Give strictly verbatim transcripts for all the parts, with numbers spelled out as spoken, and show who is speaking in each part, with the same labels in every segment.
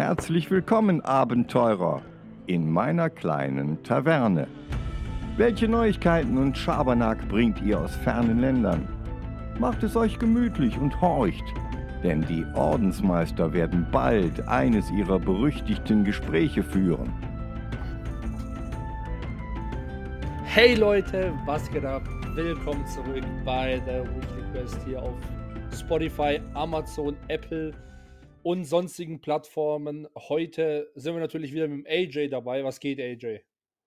Speaker 1: Herzlich willkommen, Abenteurer, in meiner kleinen Taverne. Welche Neuigkeiten und Schabernack bringt ihr aus fernen Ländern? Macht es euch gemütlich und horcht, denn die Ordensmeister werden bald eines ihrer berüchtigten Gespräche führen.
Speaker 2: Hey Leute, was geht ab? Willkommen zurück bei der Weekly Quest hier auf Spotify, Amazon, Apple und sonstigen Plattformen. Heute sind wir natürlich wieder mit dem A J dabei. Was geht, A J?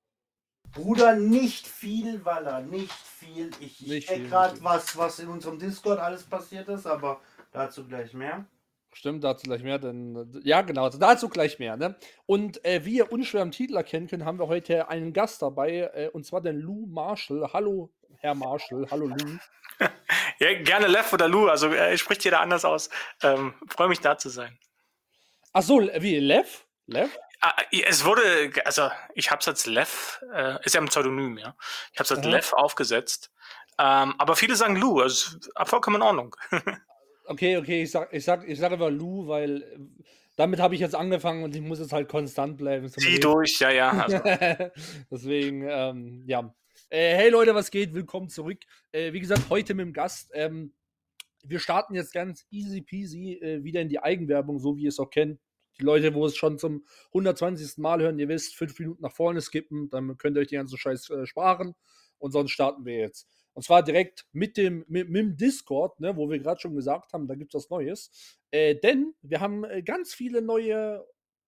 Speaker 3: Bruder, nicht viel, Waller, nicht viel. Ich, ich
Speaker 2: Nicht
Speaker 3: check
Speaker 2: viel,
Speaker 3: gerade,
Speaker 2: nicht viel.
Speaker 3: was, was in unserem Discord alles passiert ist, aber dazu gleich mehr.
Speaker 2: Stimmt, dazu gleich mehr, denn ja genau, dazu gleich mehr, ne? Und äh, wie ihr unschwer am Titel erkennen könnt, haben wir heute einen Gast dabei, äh, und zwar den Lou Marshall. Hallo, Herr Marshall, hallo Lou.
Speaker 4: Ja, gerne Lev oder Lou, also äh, spricht jeder anders aus. Ähm, Freue mich da zu sein.
Speaker 2: Ach so, wie, Lev? Lev?
Speaker 4: Ah, es wurde, also ich habe es als Lev, äh, ist ja ein Pseudonym, ja. Ich habe es als
Speaker 2: Aha.
Speaker 4: Lev aufgesetzt. Ähm, aber viele sagen Lou, also ist vollkommen in Ordnung.
Speaker 2: Okay, okay, ich sag, ich sag, ich sag aber Lou, weil äh, damit habe ich jetzt angefangen und ich muss jetzt halt konstant bleiben. zum
Speaker 4: Zieh
Speaker 2: Reden.
Speaker 4: durch, ja, ja. Also.
Speaker 2: Deswegen, ähm, ja. Äh, hey Leute, was geht? Willkommen zurück. Äh, wie gesagt, heute mit dem Gast. Ähm, wir starten jetzt ganz easy peasy äh, wieder in die Eigenwerbung, so wie ihr es auch kennt. Die Leute, wo es schon zum hundertzwanzigsten Mal hören, ihr wisst, fünf Minuten nach vorne skippen, dann könnt ihr euch den ganzen Scheiß äh, sparen. Und sonst starten wir jetzt. Und zwar direkt mit dem, mit, mit dem Discord, ne, wo wir gerade schon gesagt haben, da gibt es was Neues. Äh, denn wir haben äh, ganz viele neue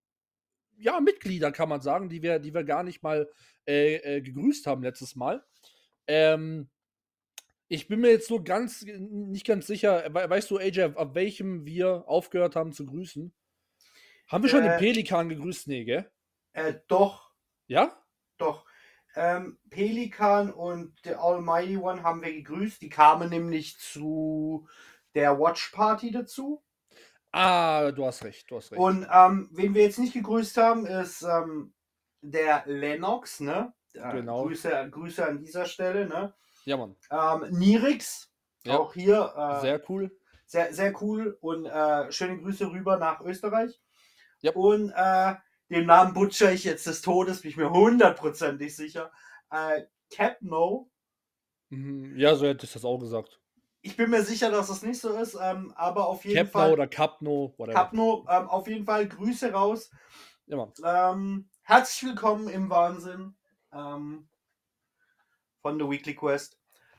Speaker 2: ja, Mitglieder, kann man sagen, die wir, die wir gar nicht mal äh, äh, gegrüßt haben letztes Mal. Ähm, ich bin mir jetzt nur ganz nicht ganz sicher, we weißt du, A J, ab welchem wir aufgehört haben zu grüßen? Haben wir schon den
Speaker 3: Äh,
Speaker 2: Pelikan gegrüßt? Nee, gell?
Speaker 3: Äh, doch,
Speaker 2: Ja?
Speaker 3: doch. Ähm, Pelikan und The Almighty One haben wir gegrüßt. Die kamen nämlich zu der Watch Party dazu.
Speaker 2: Ah, du hast recht, du hast recht.
Speaker 3: Und ähm, wen wir jetzt nicht gegrüßt haben, ist ähm, der Lennox, ne? Äh,
Speaker 2: Genau.
Speaker 3: Grüße, Grüße an dieser Stelle, ne?
Speaker 2: Ja, Mann.
Speaker 3: Ähm, Nirix,
Speaker 2: Ja.
Speaker 3: auch hier. Äh,
Speaker 2: Sehr cool.
Speaker 3: Sehr, sehr cool und äh, schöne Grüße rüber nach Österreich.
Speaker 2: Yep.
Speaker 3: Und äh, den Namen butcher ich jetzt des Todes, bin ich mir hundertprozentig sicher. Äh, Capno.
Speaker 2: Mhm. Ja, so hätte ich das auch gesagt.
Speaker 3: Ich bin mir sicher, dass das nicht so ist, ähm, aber auf jeden
Speaker 2: Capno
Speaker 3: Fall.
Speaker 2: oder Capno, whatever.
Speaker 3: Capno, ähm, auf jeden Fall Grüße raus.
Speaker 2: Ja, Mann.
Speaker 3: Ähm, herzlich willkommen im Wahnsinn ähm, von The Weekly Quest.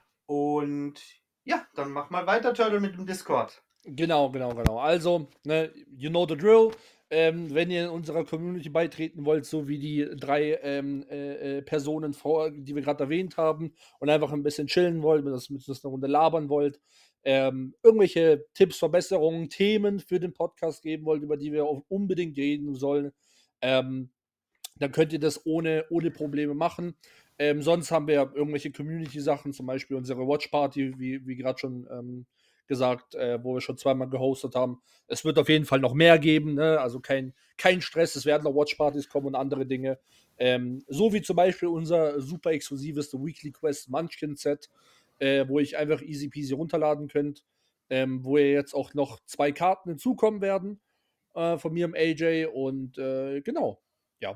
Speaker 3: Und ja, dann mach mal weiter, Turtle, mit dem Discord.
Speaker 2: Genau, genau, genau. Also, ne, you know the drill. Ähm, wenn ihr in unserer Community beitreten wollt, so wie die drei ähm, äh, äh, Personen, vor, die wir gerade erwähnt haben, und einfach ein bisschen chillen wollt, mit uns mit uns eine Runde labern wollt, ähm, irgendwelche Tipps, Verbesserungen, Themen für den Podcast geben wollt, über die wir auch unbedingt reden sollen, ähm, dann könnt ihr das ohne, ohne Probleme machen. Ähm, sonst haben wir irgendwelche Community-Sachen, zum Beispiel unsere Watch Party, wie, wie gerade schon ähm, gesagt, äh, wo wir schon zweimal gehostet haben. Es wird auf jeden Fall noch mehr geben, ne? Also kein, kein Stress, es werden noch Watch-Partys kommen und andere Dinge. Ähm, so wie zum Beispiel unser super exklusives The Weekly Quest Munchkin-Set, äh, wo ich einfach easy peasy runterladen könnt, ähm, wo ihr jetzt auch noch zwei Karten hinzukommen werden äh, von mir im A J und äh, genau, ja.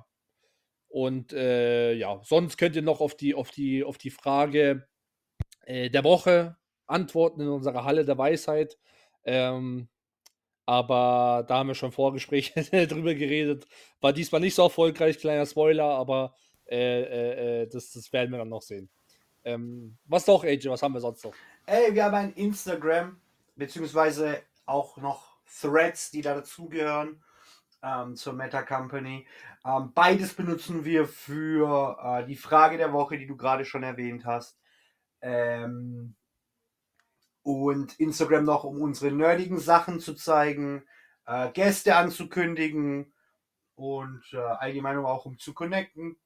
Speaker 2: Und äh, ja, sonst könnt ihr noch auf die, auf die, auf die Frage äh, der Woche antworten in unserer Halle der Weisheit. Ähm, aber da haben wir schon Vorgespräche drüber geredet. War diesmal nicht so erfolgreich, kleiner Spoiler, aber äh, äh, äh, das, das werden wir dann noch sehen. Ähm, was doch, A J, was haben wir sonst noch?
Speaker 3: Ey, wir haben ein Instagram, beziehungsweise auch noch Threads, die da dazugehören, ähm, zur Meta Company. Ähm, beides benutzen wir für äh, die Frage der Woche, die du gerade schon erwähnt hast. Ähm, und Instagram noch, um unsere nerdigen Sachen zu zeigen, äh, Gäste anzukündigen und äh, allgemein auch um zu connecten.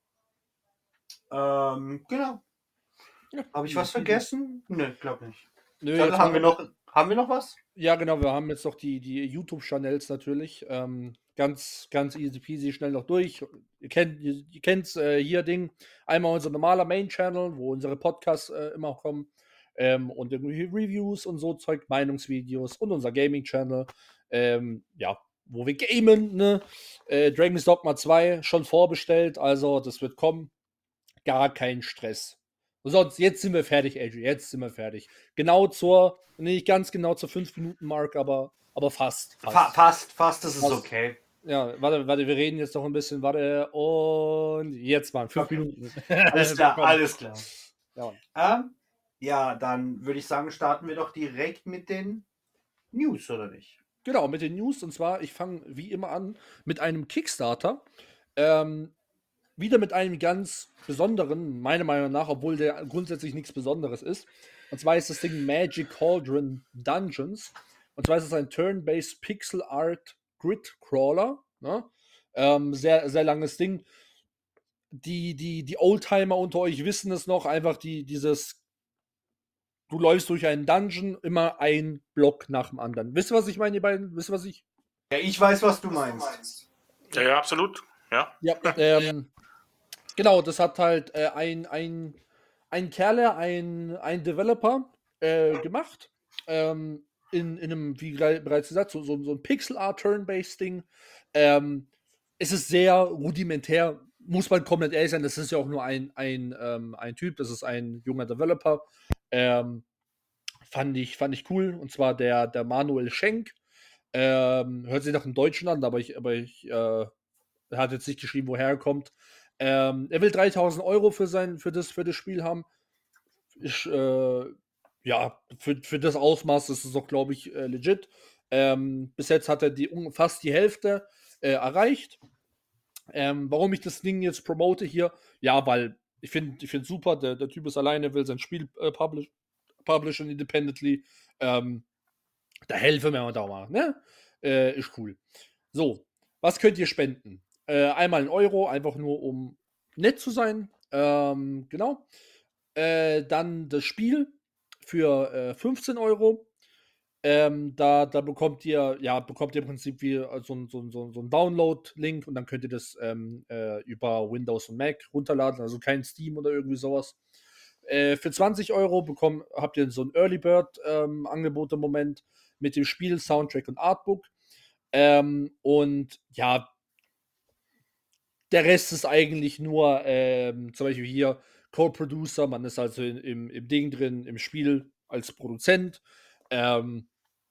Speaker 3: Ähm, genau.
Speaker 2: Ja,
Speaker 3: Habe ich
Speaker 2: easy
Speaker 3: was
Speaker 2: peasy.
Speaker 3: vergessen? Ne, glaube nicht.
Speaker 2: Nö,
Speaker 3: Dann
Speaker 2: jetzt
Speaker 3: haben wir
Speaker 2: machen wir-
Speaker 3: noch, haben wir noch was?
Speaker 2: Ja, genau, wir haben jetzt noch die, die YouTube-Channels natürlich. Ähm, ganz, ganz easy peasy, schnell noch durch. Ihr kennt ihr, ihr kennt's, äh, hier Ding. Einmal unser normaler Main-Channel, wo unsere Podcasts äh, immer kommen. Ähm, und irgendwie Reviews und so Zeug, Meinungsvideos und unser Gaming-Channel. Ähm, ja, wo wir gamen, ne? Äh, Dragon's Dogma zwei schon vorbestellt, also das wird kommen. Gar kein Stress. Und sonst, jetzt sind wir fertig, A J, jetzt sind wir fertig. Genau zur, nicht ganz genau zur fünf Minuten Mark, aber, aber fast.
Speaker 3: Fast, Fa fast, fast ist es
Speaker 2: Fast.
Speaker 3: okay.
Speaker 2: Ja, warte, warte, wir reden jetzt noch ein bisschen, warte, und jetzt mal, fünf
Speaker 3: Okay.
Speaker 2: Minuten.
Speaker 3: Alles klar, alles klar.
Speaker 2: Ja.
Speaker 3: Ähm, ja, dann würde ich sagen, starten wir doch direkt mit den News, oder nicht?
Speaker 2: Genau, mit den News. Und zwar, ich fange wie immer an mit einem Kickstarter. Ähm, wieder mit einem ganz besonderen, meiner Meinung nach, obwohl der grundsätzlich nichts Besonderes ist. Und zwar ist das Ding Magic Cauldron Dungeons. Und zwar ist es ein Turn-Based Pixel Art Grid Crawler. Ne? Ähm, sehr, sehr langes Ding. Die, die, die Oldtimer unter euch wissen es noch, einfach die, dieses, du läufst durch einen Dungeon, immer ein Block nach dem anderen. Wisst ihr, was ich meine, ihr beiden? Wisst ihr, was ich?
Speaker 3: Ja, ich weiß, was du meinst.
Speaker 4: Ja, ja, absolut. Ja.
Speaker 2: Ja, ähm, genau, das hat halt äh, ein, ein, ein Kerle, ein, ein Developer äh, gemacht. Ähm, in, in einem, wie bereits gesagt, so, so, so ein Pixel-Art-Turn-Based-Ding. Ähm, es ist sehr rudimentär, muss man komplett ehrlich sein. Das ist ja auch nur ein, ein, ähm, ein Typ, das ist ein junger Developer. Ähm, fand, ich, fand ich cool. Und zwar der, der Manuel Schenk. Ähm, hört sich nach einem Deutschen an, aber ich, aber ich äh, er hat jetzt nicht geschrieben, woher er kommt. Ähm, er will dreitausend Euro für, sein, für, das, für das Spiel haben. Ich, äh, ja, für, für das Ausmaß ist es doch, glaube ich, äh, legit. Ähm, bis jetzt hat er die, fast die Hälfte äh, erreicht. Ähm, warum ich das Ding jetzt promote hier? Ja, weil ich finde ich find super, der, der Typ ist alleine, will sein Spiel äh, publish, publishen independently. Ähm, da helfen wir da mal, ne? Äh, ist cool. So, was könnt ihr spenden? Äh, einmal ein Euro, einfach nur um nett zu sein. Ähm, genau. Äh, dann das Spiel für äh, fünfzehn Euro. Ähm, da, da bekommt ihr, ja, bekommt ihr im Prinzip wie äh, so ein, so ein, so ein so ein Download-Link und dann könnt ihr das ähm, äh, über Windows und Mac runterladen, also kein Steam oder irgendwie sowas. Äh, für zwanzig Euro bekommt, habt ihr so ein Early Bird-Angebot ähm, im Moment mit dem Spiel, Soundtrack und Artbook. Ähm, und ja, der Rest ist eigentlich nur, ähm, zum Beispiel hier Co-Producer, man ist also in, im, im Ding drin, im Spiel als Produzent. Ähm,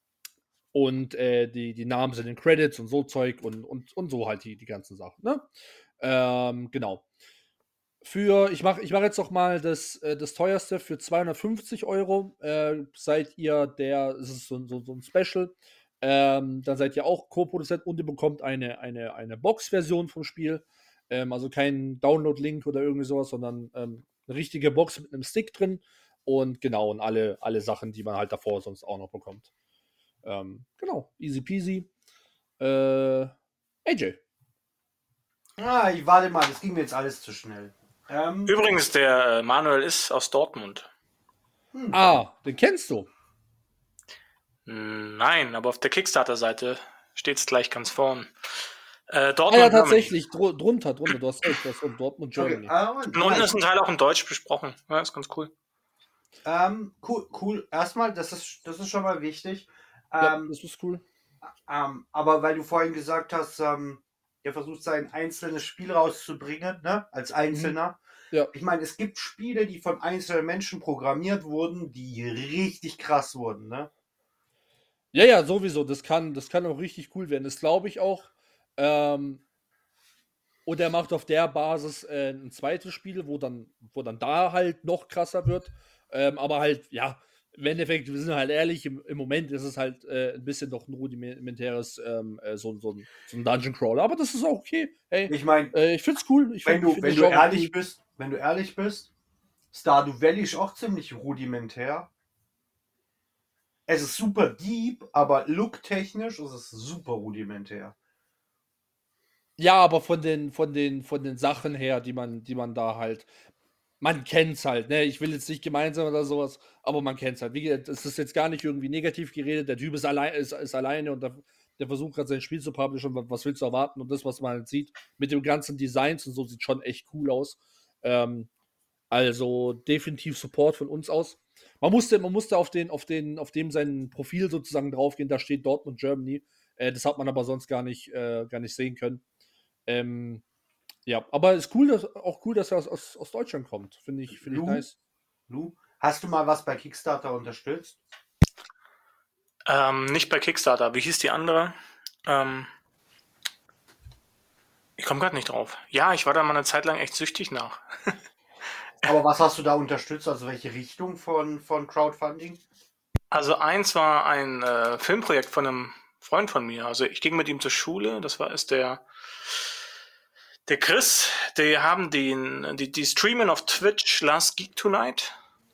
Speaker 2: und äh, die, die Namen sind in Credits und so Zeug und, und, und so halt die, die ganzen Sachen. Ne? Ähm, genau. Für, ich mache ich mach jetzt noch mal das, äh, das teuerste für zweihundertfünfzig Euro. Äh, seid ihr der, es ist so, so, so ein Special. Ähm, dann seid ihr auch Co-Produzent und ihr bekommt eine, eine, eine Box-Version vom Spiel. Ähm, also kein Download-Link oder irgendwie sowas, sondern ähm, eine richtige Box mit einem Stick drin. Und genau, und alle, alle Sachen, die man halt davor sonst auch noch bekommt. Ähm, genau, easy peasy. Äh, A J.
Speaker 3: Ah, ich warte mal, das ging mir jetzt alles zu schnell. Ähm,
Speaker 4: Übrigens, der äh, Manuel ist aus Dortmund.
Speaker 3: hm.
Speaker 2: Ah, den kennst du.
Speaker 4: Hm, Nein, aber auf der Kickstarter-Seite steht es gleich ganz vorn. Äh,
Speaker 2: Ah
Speaker 4: Dortmund,
Speaker 2: ja,
Speaker 4: Germany.
Speaker 2: tatsächlich, dr drunter, drunter, du hast recht, du hast recht, Dortmund,
Speaker 3: Okay,
Speaker 2: Germany.
Speaker 3: äh, Moment,
Speaker 4: Und unten
Speaker 3: Moment.
Speaker 4: ist ein Teil auch in Deutsch besprochen. Ja, ist ganz cool.
Speaker 3: Ähm, cool, cool. Erstmal, das ist, das ist schon mal wichtig.
Speaker 2: Ja,
Speaker 3: Ähm,
Speaker 2: das ist cool.
Speaker 3: ähm, aber weil du vorhin gesagt hast, ähm, der versucht sein einzelnes Spiel rauszubringen, ne? Als Einzelner.
Speaker 2: Ja.
Speaker 3: Ich meine, es gibt Spiele, die von einzelnen Menschen programmiert wurden, die richtig krass wurden, ne?
Speaker 2: Ja, ja, sowieso. Das kann, das kann auch richtig cool werden. Das glaube ich auch. Ähm, und er macht auf der Basis äh, ein zweites Spiel, wo dann, wo dann da halt noch krasser wird. Ähm, aber halt, ja, im Endeffekt, wir sind halt ehrlich, im, im Moment ist es halt äh, ein bisschen doch ein rudimentäres, ähm, äh, so, so, ein- so ein Dungeon Crawler. Aber das ist auch okay. Hey,
Speaker 3: Ich meine,
Speaker 2: äh, ich find's cool. Ich
Speaker 3: wenn
Speaker 2: find,
Speaker 3: du,
Speaker 2: ich find
Speaker 3: wenn
Speaker 2: das
Speaker 3: du
Speaker 2: Genre
Speaker 3: ehrlich
Speaker 2: cool.
Speaker 3: bist, wenn du ehrlich bist, Stardew Valley ist auch ziemlich rudimentär. Es ist super deep, aber looktechnisch ist es super rudimentär.
Speaker 2: Ja, aber von den, von den, von den Sachen her, die man, die man da halt, man kennt's halt, ne? Ich will jetzt nicht gemeinsam oder sowas, aber man kennt's halt. Wie gesagt, es ist jetzt gar nicht irgendwie negativ geredet. Der Typ ist, allein, ist, ist alleine und der, der versucht gerade sein Spiel zu publishen. Was, was willst du erwarten? Und das, was man halt sieht, mit dem ganzen Designs und so, sieht schon echt cool aus. Ähm, also definitiv Support von uns aus. Man musste, man musste auf, den, auf, den, auf dem sein Profil sozusagen draufgehen, da steht Dortmund Germany. Äh, das hat man aber sonst gar nicht, äh, gar nicht sehen können. Ähm, ja, aber ist cool, dass, auch cool, dass er aus, aus, aus Deutschland kommt. Finde ich, find ich
Speaker 3: Lou?
Speaker 2: nice.
Speaker 3: Lou, hast du mal was bei Kickstarter unterstützt?
Speaker 4: Ähm, nicht bei Kickstarter. Wie hieß die andere? Ähm, ich komme gerade nicht drauf. Ja, ich war da mal eine Zeit lang echt süchtig nach.
Speaker 3: Aber was hast du da unterstützt? Also welche Richtung von, von Crowdfunding?
Speaker 4: Also eins war ein äh, Filmprojekt von einem Freund von mir. Also ich ging mit ihm zur Schule. Das war ist der der Chris. Die haben den die die streamen auf Twitch Last Geek Tonight.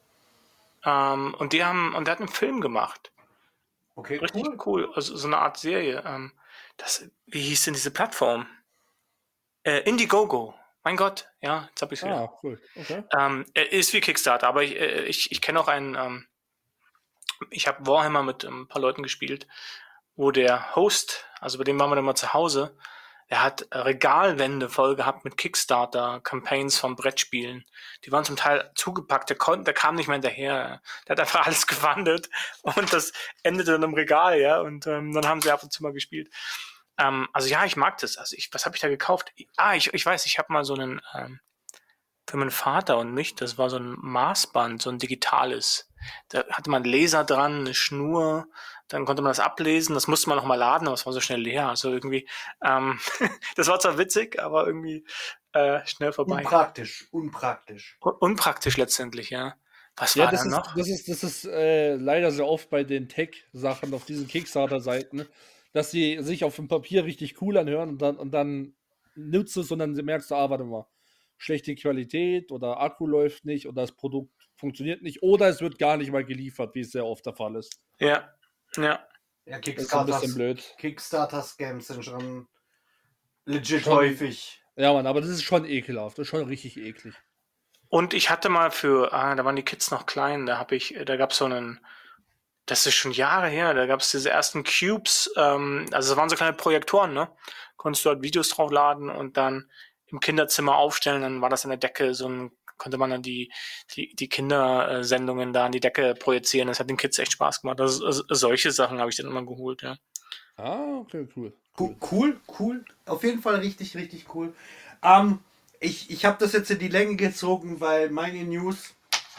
Speaker 4: Ähm, und die haben und der hat einen Film gemacht.
Speaker 3: Okay,
Speaker 4: Richtig
Speaker 3: cool.
Speaker 4: cool. Also so eine Art Serie. Ähm, das wie hieß denn diese Plattform? Äh, Indiegogo. Mein Gott, ja, jetzt habe ich wieder.
Speaker 2: Ah, cool. Okay.
Speaker 4: Ähm, er ist wie Kickstarter, aber ich, äh, ich, ich kenne auch einen, ähm, ich habe Warhammer mit ähm, ein paar Leuten gespielt, wo der Host, also bei dem waren wir dann mal zu Hause, er hat Regalwände voll gehabt mit Kickstarter-Campaigns von Brettspielen. Die waren zum Teil zugepackt, der, kon der kam nicht mehr hinterher. Der hat einfach alles gewandet und das endete dann im Regal, ja, und ähm, dann haben sie ab und zu mal gespielt. Ähm, also ja, ich mag das. Also ich, was habe ich da gekauft? Ah, ich, ich weiß, ich habe mal so einen ähm, für meinen Vater und mich, das war so ein Maßband, so ein digitales. Da hatte man einen Laser dran, eine Schnur, dann konnte man das ablesen, das musste man nochmal laden, aber es war so schnell leer. Also irgendwie, ähm, das war zwar witzig, aber irgendwie äh, schnell vorbei.
Speaker 3: Unpraktisch, unpraktisch.
Speaker 4: Un unpraktisch letztendlich, ja. Was
Speaker 2: Ja,
Speaker 4: war
Speaker 2: das
Speaker 4: da
Speaker 2: ist,
Speaker 4: noch?
Speaker 2: das ist, das ist äh, leider sehr oft bei den Tech-Sachen auf diesen Kickstarter-Seiten, dass sie sich auf dem Papier richtig cool anhören und dann, und dann nutzt es und dann merkst du, ah, warte mal, schlechte Qualität oder Akku läuft nicht oder das Produkt funktioniert nicht oder es wird gar nicht mal geliefert, wie es sehr oft der Fall ist.
Speaker 4: Ja, ja.
Speaker 3: Ja,
Speaker 2: Das ist ein bisschen
Speaker 3: Kickstarter,
Speaker 2: blöd.
Speaker 3: Kickstarter-Scams sind schon legit
Speaker 2: Schon-
Speaker 3: häufig.
Speaker 2: Ja, Mann, aber das ist schon ekelhaft. Das ist schon richtig eklig.
Speaker 4: Und ich hatte mal für, ah, da waren die Kids noch klein, da habe ich, da gab es so einen, das ist schon Jahre her, da gab es diese ersten Cubes, ähm, also es waren so kleine Projektoren, ne? Konntest du halt Videos draufladen und dann im Kinderzimmer aufstellen, dann war das an der Decke, so ein, konnte man dann die, die, die Kindersendungen da an die Decke projizieren. Das hat den Kids echt Spaß gemacht. Also, also solche Sachen habe ich dann immer geholt, ja.
Speaker 2: Ah, okay, cool.
Speaker 3: Cool, cool, cool. Auf jeden Fall richtig, richtig cool. Ähm, ich ich habe das jetzt in die Länge gezogen, weil meine News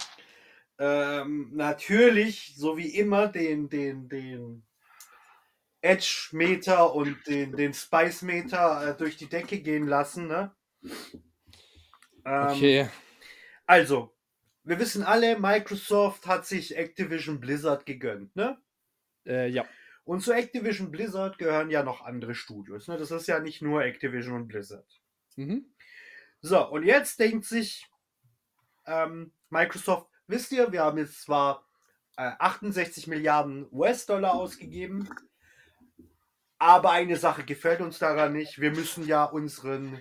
Speaker 3: ähm, natürlich, so wie immer, den, den, den Edge-Meter und den, den Spice-Meter äh, durch die Decke gehen lassen. Ne? Ähm,
Speaker 2: Okay.
Speaker 3: Also, wir wissen alle, Microsoft hat sich Activision Blizzard gegönnt. Ne?
Speaker 2: Äh, ja.
Speaker 3: Und zu Activision Blizzard gehören ja noch andere Studios. Ne? Das ist ja nicht nur Activision und Blizzard.
Speaker 2: Mhm.
Speaker 3: So, und jetzt denkt sich ähm, Microsoft, wisst ihr, wir haben jetzt zwar äh, achtundsechzig Milliarden U S-Dollar ausgegeben, aber eine Sache gefällt uns daran nicht. Wir müssen ja unseren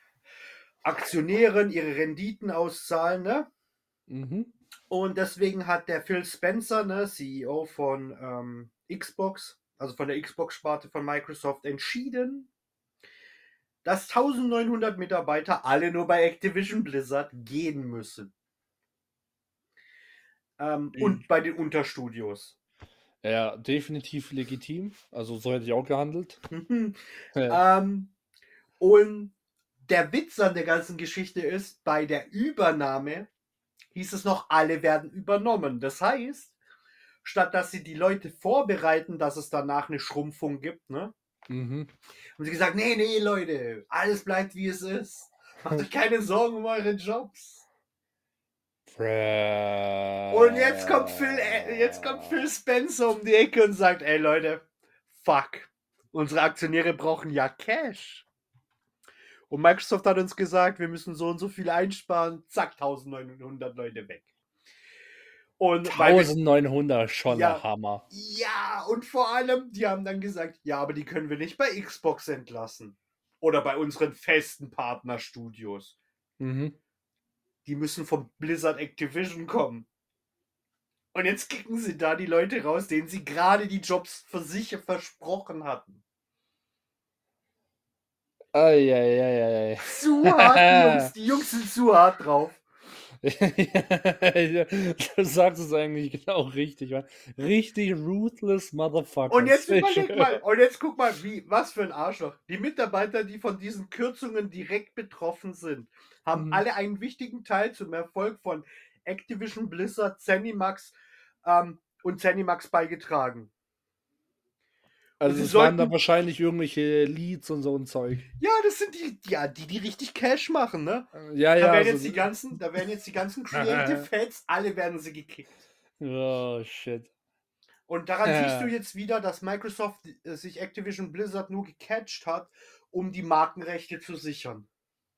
Speaker 3: Aktionären ihre Renditen auszahlen, ne?
Speaker 2: Mhm.
Speaker 3: Und deswegen hat der Phil Spencer, ne, C E O von ähm, Xbox, also von der Xbox-Sparte von Microsoft, entschieden, dass eintausendneunhundert Mitarbeiter alle nur bei Activision Blizzard gehen müssen. Ähm,
Speaker 2: Mhm.
Speaker 3: Und bei den Unterstudios.
Speaker 2: Ja, definitiv legitim. Also so hätte ich auch gehandelt.
Speaker 3: Äh, ähm, und der Witz an der ganzen Geschichte ist, bei der Übernahme hieß es noch, alle werden übernommen. Das heißt, statt dass sie die Leute vorbereiten, dass es danach eine Schrumpfung gibt, ne,
Speaker 2: Mhm.
Speaker 3: haben sie gesagt, nee, nee, Leute, alles bleibt wie es ist. Macht euch keine Sorgen um eure Jobs. Und jetzt kommt Phil, äh, jetzt kommt Phil Spencer um die Ecke und sagt, ey Leute, fuck, unsere Aktionäre brauchen ja Cash. Und Microsoft hat uns gesagt, wir müssen so und so viel einsparen, zack, eintausendneunhundert Leute weg. Und weil wir-
Speaker 2: eintausendneunhundert, schon
Speaker 3: Ja.
Speaker 2: der Hammer.
Speaker 3: Ja, und vor allem, die haben dann gesagt, ja, aber die können wir nicht bei Xbox entlassen. Oder bei unseren festen Partnerstudios.
Speaker 2: Mhm.
Speaker 3: Die müssen vom Blizzard Activision kommen. Und jetzt kicken sie da die Leute raus, denen sie gerade die Jobs für sich versprochen hatten.
Speaker 2: Eieieiei.
Speaker 3: Zu hart, die Jungs, die Jungs sind zu hart drauf.
Speaker 2: Du sagst es eigentlich genau richtig, Mann. Richtig ruthless Motherfucker.
Speaker 3: Und jetzt überleg mal, und jetzt guck mal, wie, was für ein Arschloch. Die Mitarbeiter, die von diesen Kürzungen direkt betroffen sind, haben
Speaker 2: Mhm.
Speaker 3: alle einen wichtigen Teil zum Erfolg von Activision Blizzard, Zenimax ähm, und Zenimax beigetragen.
Speaker 2: Also
Speaker 3: sie
Speaker 2: es waren da
Speaker 3: sollten-
Speaker 2: wahrscheinlich irgendwelche Leads und so ein Zeug.
Speaker 3: Ja, das sind die, ja, die, die richtig Cash machen, ne?
Speaker 2: Ja,
Speaker 3: Da
Speaker 2: ja.
Speaker 3: werden
Speaker 2: so
Speaker 3: jetzt die
Speaker 2: die-
Speaker 3: ganzen, da werden jetzt die ganzen Creative Heads, alle werden sie gekickt.
Speaker 2: Oh, shit.
Speaker 3: Und daran
Speaker 2: Ja.
Speaker 3: siehst du jetzt wieder, dass Microsoft äh, sich Activision Blizzard nur gecatcht hat, um die Markenrechte zu sichern.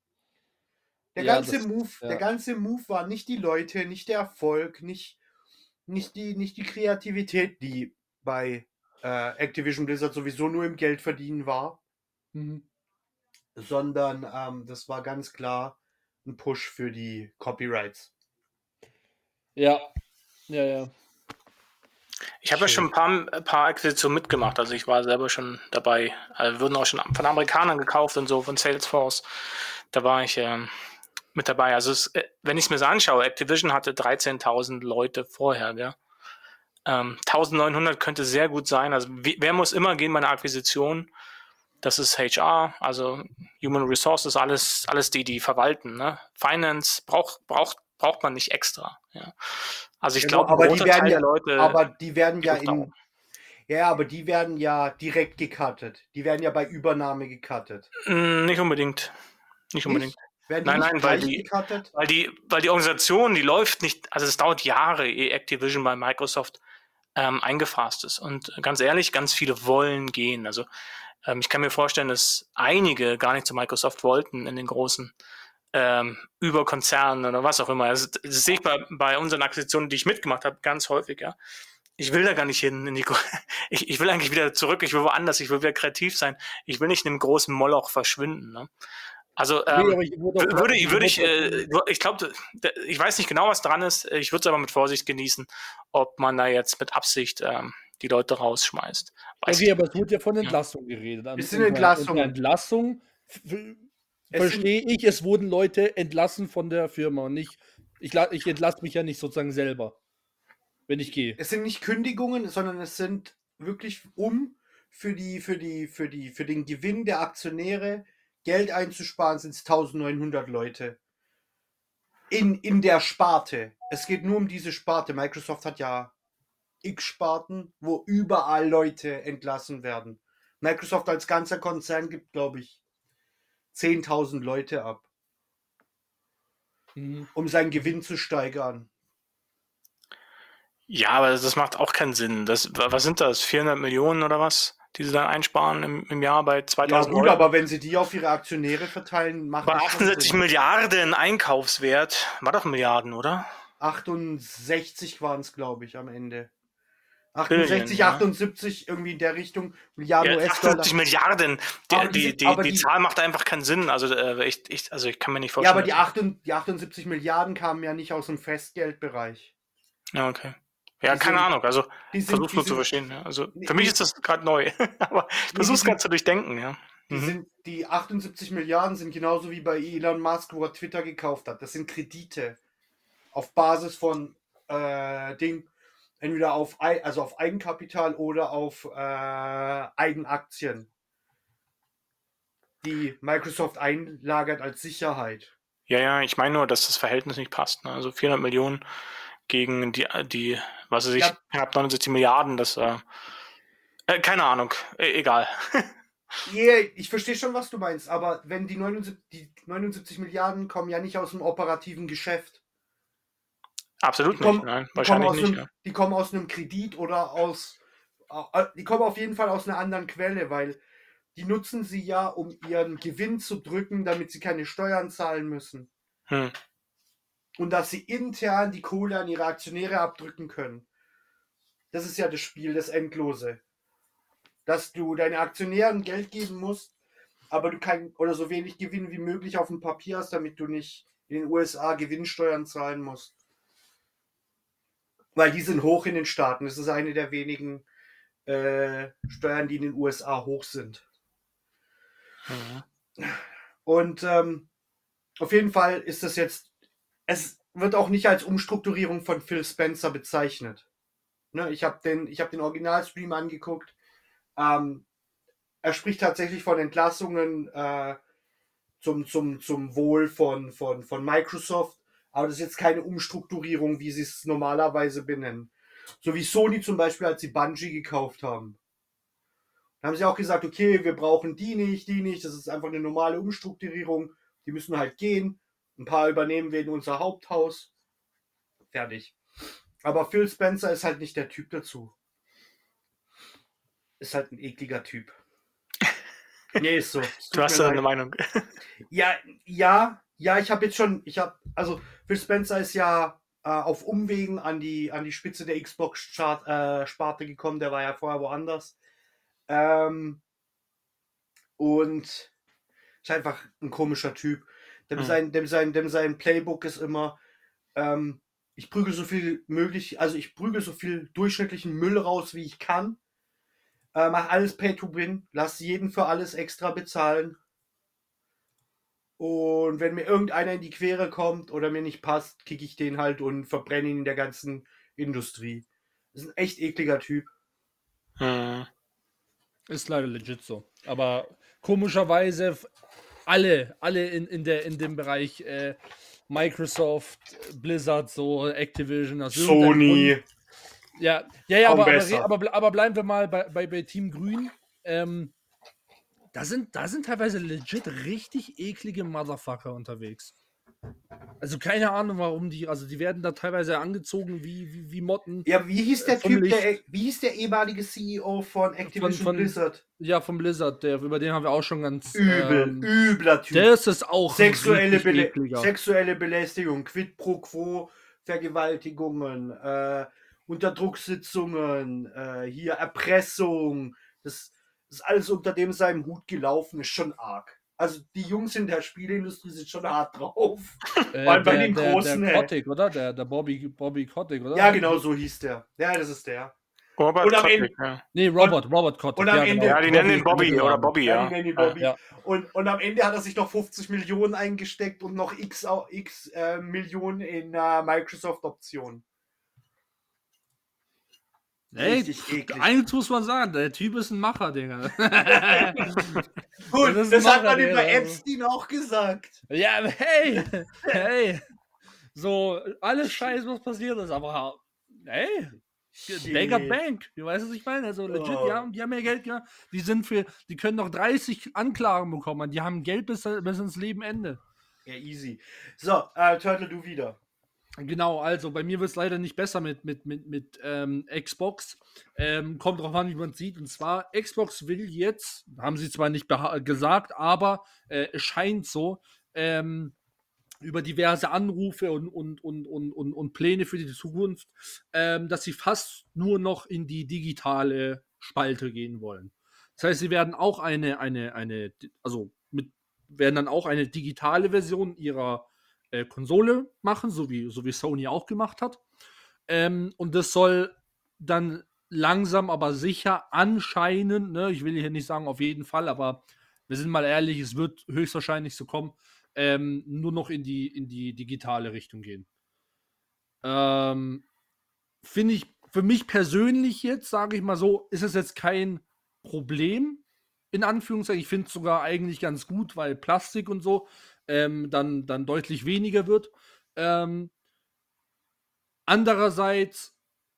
Speaker 3: Der
Speaker 2: Ja,
Speaker 3: ganze
Speaker 2: das-
Speaker 3: Move,
Speaker 2: ja.
Speaker 3: der ganze Move war nicht die Leute, nicht der Erfolg, nicht, nicht, die, nicht die Kreativität, die bei äh, Activision Blizzard sowieso nur im Geld verdienen war,
Speaker 2: Mhm.
Speaker 3: sondern ähm, das war ganz klar ein Push für die Copyrights.
Speaker 2: Ja. Ja, ja.
Speaker 4: Ich habe ja schon ein paar, ein paar Akquisitionen mitgemacht, also ich war selber schon dabei. Also wurden auch schon von Amerikanern gekauft und so, von Salesforce. Da war ich ähm, mit dabei. Also es, äh, wenn ich es mir so anschaue, Activision hatte dreizehntausend Leute vorher, gell? Ähm, neunzehnhundert könnte sehr gut sein. Also wie, wer muss immer gehen bei einer Akquisition? Das ist H R, also Human Resources, alles, alles die, die verwalten. Ne? Finance braucht, braucht, braucht man nicht extra. Ja. Also ich
Speaker 3: Genau,
Speaker 4: glaube, ein
Speaker 3: aber die
Speaker 4: großer
Speaker 3: werden
Speaker 4: Teil
Speaker 3: ja,
Speaker 4: der Leute.
Speaker 3: aber die werden ja
Speaker 4: guckt auch.
Speaker 3: in, ja, aber die werden ja direkt gecuttet. Die werden ja bei Übernahme gecuttet.
Speaker 4: Mm, Nicht unbedingt. Nicht unbedingt.
Speaker 3: Nicht? Werden die
Speaker 4: Nein,
Speaker 3: nicht
Speaker 4: nein, weil
Speaker 3: gleich
Speaker 4: die-
Speaker 3: gecuttet?
Speaker 4: Weil die, weil die Organisation, die läuft nicht, also es dauert Jahre, ehe Activision bei Microsoft ähm, eingefasst ist. Und ganz ehrlich, ganz viele wollen gehen. Also ähm, ich kann mir vorstellen, dass einige gar nicht zu Microsoft wollten in den großen ähm, Überkonzernen oder was auch immer. Also, das sehe ich bei, bei unseren Akquisitionen, die ich mitgemacht habe, ganz häufig, ja. Ich will da gar nicht hin. In die, ich, ich will eigentlich wieder zurück, ich will woanders, ich will wieder kreativ sein. Ich will nicht in einem großen Moloch verschwinden. Ne? Also ähm,
Speaker 2: Nee, aber ich wurde auch-
Speaker 4: würde, würde ich,
Speaker 2: wurde
Speaker 4: äh, ich glaube, ich weiß nicht genau, was dran ist. Ich würde es aber mit Vorsicht genießen, ob man da jetzt mit Absicht ähm, die Leute rausschmeißt. Weiß
Speaker 2: Okay,
Speaker 4: ich
Speaker 2: aber es wurde ja von Entlassung geredet. An-
Speaker 3: Es sind
Speaker 2: unter-
Speaker 3: Entlassungen.
Speaker 2: unter Entlassung f- f-
Speaker 3: Es
Speaker 2: verstehe ich, es wurden Leute entlassen von der Firma und nicht, ich, la- ich entlasse mich ja nicht sozusagen selber, wenn ich gehe.
Speaker 3: Es sind nicht Kündigungen, sondern es sind wirklich, um für die, für die, für die, für den Gewinn der Aktionäre Geld einzusparen, sind es neunzehnhundert Leute. In, in der Sparte. Es geht nur um diese Sparte. Microsoft hat ja x Sparten, wo überall Leute entlassen werden. Microsoft als ganzer Konzern gibt, glaube ich, zehntausend Leute ab,
Speaker 2: Mhm.
Speaker 3: um seinen Gewinn zu steigern.
Speaker 4: Ja, aber das macht auch keinen Sinn. Das, was sind das? vierhundert Millionen oder was, die sie dann einsparen im, im Jahr bei
Speaker 3: Ja
Speaker 4: zweitausend
Speaker 3: gut,
Speaker 4: Leuten?
Speaker 3: aber wenn sie die auf ihre Aktionäre verteilen, macht
Speaker 4: Bei
Speaker 3: das schon
Speaker 4: achtundsechzig
Speaker 3: Sinn.
Speaker 4: Milliarden Einkaufswert, war doch Milliarden, oder?
Speaker 3: achtundsechzig waren es, glaube ich, am Ende.
Speaker 4: Billion,
Speaker 3: achtundsechzig,
Speaker 4: ja.
Speaker 3: achtundsiebzig, irgendwie in der Richtung, Milliarden
Speaker 4: Ja,
Speaker 3: U S-Dollar.
Speaker 4: achtundsiebzig Milliarden. Die,
Speaker 3: Aber
Speaker 4: die,
Speaker 3: diese-
Speaker 4: die,
Speaker 3: aber
Speaker 4: die
Speaker 3: die-
Speaker 4: Zahl macht einfach keinen Sinn. Also, äh, ich, ich, also ich kann mir nicht
Speaker 3: Ja,
Speaker 4: vorstellen.
Speaker 3: aber die,
Speaker 4: dass-
Speaker 3: achtund- die achtundsiebzig Milliarden kamen ja nicht aus dem Festgeldbereich.
Speaker 4: Ja, okay. Ja,
Speaker 3: die
Speaker 4: keine
Speaker 3: sind-
Speaker 4: Ahnung. Also,
Speaker 3: Die sind,
Speaker 4: versuch's
Speaker 3: die
Speaker 4: nur zu
Speaker 3: sind,
Speaker 4: verstehen. Ja. Also,
Speaker 3: Nee,
Speaker 4: für mich
Speaker 3: die-
Speaker 4: ist das gerade neu. aber ich versuch's
Speaker 3: die
Speaker 4: gerade zu durchdenken, ja.
Speaker 3: die,
Speaker 4: Mhm.
Speaker 3: sind, die achtundsiebzig Milliarden sind genauso wie bei Elon Musk, wo er Twitter gekauft hat. Das sind Kredite auf Basis von äh, Ding, entweder auf, Ei- also auf Eigenkapital oder auf äh, Eigenaktien, die Microsoft einlagert als Sicherheit.
Speaker 4: Ja, ja, ich meine nur, dass das Verhältnis nicht passt. Ne? Also vierhundert Millionen gegen die, die was weiß ich,
Speaker 3: Ja.
Speaker 4: knapp neunundsechzig Milliarden, das, äh, äh, keine Ahnung, e egal.
Speaker 3: Yeah, ich verstehe schon, was du meinst, aber wenn die neunundsiebzig, die neunundsiebzig Milliarden kommen ja nicht aus dem operativen Geschäft.
Speaker 4: Absolut
Speaker 3: Die kommen-
Speaker 4: nicht, nein,
Speaker 3: Die kommen,
Speaker 4: wahrscheinlich
Speaker 3: aus
Speaker 4: nicht.
Speaker 3: einem,
Speaker 4: Ja.
Speaker 3: die kommen aus einem Kredit oder aus. äh, Die kommen auf jeden Fall aus einer anderen Quelle, weil die nutzen sie ja, um ihren Gewinn zu drücken, damit sie keine Steuern zahlen müssen.
Speaker 4: Hm.
Speaker 3: Und dass sie intern die Kohle an ihre Aktionäre abdrücken können. Das ist ja das Spiel, das Endlose. Dass du deinen Aktionären Geld geben musst, aber du kein oder so wenig Gewinn wie möglich auf dem Papier hast, damit du nicht in den U S A Gewinnsteuern zahlen musst. Weil die sind hoch in den Staaten. Das ist eine der wenigen äh, Steuern, die in den U S A hoch sind.
Speaker 4: Mhm.
Speaker 3: Und ähm, auf jeden Fall ist das jetzt, es, wird auch nicht als Umstrukturierung von Phil Spencer bezeichnet. Ne, ich habe den, ich hab den Originalstream angeguckt. Ähm, er spricht tatsächlich von Entlassungen äh, zum, zum, zum Wohl von, von, von Microsoft. Aber das ist jetzt keine Umstrukturierung, wie sie es normalerweise benennen. So wie Sony zum Beispiel, als sie Bungie gekauft haben. Da haben sie auch gesagt, okay, wir brauchen die nicht, die nicht. Das ist einfach eine normale Umstrukturierung. Die müssen halt gehen. Ein paar übernehmen wir in unser Haupthaus. Fertig. Aber Phil Spencer ist halt nicht der Typ dazu. Ist halt ein ekliger Typ. Nee, ist so.
Speaker 4: Du hast ja eine Meinung.
Speaker 3: Ja, ja, ja, ich habe jetzt schon, ich habe, also Phil Spencer ist ja äh, auf Umwegen an die, an die Spitze der Xbox-Sparte äh, gekommen, der war ja vorher woanders. Ähm, und ist einfach ein komischer Typ. Dem, hm. sein, dem, sein, dem sein Playbook ist immer, ähm, ich prügel so viel möglich, also ich prügel so viel durchschnittlichen Müll raus, wie ich kann. Äh, mach alles Pay to Win, lass jeden für alles extra bezahlen. Und wenn mir irgendeiner in die Quere kommt oder mir nicht passt, kicke ich den halt und verbrenne ihn in der ganzen Industrie. Das ist ein echt ekliger Typ.
Speaker 2: Hm. Ist leider legit so. Aber komischerweise alle, alle in, in, der, in dem Bereich äh, Microsoft, Blizzard, so Activision, also
Speaker 3: Sony.
Speaker 2: Ja, ja, ja aber, aber, aber, aber bleiben wir mal bei, bei, bei Team Grün. Ähm, da, sind, da sind teilweise legit richtig eklige Motherfucker unterwegs. Also keine Ahnung, warum die, also die werden da teilweise angezogen wie, wie, wie Motten.
Speaker 3: Ja, wie hieß der Typ, der, wie hieß der ehemalige C E O von Activision
Speaker 2: von, von,
Speaker 3: Blizzard?
Speaker 2: Ja, von Blizzard, der, über den haben wir auch schon ganz...
Speaker 3: Übel, ähm, übler Typ.
Speaker 2: Der ist es auch
Speaker 3: sexuelle, Bele sexuelle Belästigung, Quid pro quo, Vergewaltigungen, äh, Unterdrucksitzungen, äh, hier Erpressung, das, das ist alles unter dem seinem Hut gelaufen, ist schon arg. Also die Jungs in der Spieleindustrie sind schon hart drauf.
Speaker 2: Äh, Weil bei der, den der, großen. Der Kotick, oder? Der, der Bobby, Bobby Kotick, oder?
Speaker 3: Ja, genau, so hieß der. Ja, das ist der.
Speaker 4: Robert
Speaker 3: und am
Speaker 4: Kotick,
Speaker 3: Ende,
Speaker 4: ja.
Speaker 2: Nee, Robert, und, Robert Kotick.
Speaker 3: Und am
Speaker 2: ja,
Speaker 3: Ende,
Speaker 4: genau. ja, die nennen ihn Bobby, Bobby oder Bobby, ja.
Speaker 3: ja. Die nennen ihn Bobby.
Speaker 2: Ja.
Speaker 3: Und, und am Ende hat er sich noch fünfzig Millionen eingesteckt und noch x, x äh, Millionen in äh, Microsoft-Optionen.
Speaker 2: Ey, eins muss man sagen, der Typ ist ein Macher, Digga.
Speaker 3: Gut, das, das Macher, hat man über Epstein auch gesagt.
Speaker 2: Ja, hey, hey. So, alles Scheiß, was passiert ist, aber hey, Baker Bank, wie weißt du, was ich meine? Also legit, oh. die, haben, die haben ja Geld, ja. Die sind für, die können noch dreißig Anklagen bekommen, die haben Geld bis, bis ins Lebenende.
Speaker 3: Ja, easy. So, äh, Turtle, du wieder.
Speaker 2: Genau, also bei mir wird es leider nicht besser mit, mit, mit, mit ähm, Xbox. Ähm, kommt drauf an, wie man es sieht. Und zwar, Xbox will jetzt, haben sie zwar nicht gesagt, aber äh, es scheint so, ähm, über diverse Anrufe und, und, und, und, und, und Pläne für die Zukunft, ähm, dass sie fast nur noch in die digitale Spalte gehen wollen. Das heißt, sie werden auch eine, eine, eine, also mit, werden dann auch eine digitale Version ihrer Äh, Konsole machen, so wie, so wie Sony auch gemacht hat. Ähm, und das soll dann langsam, aber sicher anscheinend, ne, ich will hier nicht sagen auf jeden Fall, aber wir sind mal ehrlich, es wird höchstwahrscheinlich so kommen, ähm, nur noch in die, in die digitale Richtung gehen. Ähm, finde ich, für mich persönlich jetzt, sage ich mal so, ist es jetzt kein Problem, in Anführungszeichen. Ich finde es sogar eigentlich ganz gut, weil Plastik und so Ähm, dann, dann deutlich weniger wird. Ähm, andererseits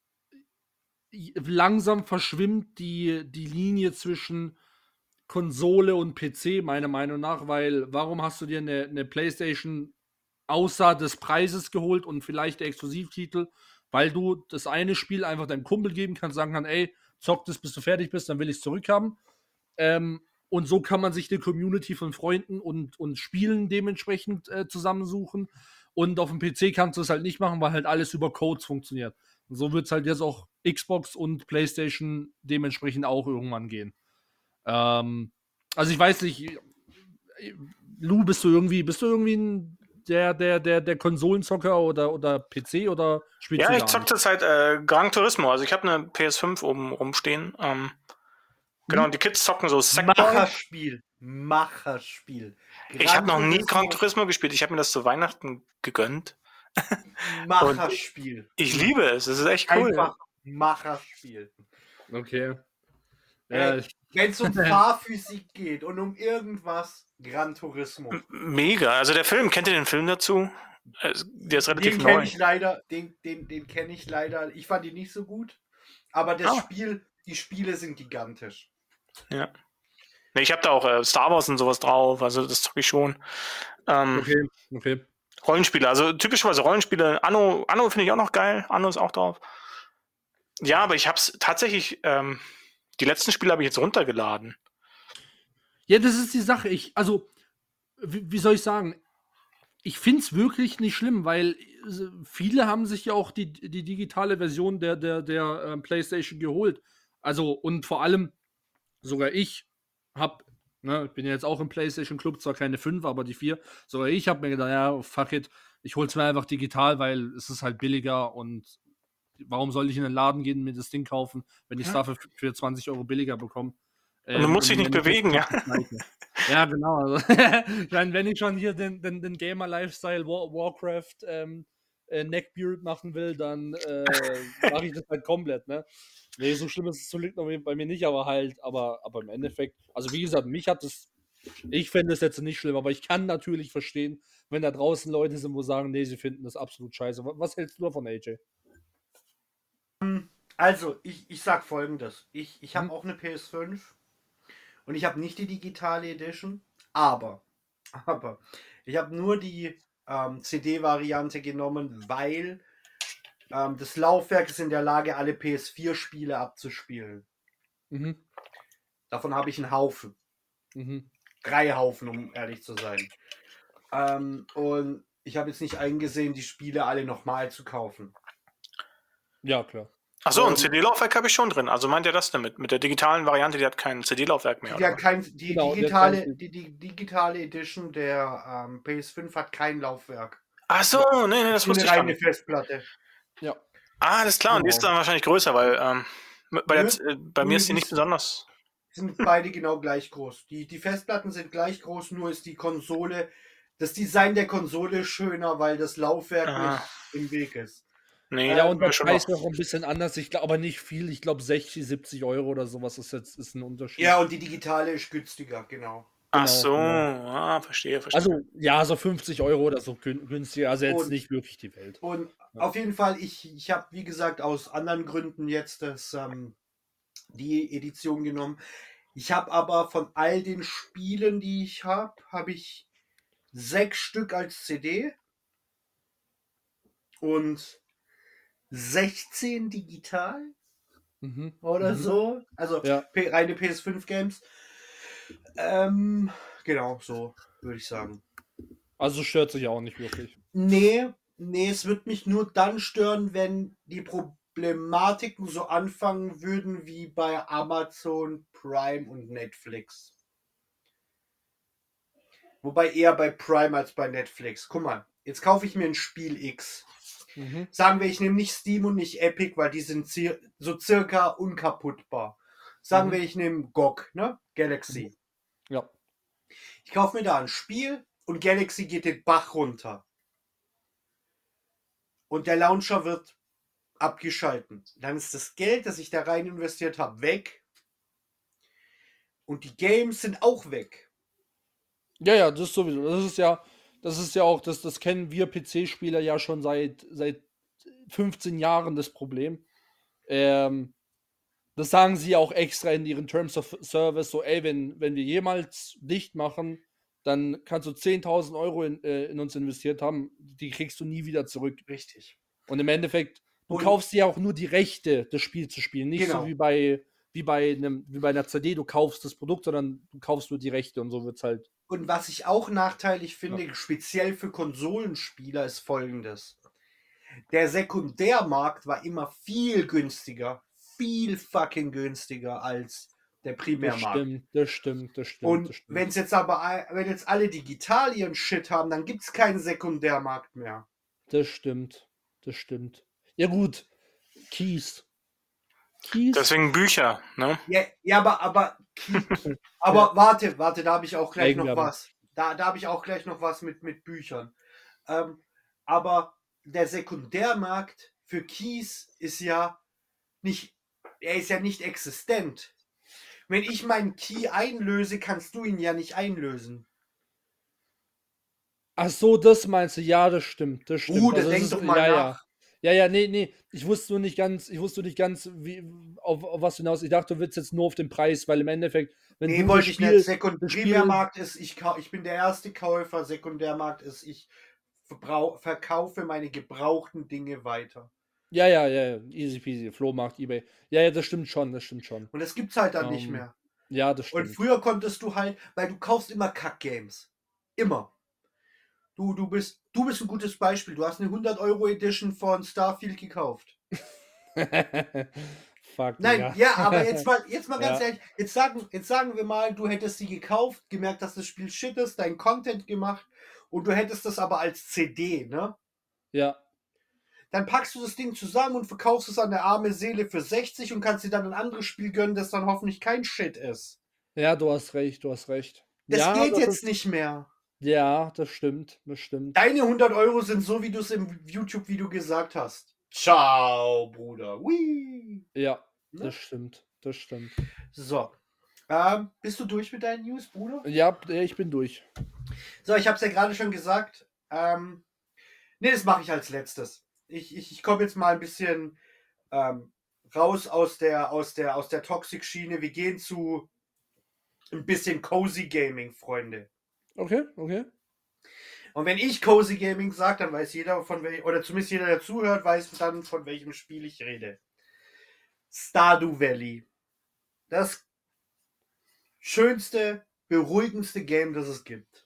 Speaker 2: langsam verschwimmt die, die Linie zwischen Konsole und P C, meiner Meinung nach, weil warum hast du dir eine, eine PlayStation außer des Preises geholt und vielleicht der Exklusivtitel, weil du das eine Spiel einfach deinem Kumpel geben kannst, sagen kann, ey, zock das, bis du fertig bist, dann will ich es zurückhaben. Ähm, Und so kann man sich die Community von Freunden und, und Spielen dementsprechend äh, zusammensuchen. Und auf dem P C kannst du es halt nicht machen, weil halt alles über Codes funktioniert. Und so wird es halt jetzt auch Xbox und PlayStation dementsprechend auch irgendwann gehen. Ähm, also ich weiß nicht, Lou, bist du irgendwie, bist du irgendwie ein, der, der, der, der Konsolenzocker oder, oder P C oder spielst
Speaker 4: ja,
Speaker 2: du
Speaker 4: ich zock zurzeit äh, Gran Turismo. Also ich habe eine P S fünf oben rumstehen. Ähm, Genau, und die Kids zocken so Sackboy.
Speaker 3: Macherspiel. Macherspiel.
Speaker 4: Gran ich habe noch nie Gran Turismo gespielt. Ich habe mir das zu Weihnachten gegönnt.
Speaker 3: Macherspiel.
Speaker 4: Ich liebe es, es ist echt cool.
Speaker 3: Einfach Macherspiel.
Speaker 2: Okay. Ja,
Speaker 3: Äh,
Speaker 2: ich,
Speaker 3: Wenn es um Fahrphysik geht und um irgendwas, Gran Turismo.
Speaker 4: Mega. Also der Film, kennt ihr den Film dazu? Äh, Der ist relativ
Speaker 3: Den
Speaker 4: neu.
Speaker 3: kenne ich leider, den, den, den kenne ich leider. Ich fand ihn nicht so gut. Aber das
Speaker 4: Ah.
Speaker 3: Spiel, die Spiele sind gigantisch.
Speaker 4: Ja. Nee, ich habe da auch äh, Star Wars und sowas drauf, also das zocke ich schon. Ähm,
Speaker 2: okay, okay.
Speaker 4: Rollenspiele, also typischerweise Rollenspiele. Anno, Anno finde ich auch noch geil. Anno ist auch drauf. Ja, aber ich habe es tatsächlich, ähm, die letzten Spiele habe ich jetzt runtergeladen.
Speaker 2: Ja, das ist die Sache. Ich, also, wie, wie soll ich sagen? Ich finde es wirklich nicht schlimm, weil äh, viele haben sich ja auch die, die digitale Version der, der, der ähm, PlayStation geholt. Also, und vor allem, sogar ich hab, ne, ich bin ja jetzt auch im PlayStation Club, zwar keine fünf, aber die vier. Sogar ich habe mir gedacht, ja, fuck it, ich hol's mir einfach digital, weil es ist halt billiger und warum soll ich in den Laden gehen und mir das Ding kaufen, wenn ich es dafür für zwanzig Euro billiger bekomme?
Speaker 4: Und du musst dich nicht bewegen, ja.
Speaker 2: Ja, genau. Also, ich meine, wenn ich schon hier den, den, den Gamer-Lifestyle War, Warcraft ähm, äh, Neckbeard machen will, dann äh, mache ich das halt komplett, ne? Nee, so schlimm ist es zum Glück noch bei mir nicht, aber halt, aber, aber im Endeffekt, also wie gesagt, mich hat das, ich fände es jetzt nicht schlimm, aber ich kann natürlich verstehen, wenn da draußen Leute sind, wo sagen, nee, sie finden das absolut scheiße. Was, was hältst du davon, A J?
Speaker 3: Also, ich, ich sag folgendes. Ich, ich habe
Speaker 2: Hm.
Speaker 3: auch eine P S fünf und ich habe nicht die digitale Edition, aber, aber ich habe nur die ähm, C D-Variante genommen, weil ähm, das Laufwerk ist in der Lage, alle P S vier Spiele abzuspielen.
Speaker 2: Mhm.
Speaker 3: Davon habe ich einen Haufen.
Speaker 2: Mhm.
Speaker 3: Drei Haufen, um ehrlich zu sein. Ähm, und ich habe jetzt nicht eingesehen, die Spiele alle nochmal zu kaufen.
Speaker 2: Ja, klar.
Speaker 4: Achso, ein
Speaker 3: Und-
Speaker 4: C D-Laufwerk habe ich schon drin. Also meint ihr das damit? Mit der digitalen Variante, die hat kein C D-Laufwerk mehr,
Speaker 3: Die,
Speaker 4: oder?
Speaker 3: hat
Speaker 4: was?
Speaker 3: kein, die,
Speaker 2: Genau, die hat
Speaker 3: digitale,
Speaker 2: kein-
Speaker 3: die, die digitale Edition der ähm, P S fünf hat kein Laufwerk.
Speaker 4: Achso, nee, nee, das
Speaker 3: Nur
Speaker 4: wusste
Speaker 3: eine
Speaker 4: ich
Speaker 3: reine
Speaker 4: schon.
Speaker 3: Festplatte.
Speaker 2: Ja.
Speaker 4: Ah, alles klar. Und die ist
Speaker 3: Genau.
Speaker 4: dann wahrscheinlich größer, weil ähm, bei, der,
Speaker 3: Nö.
Speaker 4: äh, bei mir
Speaker 3: Nö,
Speaker 4: ist die
Speaker 3: die
Speaker 4: nicht
Speaker 3: ist-
Speaker 4: besonders.
Speaker 3: Sind beide genau gleich groß. Die, die Festplatten sind gleich groß, nur ist die Konsole, das Design der Konsole schöner, weil das Laufwerk
Speaker 4: Ah.
Speaker 3: nicht im Weg ist.
Speaker 4: Nee,
Speaker 2: Ja,
Speaker 4: das
Speaker 2: und der
Speaker 4: ist schon
Speaker 2: Preis
Speaker 4: noch.
Speaker 2: noch ein bisschen anders. Ich glaube aber nicht viel. Ich glaube sechzig, siebzig Euro oder sowas ist jetzt ist ein Unterschied.
Speaker 3: Ja, und die digitale ist günstiger, genau.
Speaker 4: Ach
Speaker 2: genau,
Speaker 4: so,
Speaker 2: genau.
Speaker 4: ah, verstehe, verstehe.
Speaker 2: Also, ja, so fünfzig Euro oder so gün- günstiger. Also jetzt
Speaker 3: Und-
Speaker 2: nicht wirklich die Welt.
Speaker 3: Und
Speaker 2: Ja.
Speaker 3: auf jeden Fall, ich, ich habe, wie gesagt, aus anderen Gründen jetzt das, ähm, die Edition genommen. Ich habe aber von all den Spielen, die ich habe, habe ich sechs Stück als C D und sechzehn digital
Speaker 2: Mhm.
Speaker 3: oder
Speaker 2: Mhm.
Speaker 3: so. Also
Speaker 2: Ja.
Speaker 3: P reine P S fünf Games. Ähm, genau, so würde ich sagen.
Speaker 2: Also stört sich auch nicht wirklich.
Speaker 3: Nee, nee, es wird mich nur dann stören, wenn die Problematiken so anfangen würden wie bei Amazon Prime und Netflix. Wobei eher bei Prime als bei Netflix. Guck mal, jetzt kaufe ich mir ein Spiel X.
Speaker 2: Mhm.
Speaker 3: Sagen wir, ich nehme nicht Steam und nicht Epic, weil die sind zir so circa unkaputtbar. Sagen
Speaker 2: Mhm.
Speaker 3: wir, ich nehme G O G, ne? Galaxy.
Speaker 2: Ja.
Speaker 3: Ich kaufe mir da ein Spiel und Galaxy geht den Bach runter. Und der Launcher wird abgeschalten. Dann ist das Geld, das ich da rein investiert habe, weg. Und die Games sind auch weg.
Speaker 2: Ja, ja, das ist sowieso. Das ist ja, das ist ja auch, das, das kennen wir P C-Spieler ja schon seit, seit fünfzehn Jahren das Problem. Ähm, das sagen sie ja auch extra in ihren Terms of Service, so, ey, wenn, wenn wir jemals dicht machen, dann kannst du zehntausend Euro in, äh, in uns investiert haben, die kriegst du nie wieder zurück.
Speaker 3: Richtig.
Speaker 2: Und im Endeffekt, du
Speaker 3: Und-
Speaker 2: kaufst dir ja auch nur die Rechte, das Spiel zu spielen. Nicht
Speaker 3: Genau.
Speaker 2: so wie bei, wie, bei einem, wie bei einer C D, du kaufst das Produkt, sondern du kaufst nur die Rechte und so wird es halt.
Speaker 3: Und was ich auch nachteilig finde, speziell für Konsolenspieler, ist folgendes. Der Sekundärmarkt war immer viel günstiger, viel fucking günstiger als der
Speaker 2: Das
Speaker 3: Primärmarkt.
Speaker 2: stimmt, das stimmt, das stimmt.
Speaker 3: Und
Speaker 2: das stimmt.
Speaker 3: wenn es jetzt aber, all- wenn jetzt alle digital ihren Shit haben, dann gibt es keinen Sekundärmarkt mehr.
Speaker 2: Das stimmt, das stimmt. Ja gut, Keys. Keys?
Speaker 4: Deswegen Bücher, ne?
Speaker 3: Ja, ja aber, aber, aber warte, warte, da habe ich auch gleich noch
Speaker 2: Eigenwerbung.
Speaker 3: was. Da, da habe ich auch gleich noch was mit, mit Büchern. Ähm, aber der Sekundärmarkt für Keys ist ja nicht, er ist ja nicht existent. Wenn ich meinen Key einlöse, kannst du ihn ja nicht einlösen.
Speaker 2: Ach so, das meinst du? Ja, das stimmt, das stimmt.
Speaker 3: Bruder,
Speaker 2: Also, das
Speaker 3: denk
Speaker 2: ist,
Speaker 3: doch mal
Speaker 2: ja, ja.
Speaker 3: nach.
Speaker 2: Ja, ja, nee, nee. Ich wusste nur nicht ganz, ich wusste nur nicht ganz, wie, auf, auf was du hinaus. Ich dachte, du willst jetzt nur auf den Preis, weil im Endeffekt, wenn
Speaker 3: Nee,
Speaker 2: du das
Speaker 3: wollte ich
Speaker 2: Spiel,
Speaker 3: nicht. Sekund
Speaker 2: das Spiel,
Speaker 3: Primärmarkt ist, ich, kau- ich bin der erste Käufer. Sekundärmarkt ist, ich verbrau- verkaufe meine gebrauchten Dinge weiter.
Speaker 2: ja, ja, ja, easy peasy, Flohmarkt, eBay. Ja, ja, das stimmt schon, das stimmt schon.
Speaker 3: Und das gibt's halt dann nicht
Speaker 2: Ähm,
Speaker 3: mehr.
Speaker 2: Ja, das
Speaker 3: Und
Speaker 2: stimmt.
Speaker 3: früher konntest du halt, weil du kaufst immer Kack-Games. Immer. Du, du, bist, du bist ein gutes Beispiel. Du hast eine hundert Euro Edition von Starfield gekauft.
Speaker 2: Fuck,
Speaker 3: Nein,
Speaker 2: Digga.
Speaker 3: ja, aber jetzt mal, jetzt mal ganz
Speaker 2: Ja.
Speaker 3: ehrlich, jetzt sagen, jetzt sagen wir mal, du hättest sie gekauft, gemerkt, dass das Spiel shit ist, dein Content gemacht und du hättest das aber als C D, ne?
Speaker 2: Ja,
Speaker 3: Dann packst du das Ding zusammen und verkaufst es an der arme Seele für sechzig und kannst dir dann ein anderes Spiel gönnen, das dann hoffentlich kein Shit ist.
Speaker 2: ja, du hast recht, du hast recht.
Speaker 3: Das
Speaker 2: ja,
Speaker 3: geht
Speaker 2: das
Speaker 3: jetzt
Speaker 2: ist,
Speaker 3: nicht mehr.
Speaker 2: ja, das stimmt, das stimmt.
Speaker 3: Deine hundert Euro sind so, wie du es im YouTube-Video gesagt hast. Ciao, Bruder. Whee.
Speaker 2: Ja,
Speaker 3: Ne?
Speaker 2: das stimmt, das stimmt.
Speaker 3: So. Ähm, bist du durch mit deinen News, Bruder?
Speaker 2: Ja, ja, ich bin durch.
Speaker 3: So, ich habe es ja gerade schon gesagt. Ähm, ne, das mache ich als letztes. Ich, ich, ich komme jetzt mal ein bisschen ähm, raus aus der, aus der, aus der Toxic-Schiene. Wir gehen zu ein bisschen Cozy Gaming, Freunde.
Speaker 2: Okay, okay.
Speaker 3: Und wenn ich Cozy Gaming sage, dann weiß jeder von welchem, oder zumindest jeder, der zuhört, weiß dann, von welchem Spiel ich rede. Stardew Valley. Das schönste, beruhigendste Game, das es gibt.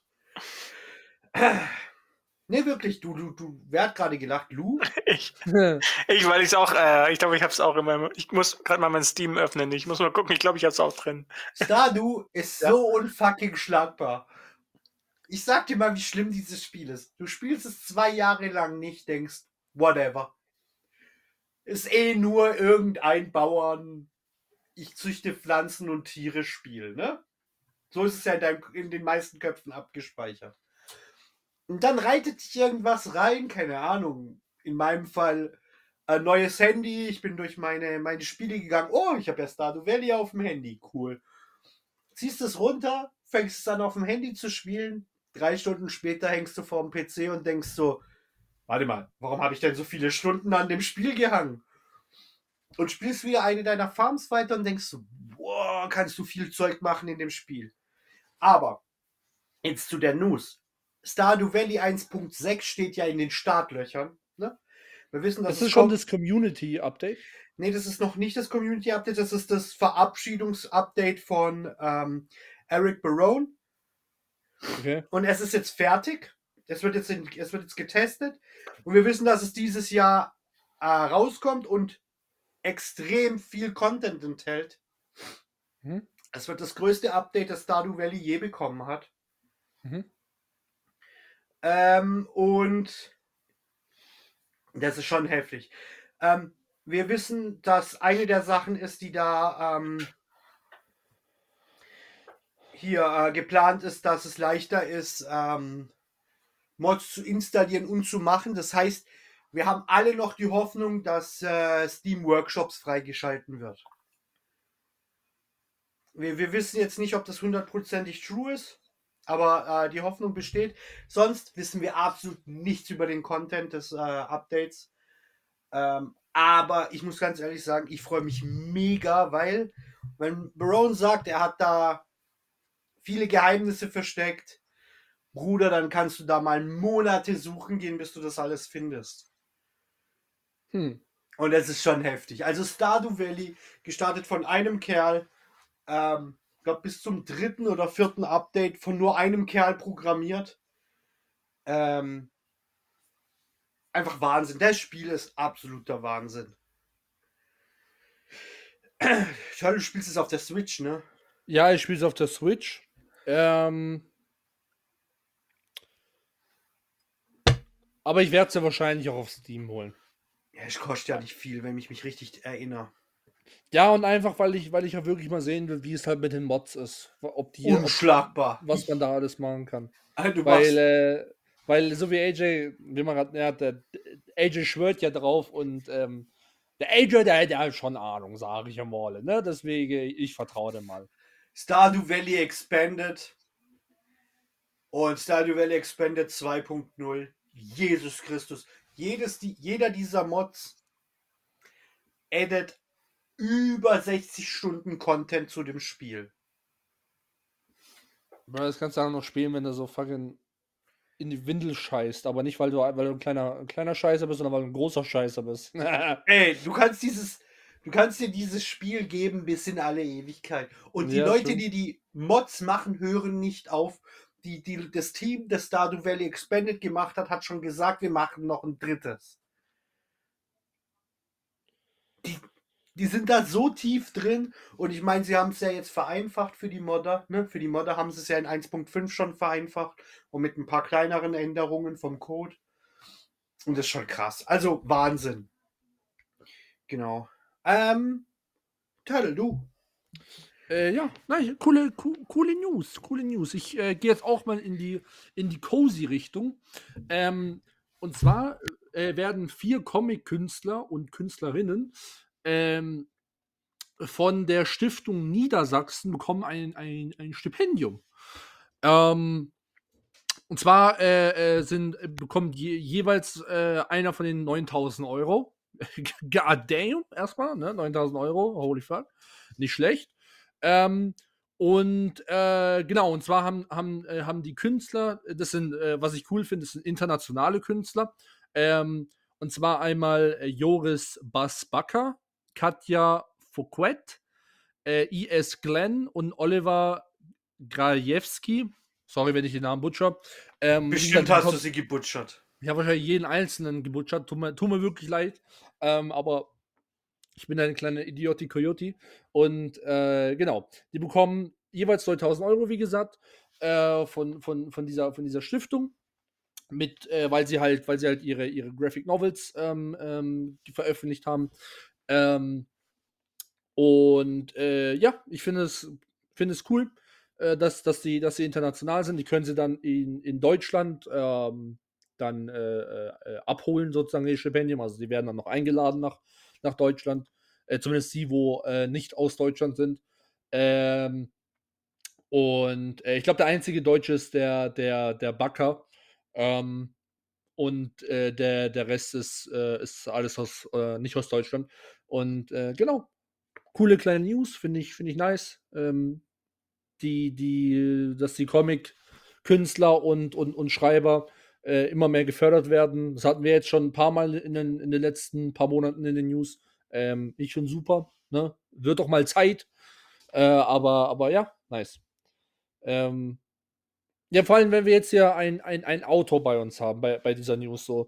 Speaker 3: Ne, wirklich, du, du, du, wer hat gerade gelacht? Lou?
Speaker 4: Ich, ich weil ich es auch, äh, ich glaube, ich habe es auch immer. Ich muss gerade mal mein Steam öffnen. Ich muss mal gucken. Ich glaube, ich habe es auch drin.
Speaker 3: Stardew ist
Speaker 4: Ja.
Speaker 3: so unfucking schlagbar. Ich sag dir mal, wie schlimm dieses Spiel ist. Du spielst es zwei Jahre lang nicht, denkst, whatever. Ist eh nur irgendein Bauern, ich züchte Pflanzen und Tiere Spiel, ne? So ist es ja in, deinem, in den meisten Köpfen abgespeichert. Und dann reitet dich irgendwas rein, keine Ahnung. In meinem Fall ein neues Handy. Ich bin durch meine, meine Spiele gegangen. Oh, ich habe ja Stardew Valley auf dem Handy. Cool. Ziehst es runter, fängst es an auf dem Handy zu spielen. Drei Stunden später hängst du vor dem P C und denkst so, warte mal, warum habe ich denn so viele Stunden an dem Spiel gehangen? Und spielst wieder eine deiner Farms weiter und denkst so, boah, kannst du viel Zeug machen in dem Spiel. Aber, jetzt zu der News. Stardew Valley eins Punkt sechs steht ja in den Startlöchern. Ne? Wir wissen, dass
Speaker 2: Das
Speaker 3: es
Speaker 2: ist schon
Speaker 3: kommt.
Speaker 2: das Community-Update.
Speaker 3: Nee, das ist noch nicht das Community-Update, das ist das Verabschiedungs-Update von ähm, Eric Barone.
Speaker 2: Okay.
Speaker 3: Und es ist jetzt fertig. Es wird jetzt, in, es wird jetzt getestet. Und wir wissen, dass es dieses Jahr äh, rauskommt und extrem viel Content enthält.
Speaker 2: Mhm.
Speaker 3: Es wird das größte Update, das Stardew Valley je bekommen hat.
Speaker 2: Mhm.
Speaker 3: Ähm, und das ist schon heftig. Ähm, wir wissen, dass eine der Sachen ist, die da ähm, hier äh, geplant ist, dass es leichter ist, ähm, Mods zu installieren und zu machen. Das heißt, wir haben alle noch die Hoffnung, dass äh, Steam Workshops freigeschalten wird. Wir, wir wissen jetzt nicht, ob das hundertprozentig true ist, aber äh, die Hoffnung besteht. Sonst wissen wir absolut nichts über den Content des äh, Updates. Ähm, aber ich muss ganz ehrlich sagen, ich freue mich mega, weil wenn Barone sagt, er hat da viele Geheimnisse versteckt, Bruder, dann kannst du da mal Monate suchen gehen, bis du das alles findest.
Speaker 2: Hm.
Speaker 3: Und das ist schon heftig. Also Stardew Valley, gestartet von einem Kerl, ähm, ich glaube bis zum dritten oder vierten Update von nur einem Kerl programmiert. Ähm, einfach Wahnsinn. Das Spiel ist absoluter Wahnsinn. Schau, du spielst es auf der Switch, ne?
Speaker 2: Ja, ich spiele es auf der Switch. Ähm, aber ich werde es ja wahrscheinlich auch auf Steam holen.
Speaker 3: Ja, es kostet ja nicht viel, wenn ich mich richtig erinnere.
Speaker 2: Ja, und einfach, weil ich, weil ich ja wirklich mal sehen will, wie es halt mit den Mods ist. Ob die, ob,
Speaker 3: Unschlagbar.
Speaker 2: was man da alles machen kann.
Speaker 3: Also, du
Speaker 2: Weil,
Speaker 3: machst,
Speaker 2: äh, Weil so wie A J, wie man gerade, ja, der A J schwört ja drauf und ähm, der A J, der, der hat schon Ahnung, sage ich ja mal. Ne? Deswegen, ich vertraue dem mal.
Speaker 3: Stardew Valley Expanded und Stardew Valley Expanded zwei Punkt null. Jesus Christus. Jedes, die, jeder dieser Mods addet über sechzig Stunden Content zu dem Spiel.
Speaker 2: Das kannst du auch noch spielen, wenn du so fucking in die Windel scheißt. Aber nicht, weil du, weil du ein kleiner, ein kleiner Scheißer bist, sondern weil du ein großer Scheißer bist.
Speaker 3: Ey, du kannst dieses, du kannst dir dieses Spiel geben bis in alle Ewigkeit. Und die
Speaker 2: Ja,
Speaker 3: Leute,
Speaker 2: true.
Speaker 3: die die Mods machen, hören nicht auf. Die, die, das Team, das Stardew Valley Expanded gemacht hat, hat schon gesagt, wir machen noch ein drittes. Die, die sind da so tief drin. Und ich meine, sie haben es ja jetzt vereinfacht für die Modder. Ne? Für die Modder haben sie es ja in eins Punkt fünf schon vereinfacht. Und mit ein paar kleineren Änderungen vom Code. Und das ist schon krass. Also Wahnsinn. Genau. Ähm, Turtle, du.
Speaker 2: Äh, ja, nein, coole, co coole News, coole News. Ich äh, gehe jetzt auch mal in die, in die Cozy-Richtung. Ähm, und zwar äh, werden vier Comic-Künstler und Künstlerinnen ähm, von der Stiftung Niedersachsen bekommen ein, ein, ein Stipendium. Ähm, und zwar äh, äh, sind, bekommt je, jeweils äh, einer von den neuntausend Euro. God damn, erstmal, ne? neuntausend Euro, holy fuck. Nicht schlecht. Ähm, und äh, genau, und zwar haben, haben, äh, haben die Künstler, das sind, äh, was ich cool finde, das sind internationale Künstler. Ähm, und zwar einmal äh, Joris Basbacker, Katja Fouquet, äh, I S Glenn und Oliver Grajewski. Sorry, wenn ich den Namen butcher. Ähm,
Speaker 3: Bestimmt hast du sie gebutschert.
Speaker 2: Ich habe wahrscheinlich jeden einzelnen gebutschert. Tut mir, tut mir wirklich leid. Ähm, aber ich bin eine kleine Idioti Coyote. Und äh, genau, die bekommen jeweils neuntausend Euro, wie gesagt, äh, von, von, von, dieser, von dieser Stiftung. Mit, äh, weil sie halt, weil sie halt ihre, ihre Graphic Novels ähm, ähm, die veröffentlicht haben. Ähm, und äh, ja, ich finde es, finde es cool, äh, dass, dass, sie, dass sie international sind. Die können sie dann in, in Deutschland ähm, dann äh, äh, abholen, sozusagen, die Stipendium. Also die werden dann noch eingeladen nach, nach Deutschland. Äh, zumindest die, wo äh, nicht aus Deutschland sind. Ähm, und äh, ich glaube, der einzige Deutsche ist der, der, der Backer. Ähm, und äh, der, der Rest ist, äh, ist alles aus, äh, nicht aus Deutschland. Und äh, genau, coole kleine News, finde ich, finde ich nice. Ähm, die, die, dass die Comic-Künstler und, und, und Schreiber äh, immer mehr gefördert werden. Das hatten wir jetzt schon ein paar Mal in den, in den letzten paar Monaten in den News. Ähm, ich schon super. Ne? Wird doch mal Zeit. Äh, aber, aber ja, nice. Ähm, ja, vor allem, wenn wir jetzt hier ein, ein, ein Autor bei uns haben, bei, bei dieser News so.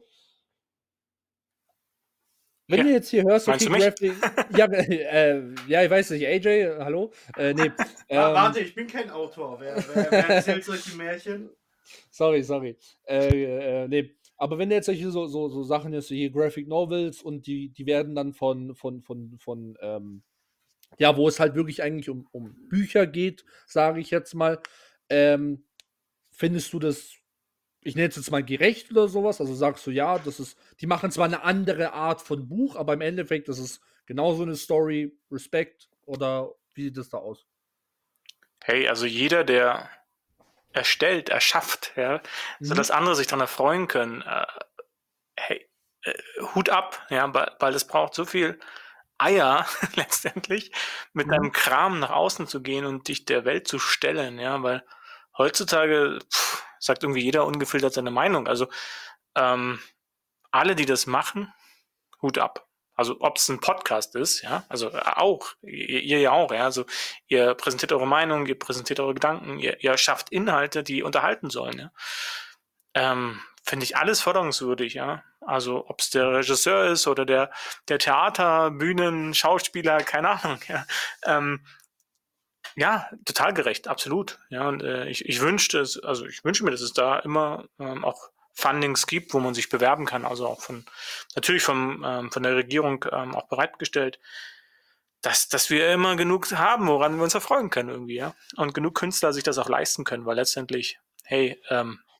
Speaker 2: Wenn
Speaker 4: Ja.
Speaker 2: du jetzt hier hörst,
Speaker 4: Meinst
Speaker 2: okay,
Speaker 4: du mich?
Speaker 2: Graphic, ja, äh, ja, ich weiß nicht, A J, hallo? Äh, nee.
Speaker 3: Ah,
Speaker 2: ähm,
Speaker 3: warte, ich bin kein Autor. Wer, wer, wer erzählt solche Märchen?
Speaker 2: Sorry, sorry. Äh, äh, nee. Aber wenn du jetzt solche so, so, so Sachen hast, wie hier Graphic Novels und die, die werden dann von, von, von, von, ähm, ja, wo es halt wirklich eigentlich um, um Bücher geht, sage ich jetzt mal, ähm, findest du das, ich nenne es jetzt mal gerecht oder sowas? Also sagst du, ja, das ist, die machen zwar eine andere Art von Buch, aber im Endeffekt ist es genauso eine Story, Respekt, oder wie sieht das da aus?
Speaker 4: Hey, also jeder, der erstellt, erschafft, ja,
Speaker 2: Mhm.
Speaker 4: sodass andere sich daran erfreuen können, äh, hey, äh, Hut ab, ja, weil, weil es braucht so viel Eier letztendlich, mit
Speaker 2: Mhm.
Speaker 4: deinem Kram nach außen zu gehen und dich der Welt zu stellen, ja, weil heutzutage pff, sagt irgendwie jeder ungefiltert seine Meinung. Also ähm, alle, die das machen, Hut ab. Also ob es ein Podcast ist, ja, also äh, auch, ihr, ihr ja auch, ja, also ihr präsentiert eure Meinung, ihr präsentiert eure Gedanken, ihr, ihr schafft Inhalte, die unterhalten sollen, ja. Ähm, finde ich alles förderungswürdig, ja. Also ob es der Regisseur ist oder der, der Theater, Bühnen, Schauspieler, keine Ahnung, ja. Ähm, ja, total gerecht, absolut. Ja, und äh, ich, ich wünschte es, also ich wünsche mir, dass es da immer ähm, auch Fundings gibt, wo man sich bewerben kann, also auch von natürlich vom, ähm, von der Regierung ähm, auch bereitgestellt, dass, dass wir immer genug haben, woran wir uns erfreuen können irgendwie, ja. Und genug Künstler sich das auch leisten können, weil letztendlich, hey, ähm,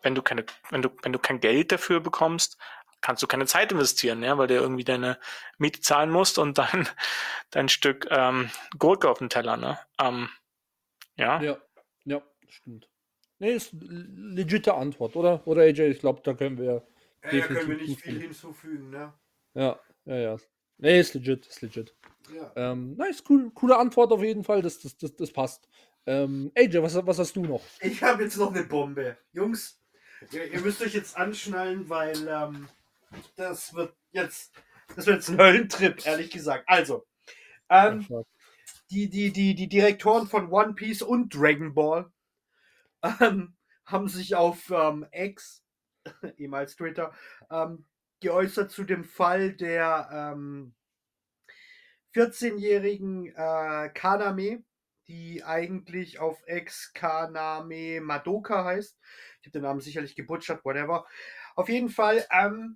Speaker 4: wenn du keine, wenn du, wenn du kein Geld dafür bekommst, kannst du keine Zeit investieren, ja, weil du irgendwie deine Miete zahlen musst und dann dein Stück ähm, Gurke auf dem Teller, ne? Ähm, ja.
Speaker 2: Ja, ja, stimmt. Nee, ist l- legitime Antwort, oder? Oder A J, ich glaube, da können wir
Speaker 3: Ja, da können wir
Speaker 2: definitiv
Speaker 3: nicht viel
Speaker 2: zustimmen.
Speaker 3: hinzufügen, ne?
Speaker 2: Ja, ja, ja. Nee, ist legit, ist legit.
Speaker 3: Ja.
Speaker 2: Ähm, nice, cool, coole Antwort auf jeden Fall, das, das, das, das passt. Ähm, A J, was, was hast du noch?
Speaker 3: Ich habe jetzt noch eine Bombe. Jungs, ihr, ihr müsst euch jetzt anschnallen, weil ähm, das wird jetzt das wird jetzt ein Höllentrip, ehrlich gesagt. Also, ähm,
Speaker 2: Ach,
Speaker 3: die, die, die, die Direktoren von One Piece und Dragon Ball ähm, haben sich auf ähm, X, ehemals Twitter, ähm, geäußert zu dem Fall der ähm, vierzehnjährigen äh, Kaname, die eigentlich auf Ex Kaname Madoka heißt. Ich habe den Namen sicherlich gebutschert, whatever. Auf jeden Fall, ähm,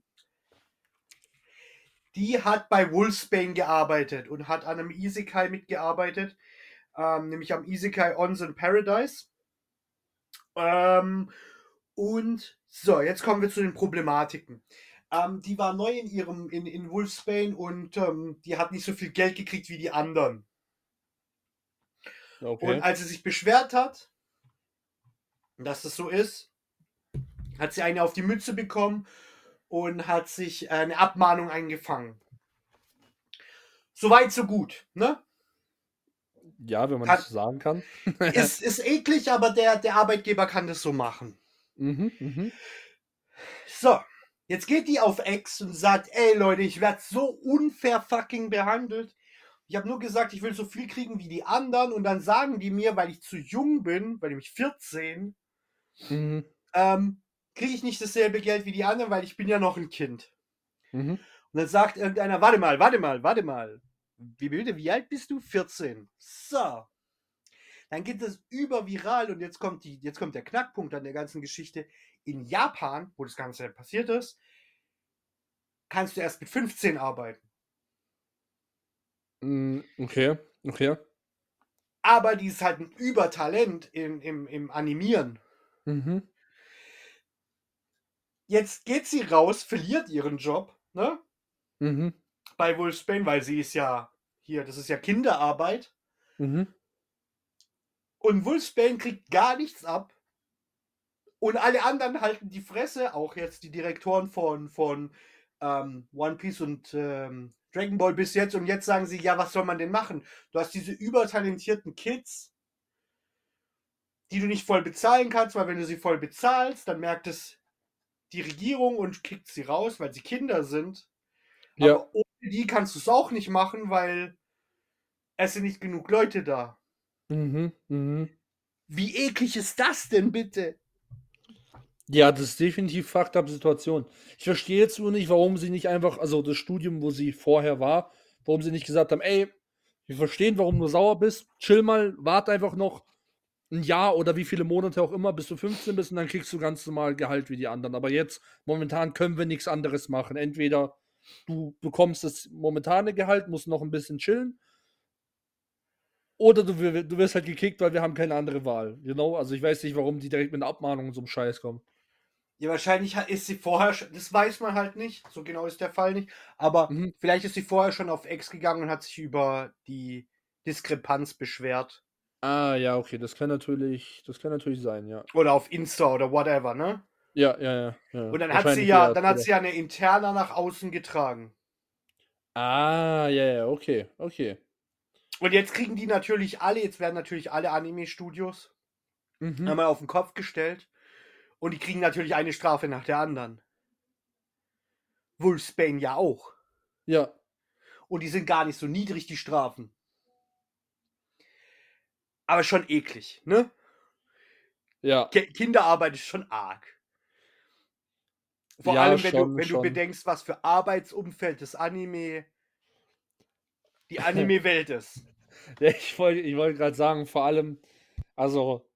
Speaker 3: die hat bei Wolfsbane gearbeitet und hat an einem Isekai mitgearbeitet, ähm, nämlich am Isekai Onsen Paradise. Ähm, und so, jetzt kommen wir zu den Problematiken. Ähm, die war neu in ihrem in, in Wolfsbane und ähm, die hat nicht so viel Geld gekriegt wie die anderen.
Speaker 2: okay.
Speaker 3: Und als sie sich beschwert hat, dass das so ist, hat sie eine auf die Mütze bekommen und hat sich eine Abmahnung eingefangen. Soweit, so gut, ne?
Speaker 2: Ja, wenn man
Speaker 3: Kann,
Speaker 2: das so sagen kann.
Speaker 3: ist, ist eklig, aber der, der Arbeitgeber kann das so machen.
Speaker 2: Mhm, mhm.
Speaker 3: So, jetzt geht die auf X und sagt, ey Leute, ich werde so unfair fucking behandelt. Ich habe nur gesagt, ich will so viel kriegen wie die anderen und dann sagen die mir, weil ich zu jung bin, weil nämlich vierzehn,
Speaker 2: Mhm,
Speaker 3: ähm, kriege ich nicht dasselbe Geld wie die anderen, weil ich bin ja noch ein Kind.
Speaker 2: mhm.
Speaker 3: Und dann sagt irgendeiner, warte mal, warte mal, warte mal. Wie bitte, wie alt bist du? vierzehn. So. Dann geht das überviral und jetzt kommt, die, jetzt kommt der Knackpunkt an der ganzen Geschichte. In Japan, wo das Ganze passiert ist, kannst du erst mit fünfzehn arbeiten.
Speaker 2: Mm, Okay, okay.
Speaker 3: Aber die ist halt ein Übertalent im, im, im Animieren.
Speaker 2: Mhm,
Speaker 3: Jetzt geht sie raus, verliert ihren Job, ne?
Speaker 2: mhm,
Speaker 3: Bei Wolfsbane, weil sie ist ja hier, das ist ja Kinderarbeit.
Speaker 2: mhm.
Speaker 3: Und Wolfsbane kriegt gar nichts ab. Und alle anderen halten die Fresse, auch jetzt die Direktoren von, von ähm, One Piece und ähm, Dragon Ball bis jetzt. Und jetzt sagen sie, ja, was soll man denn machen? Du hast diese übertalentierten Kids, die du nicht voll bezahlen kannst, weil wenn du sie voll bezahlst, dann merkt es die Regierung und kickt sie raus, weil sie Kinder sind.
Speaker 2: Ja,
Speaker 3: Aber ohne die kannst du es auch nicht machen, weil es sind nicht genug Leute da.
Speaker 2: mhm, mhm.
Speaker 3: Wie eklig ist das denn bitte?
Speaker 2: Ja, das ist definitiv fucked up Situation. Ich verstehe jetzt nur nicht, warum sie nicht einfach, also das Studium, wo sie vorher war, warum sie nicht gesagt haben, ey, wir verstehen, warum du sauer bist, chill mal, warte einfach noch ein Jahr oder wie viele Monate auch immer, bis du fünfzehn bist und dann kriegst du ganz normal Gehalt wie die anderen. Aber jetzt, momentan können wir nichts anderes machen. Entweder du bekommst das momentane Gehalt, musst noch ein bisschen chillen, oder du, wir- du wirst halt gekickt, weil wir haben keine andere Wahl. You know? Also ich weiß nicht, warum die direkt mit einer Abmahnung und so einem Scheiß kommen.
Speaker 3: Ja, wahrscheinlich hat- ist sie vorher schon, das weiß man halt nicht, so genau ist der Fall nicht, aber
Speaker 2: Mhm.
Speaker 3: vielleicht ist sie vorher schon auf Ex gegangen und hat sich über die Diskrepanz beschwert.
Speaker 2: Ah, ja, okay, das kann natürlich, das kann natürlich sein, ja.
Speaker 3: Oder auf Insta oder whatever, ne?
Speaker 2: Ja, ja, ja. ja.
Speaker 3: Und dann hat sie
Speaker 2: Wahrscheinlich
Speaker 3: ja,
Speaker 2: eher
Speaker 3: dann hat
Speaker 2: Twitter.
Speaker 3: sie ja eine Interna nach außen getragen.
Speaker 2: Ah, ja, ja, okay, okay.
Speaker 3: Und jetzt kriegen die natürlich alle, jetzt werden natürlich alle Anime-Studios
Speaker 2: Mhm.
Speaker 3: einmal auf den Kopf gestellt. Und die kriegen natürlich eine Strafe nach der anderen. Wolfsbane ja auch.
Speaker 2: Ja,
Speaker 3: Und die sind gar nicht so niedrig, die Strafen. Aber schon eklig, ne?
Speaker 2: ja.
Speaker 3: Ki- Kinderarbeit ist schon arg. Vor
Speaker 2: Ja,
Speaker 3: allem, wenn, du,
Speaker 2: schon,
Speaker 3: wenn du
Speaker 2: schon.
Speaker 3: bedenkst, was für Arbeitsumfeld das Anime, die Anime-Welt ist.
Speaker 2: Ja, ich wollte ich wollt gerade sagen, vor allem, also,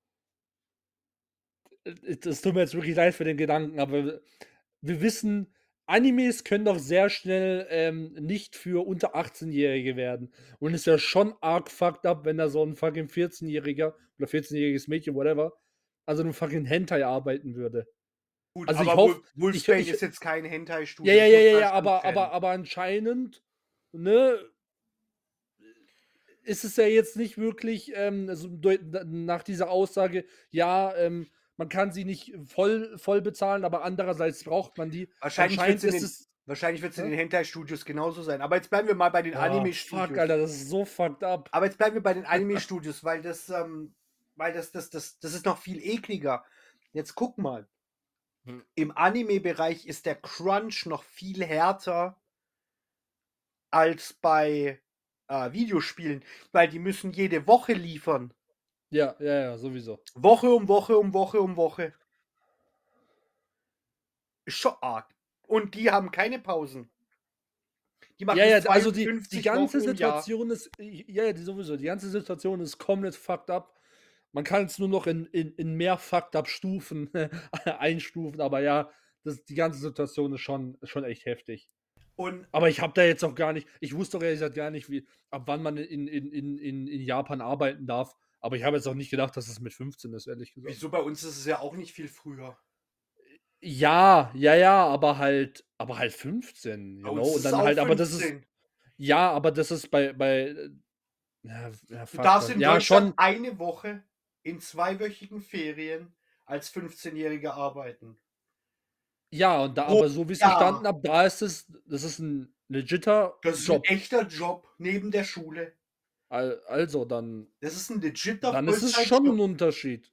Speaker 2: es tut mir jetzt wirklich leid für den Gedanken, aber wir wissen, Animes können doch sehr schnell ähm, nicht für unter achtzehn-Jährige werden. Und es ist ja schon arg fucked up, wenn da so ein fucking vierzehn-Jähriger oder vierzehn-jähriges Mädchen, whatever, also einem fucking Hentai arbeiten würde.
Speaker 3: Gut,
Speaker 2: Also, ich
Speaker 3: aber
Speaker 2: hoffe,
Speaker 3: Wol
Speaker 2: ich
Speaker 3: Wolfsbane
Speaker 2: ich
Speaker 3: ist jetzt kein Hentai-Studio,
Speaker 2: Ja, ja,
Speaker 3: das
Speaker 2: ja,
Speaker 3: muss
Speaker 2: ja,
Speaker 3: man
Speaker 2: ja,
Speaker 3: schon
Speaker 2: aber aber
Speaker 3: trennen.
Speaker 2: aber anscheinend, ne, ist es ja jetzt nicht wirklich, ähm, also, deu d nach dieser Aussage, ja, ähm, man kann sie nicht voll voll bezahlen, aber andererseits braucht man die.
Speaker 3: Wahrscheinlich wird's
Speaker 2: Anscheinend
Speaker 3: in
Speaker 2: ist
Speaker 3: den
Speaker 2: es
Speaker 3: wahrscheinlich wird's in
Speaker 2: hä?
Speaker 3: den Hentai-Studios genauso sein. Aber jetzt bleiben wir mal bei den
Speaker 2: Oh, fuck,
Speaker 3: Anime-Studios.
Speaker 2: Alter, das ist so fucked up.
Speaker 3: Aber jetzt bleiben wir bei den Anime-Studios, weil das, ähm weil das das das das ist noch viel ekliger. Jetzt guck mal.
Speaker 2: Hm.
Speaker 3: Im Anime-Bereich ist der Crunch noch viel härter als bei, äh, Videospielen, weil die müssen jede Woche liefern.
Speaker 2: Ja, ja, ja, sowieso.
Speaker 3: Woche um Woche um Woche um Woche. Ist schon arg. Und die haben keine Pausen. Die machen
Speaker 2: Ja, ja,
Speaker 3: das
Speaker 2: also, die die
Speaker 3: zweiundfünfzig
Speaker 2: ganze
Speaker 3: Wochen im Jahr.
Speaker 2: Situation ist ja, ja, die sowieso. Die ganze Situation ist komplett fucked up. Man kann's nur noch in in in mehr fucked up Stufen einstufen, aber ja, das die ganze Situation ist schon ist schon echt heftig.
Speaker 3: Und
Speaker 2: Aber ich habe da jetzt auch gar nicht ich wusste doch ehrlich gesagt gar nicht, wie ab wann man in in in in in Japan arbeiten darf. Aber ich habe jetzt auch nicht gedacht, dass es mit fünfzehn ist, ehrlich gesagt.
Speaker 3: wieso bei uns ist es ja auch nicht viel früher.
Speaker 2: Ja, ja, ja, aber halt aber halt fünfzehn,
Speaker 3: Bei
Speaker 2: you
Speaker 3: uns
Speaker 2: know?
Speaker 3: ist
Speaker 2: Und
Speaker 3: es
Speaker 2: dann
Speaker 3: auch
Speaker 2: halt aber das ist
Speaker 3: fünfzehn.
Speaker 2: ja, aber das ist bei bei, äh ja, ja,
Speaker 3: Du
Speaker 2: fuck,
Speaker 3: darfst
Speaker 2: man.
Speaker 3: in
Speaker 2: Ja,
Speaker 3: Deutschland
Speaker 2: schon.
Speaker 3: eine Woche in zweiwöchigen Ferien als fünfzehnjähriger arbeiten.
Speaker 2: Ja, und da
Speaker 3: Pro
Speaker 2: aber so wie ich's
Speaker 3: Jahr.
Speaker 2: verstanden habe, da ist es das ist 'n legitter
Speaker 3: Das ist 'n
Speaker 2: Job.
Speaker 3: echter Job neben der Schule.
Speaker 2: Al also, dann
Speaker 3: Das ist 'n legitter
Speaker 2: dann ist es schon 'n
Speaker 3: Vollzeitjob.
Speaker 2: Unterschied.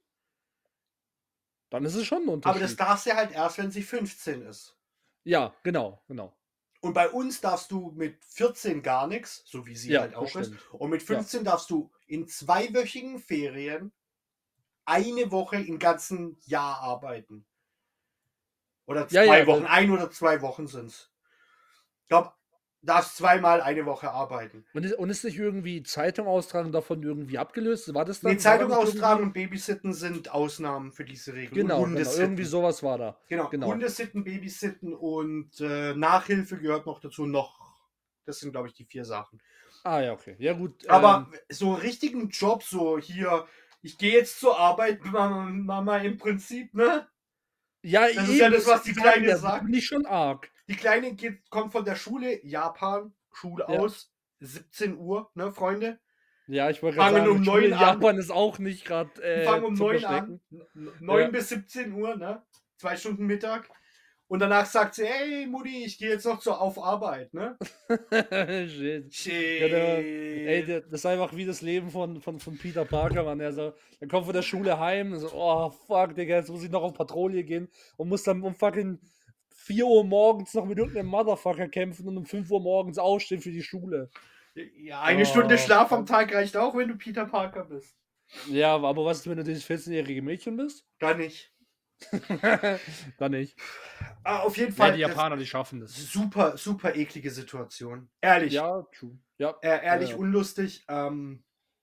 Speaker 2: Dann ist es schon 'n
Speaker 3: Aber das
Speaker 2: Unterschied.
Speaker 3: darfst du halt erst, wenn sie fünfzehn ist.
Speaker 2: Ja, genau, genau.
Speaker 3: Und bei uns darfst du mit vierzehn gar nix, so wie sie
Speaker 2: Ja,
Speaker 3: halt
Speaker 2: das
Speaker 3: auch ist.
Speaker 2: stimmt.
Speaker 3: Und mit
Speaker 2: Ja.
Speaker 3: fünfzehn darfst du in zweiwöchigen Ferien eine Woche im ganzen Jahr arbeiten. Oder
Speaker 2: Ja,
Speaker 3: zwei
Speaker 2: ja,
Speaker 3: Wochen.
Speaker 2: das
Speaker 3: ein oder zwei Wochen sind's. Ich glaube, darfst zweimal eine Woche arbeiten.
Speaker 2: Und ist und ist nicht irgendwie Zeitung austragen davon irgendwie abgelöst? War das
Speaker 3: Ne,
Speaker 2: dann war da
Speaker 3: Zeitung
Speaker 2: nicht
Speaker 3: austragen und
Speaker 2: irgendwie
Speaker 3: Babysitten sind Ausnahmen für diese Regel. Und
Speaker 2: Genau, genau, irgendwie
Speaker 3: Hundesitten.
Speaker 2: so was war da.
Speaker 3: Genau,
Speaker 2: Genau.
Speaker 3: Hundesitten, Babysitten und, äh, Nachhilfe gehört noch dazu. Noch das sind, glaube ich, die vier Sachen.
Speaker 2: Ah ja, okay. Ja gut,
Speaker 3: Aber
Speaker 2: ähm
Speaker 3: so 'n richtigen Job, so hier: „Ich gehe jetzt zur Arbeit, Mama Mama“, im Prinzip, ne?
Speaker 2: Ja,
Speaker 3: Das ist ja
Speaker 2: eben,
Speaker 3: das, was die
Speaker 2: sage
Speaker 3: Kleine
Speaker 2: ja,
Speaker 3: sagt.
Speaker 2: finde ich schon arg.
Speaker 3: Die Kleine geht kommt von der Schule, Japan, Schule
Speaker 2: Ja.
Speaker 3: aus, siebzehn Uhr, ne, Freunde?
Speaker 2: Ja, ich wollte grad
Speaker 3: Fangen
Speaker 2: sagen,
Speaker 3: um
Speaker 2: Schule in
Speaker 3: neun an.
Speaker 2: Japan ist auch nicht grad,
Speaker 3: Die
Speaker 2: äh,
Speaker 3: fangen um
Speaker 2: zum
Speaker 3: neun an.
Speaker 2: Verschrecken.
Speaker 3: N n neun
Speaker 2: Ja.
Speaker 3: bis siebzehn Uhr, ne? zwei Stunden Mittag. Und danach sagt sie: „Hey Mutti, ich gehe jetzt noch zur auf Arbeit“, ne?
Speaker 2: Shit. Ja, der ey,
Speaker 3: Shit.
Speaker 2: der das ist einfach wie das Leben von von von Peter Parker, Mann. Er so er kommt von der Schule heim, so: „Oh, fuck, Digga, jetzt muss ich noch auf Patrouille gehen und muss dann um fucking vier Uhr morgens noch mit irgend 'nem Motherfucker kämpfen und um fünf Uhr morgens aufstehen für die Schule.“
Speaker 3: Ja, eine Stunde
Speaker 2: Oh,
Speaker 3: Schlaf am
Speaker 2: fuck.
Speaker 3: Tag reicht auch, wenn du Peter Parker bist.
Speaker 2: Ja, aber was ist, wenn du dieses vierzehnjährige Mädchen bist?
Speaker 3: Dann nicht.
Speaker 2: Dann nicht.
Speaker 3: Ah, auf jeden
Speaker 2: Ja,
Speaker 3: Fall,
Speaker 2: die
Speaker 3: das
Speaker 2: Japaner, die schaffen das.
Speaker 3: super, super eklige Situation. Ehrlich.
Speaker 2: Ja, true. Ja.
Speaker 3: Äh,
Speaker 2: Ja,
Speaker 3: ehrlich
Speaker 2: ja.
Speaker 3: unlustig. Ähm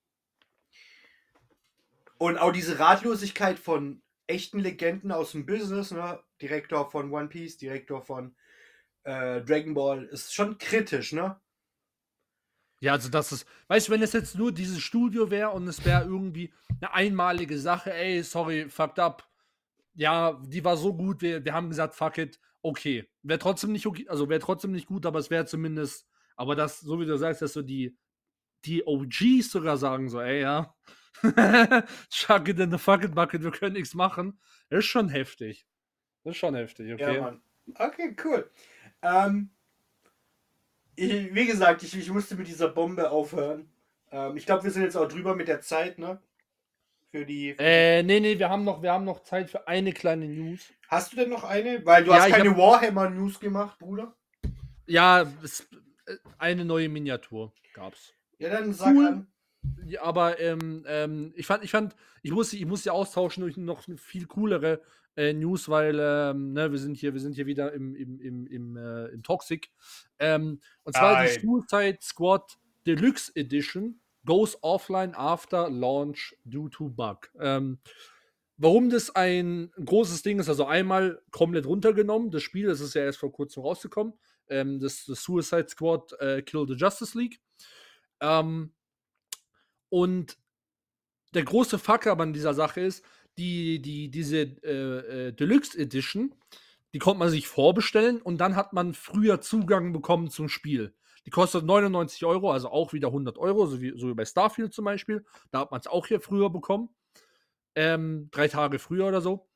Speaker 3: und auch diese Ratlosigkeit von echten Legenden aus'm Business, ne? Direktor von One Piece, Direktor von, äh, Dragon Ball, ist schon kritisch, ne?
Speaker 2: Ja, also das ist weißt du, wenn es jetzt nur dieses Studio wäre und es wäre irgendwie 'ne einmalige Sache: „Ey, sorry, fucked up. Ja, die war so gut, wir wir haben gesagt, fuck it.“ Okay. Wäre trotzdem nicht okay also wäre trotzdem nicht gut, aber es wäre zumindest aber das so wie du sagst, dass so die die O Gs sogar sagen so: „Ey, ja, chuck it in the fucking bucket, wir können nix machen.“ Ist schon heftig. Ist schon heftig,
Speaker 3: Ja,
Speaker 2: okay.
Speaker 3: Mann. Okay, cool. Ähm i wie gesagt, ich ich musste mit dieser Bombe aufhören. Ähm, ich glaube, wir sind jetzt auch drüber mit der Zeit, ne? Für die für die
Speaker 2: Äh, ne, ne, wir haben noch wir haben noch Zeit für eine kleine News.
Speaker 3: Hast du denn noch eine? Weil du
Speaker 2: Ja,
Speaker 3: hast
Speaker 2: ich
Speaker 3: keine
Speaker 2: habe
Speaker 3: Warhammer News gemacht, Bruder.
Speaker 2: Ja, es äh, eine neue Miniatur gab's.
Speaker 3: Ja, dann sag
Speaker 2: Cool,
Speaker 3: an.
Speaker 2: ja, aber, ähm ähm, ich fand ich fand ich muss sie ich muss sie austauschen durch noch 'ne viel coolere, äh, News, weil, ähm, ne, wir sind hier wir sind hier wieder im im im im, äh im Toxic. Ähm, und zwar die
Speaker 3: Nein.
Speaker 2: Suicide Squad Deluxe Edition goes offline after launch due to bug. Ähm, warum das ein großes Ding ist, also einmal komplett runtergenommen, das Spiel, das ist ja erst vor Kurzem rausgekommen, ähm, das das Suicide Squad, äh, Kill the Justice League. Ähm, und der große Fuck up an dieser Sache ist, die, die, diese äh, äh, Deluxe Edition, die konnte man sich vorbestellen und dann hat man früher Zugang bekommen zum Spiel. Die kostet neunundneunzig Euro, also auch wieder hundert Euro, so wie, so wie bei Starfield zum Beispiel. Da hat man es auch hier früher bekommen. Ähm, drei Tage früher oder so.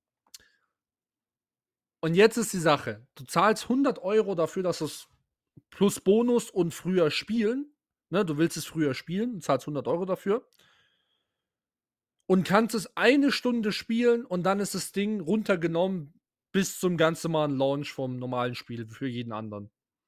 Speaker 2: Und jetzt ist die Sache, du zahlst hundert Euro dafür, dass es plus Bonus und früher spielen, ne, du willst es früher spielen, du zahlst hundert Euro dafür und kannst es eine Stunde spielen und dann ist das Ding runtergenommen bis zum ganz normalen Launch vom normalen Spiel für jeden anderen.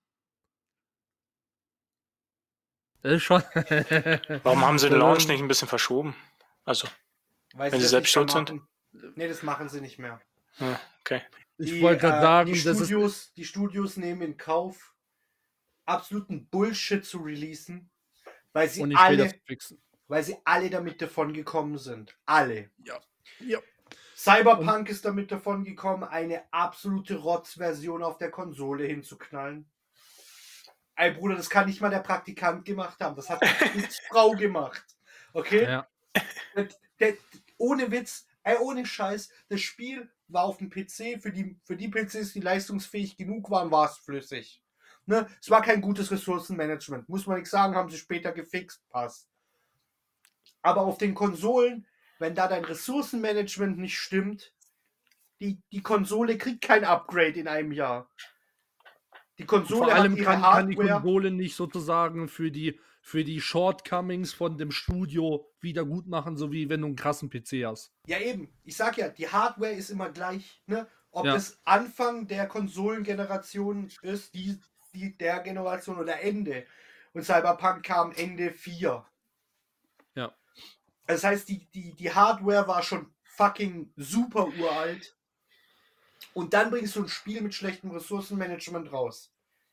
Speaker 2: Das ist schon.
Speaker 4: Warum haben sie den Launch nicht ein bisschen verschoben? Also,
Speaker 3: Weil
Speaker 4: wenn sie
Speaker 3: das
Speaker 4: selbst
Speaker 3: nicht
Speaker 4: schuld
Speaker 3: mehr
Speaker 4: sind?
Speaker 3: machen. Nee, das machen sie nicht mehr.
Speaker 4: Ja, okay.
Speaker 2: Ich
Speaker 3: Die,
Speaker 2: wollte gerade
Speaker 3: äh,
Speaker 2: sagen,
Speaker 3: die
Speaker 2: das ist.
Speaker 3: Studios, die Studios nehmen in Kauf, absoluten Bullshit zu releasen, weil sie
Speaker 2: Und ich will das
Speaker 3: alle,
Speaker 2: fixen.
Speaker 3: weil sie alle damit davon gekommen sind. Alle.
Speaker 2: Ja. Ja.
Speaker 3: Cyberpunk ist damit davon gekommen, eine absolute Rotzversion auf der Konsole hinzuknallen. Ey Bruder, das kann nicht mal der Praktikant gemacht haben. Das hat die Frau gemacht. Okay?
Speaker 2: Ja.
Speaker 3: Der, der, ohne Witz, ey, ohne Scheiß, das Spiel war auf dem P C, für die, für die P Cs, die leistungsfähig genug waren, war es flüssig. Ne? Es war kein gutes Ressourcenmanagement. Muss man nichts sagen, haben sie später gefixt, passt. Aber auf den Konsolen, wenn da dein Ressourcenmanagement nicht stimmt, die, die Konsole kriegt kein Upgrade in einem Jahr. Die Konsole
Speaker 2: Vor allem
Speaker 3: hat ihre
Speaker 2: kann, kann die
Speaker 3: Hardware.
Speaker 2: Konsole nicht sozusagen für die, für die Shortcomings von dem Studio wieder gut machen, so wie wenn du einen krassen P C hast.
Speaker 3: Ja eben, ich sag ja, die Hardware ist immer gleich. Ne? Ob
Speaker 2: Ja.
Speaker 3: es Anfang der Konsolengeneration ist, die, die der Generation oder Ende. Und Cyberpunk kam Ende vier.
Speaker 2: Ja.
Speaker 3: Das heißt, die, die, die Hardware war schon fucking super uralt. Und dann bringst du ein Spiel mit schlechtem Ressourcenmanagement raus.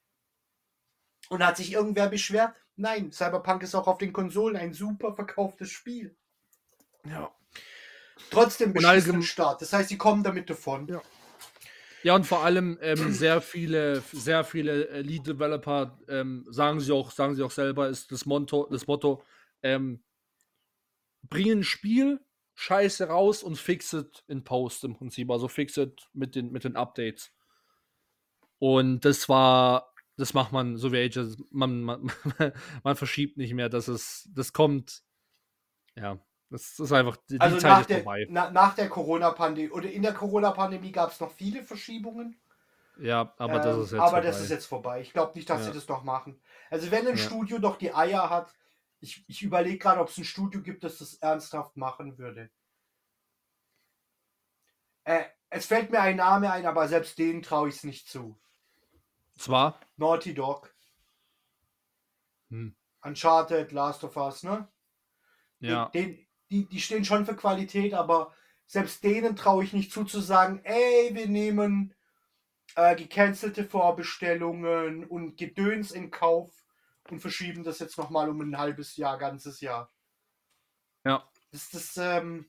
Speaker 3: Und hat sich irgendwer beschwert? Nein, Cyberpunk ist auch auf den Konsolen ein super verkauftes Spiel.
Speaker 2: Ja.
Speaker 3: Trotzdem
Speaker 2: Und
Speaker 3: beschissenen
Speaker 2: allgemein-
Speaker 3: Start. Das heißt, sie kommen damit davon.
Speaker 2: Ja. Ja, und vor allem ähm, sehr viele, sehr viele äh, Lead-Developer, ähm, sagen sie auch, sagen sie auch selber, ist das Motto, das Motto, ähm, bringen ein Spiel, Scheiße raus und fix it in Post im Prinzip. Also fix it mit den, mit den Updates. Und das war, das macht man, so wie Ages, man, man, man verschiebt nicht mehr, dass es, das kommt, ja, das ist einfach, die,
Speaker 3: Also
Speaker 2: die Zeit
Speaker 3: nach
Speaker 2: ist
Speaker 3: der,
Speaker 2: vorbei.
Speaker 3: na, nach der Corona-Pandemie oder in der Corona-Pandemie gab es noch viele Verschiebungen.
Speaker 2: Ja, aber das
Speaker 3: Ähm,
Speaker 2: ist jetzt
Speaker 3: aber
Speaker 2: vorbei.
Speaker 3: das ist jetzt vorbei. Ich glaube nicht, dass
Speaker 2: Ja.
Speaker 3: sie das noch machen. Also wenn ein
Speaker 2: Ja.
Speaker 3: Studio doch die Eier hat, ich, ich überlege gerade, ob es ein Studio gibt, das das ernsthaft machen würde. Äh, es fällt mir ein Name ein, aber selbst denen traue ich es nicht zu.
Speaker 2: Zwar,
Speaker 3: Naughty Dog,
Speaker 2: hm,
Speaker 3: Uncharted, Last of Us, ne?
Speaker 2: ja,
Speaker 3: Den, die, die stehen schon für Qualität, aber selbst denen traue ich nicht zu, zu sagen, ey, wir nehmen äh, gecancelte Vorbestellungen und Gedöns in Kauf und verschieben das jetzt nochmal um ein halbes Jahr, ganzes Jahr.
Speaker 2: ja.
Speaker 3: Das, das, ähm,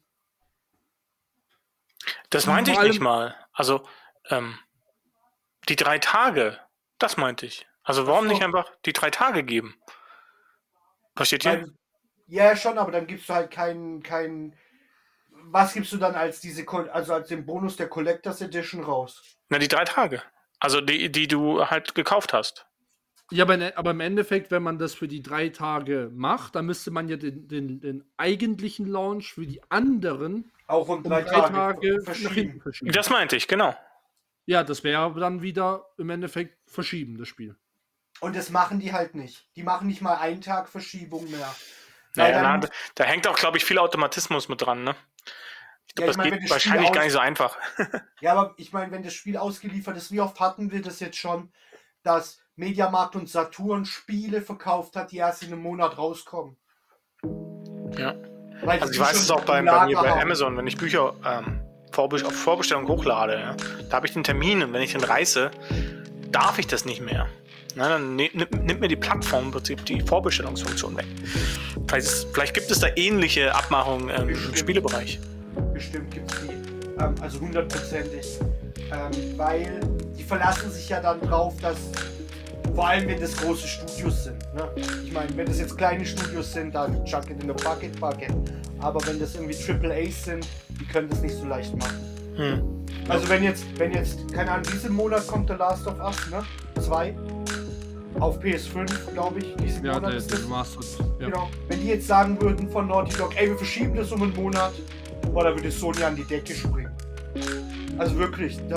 Speaker 4: Das
Speaker 2: Vor
Speaker 4: meinte ich
Speaker 2: allem-
Speaker 4: nicht mal. Also, ähm, die drei Tage, das meinte ich. Also, warum
Speaker 3: Ach so.
Speaker 4: nicht einfach die drei Tage geben? Versteht ihr?
Speaker 3: weil, ja, schon, aber dann gibst du halt keinen, keinen, was gibst du dann als diese, Ko- also als den Bonus der Collectors Edition raus?
Speaker 4: Na, die drei Tage. Also, die, die du halt gekauft hast.
Speaker 2: Ja, aber, ne- aber im Endeffekt, wenn man das für die drei Tage macht, dann müsste man ja den, den, den eigentlichen Launch für die anderen
Speaker 3: Auch um
Speaker 2: um
Speaker 3: drei,
Speaker 2: drei
Speaker 3: Tage,
Speaker 2: Tage nach hinten
Speaker 3: verschieben.
Speaker 2: verschieben.
Speaker 4: Das meinte ich, genau.
Speaker 2: Ja, das wäre dann wieder im Endeffekt verschieben, das Spiel.
Speaker 3: Und das machen die halt nicht. Die machen nicht mal einen Tag Verschiebung mehr.
Speaker 4: Naja,
Speaker 3: Weil
Speaker 4: na,
Speaker 3: dann-
Speaker 4: da, da hängt auch, glaube ich, viel Automatismus mit dran, ne? Ich glaube,
Speaker 3: Ja, ich mein,
Speaker 4: das
Speaker 3: wenn
Speaker 4: geht
Speaker 3: das Spiel
Speaker 4: wahrscheinlich
Speaker 3: aus-
Speaker 4: gar nicht so einfach.
Speaker 3: Ja, aber ich meine, wenn das Spiel ausgeliefert ist, wie oft hatten wir das jetzt schon, dass Mediamarkt und Saturn Spiele verkauft hat, die erst in einem Monat rauskommen?
Speaker 4: Ja.
Speaker 3: Weil
Speaker 4: Also
Speaker 3: die
Speaker 4: ich weiß
Speaker 3: schon
Speaker 4: es auch
Speaker 3: im
Speaker 4: bei, bei mir
Speaker 3: Lager
Speaker 4: bei
Speaker 3: haben.
Speaker 4: Amazon, wenn ich Bücher ähm, Vorbe auf Vorbestellung hochlade, ja, da habe ich den Termin und wenn ich den reiße, darf ich das nicht mehr. Na, dann ne- nimmt, nimmt mir die Plattform im Prinzip die Vorbestellungsfunktion weg. Vielleicht, ist, vielleicht gibt es da ähnliche Abmachungen ähm, im
Speaker 3: Bestimmt.
Speaker 4: Spielebereich.
Speaker 3: Bestimmt gibt es die. Ähm, also hundertprozentig. Ähm, weil die verlassen sich ja dann drauf, dass Vor allem, wenn das große Studios sind. Ne? Ich meine, wenn das jetzt kleine Studios sind, dann chuck it in the bucket, bucket. Aber wenn das irgendwie Triple A's sind, die können das nicht so leicht machen.
Speaker 4: Hm.
Speaker 3: Also wenn jetzt, wenn jetzt, keine Ahnung, diesen Monat kommt The Last of Us, ne? Zwei. Auf P S fünf, glaube ich, diesen
Speaker 2: Ja,
Speaker 3: Monat
Speaker 2: der,
Speaker 3: ist
Speaker 2: der
Speaker 3: das.
Speaker 2: Mastered. Ja.
Speaker 3: Genau. Wenn die jetzt sagen würden von Naughty Dog, ey, wir verschieben das um einen Monat, boah, da würde Sony an die Decke springen. Also wirklich, da,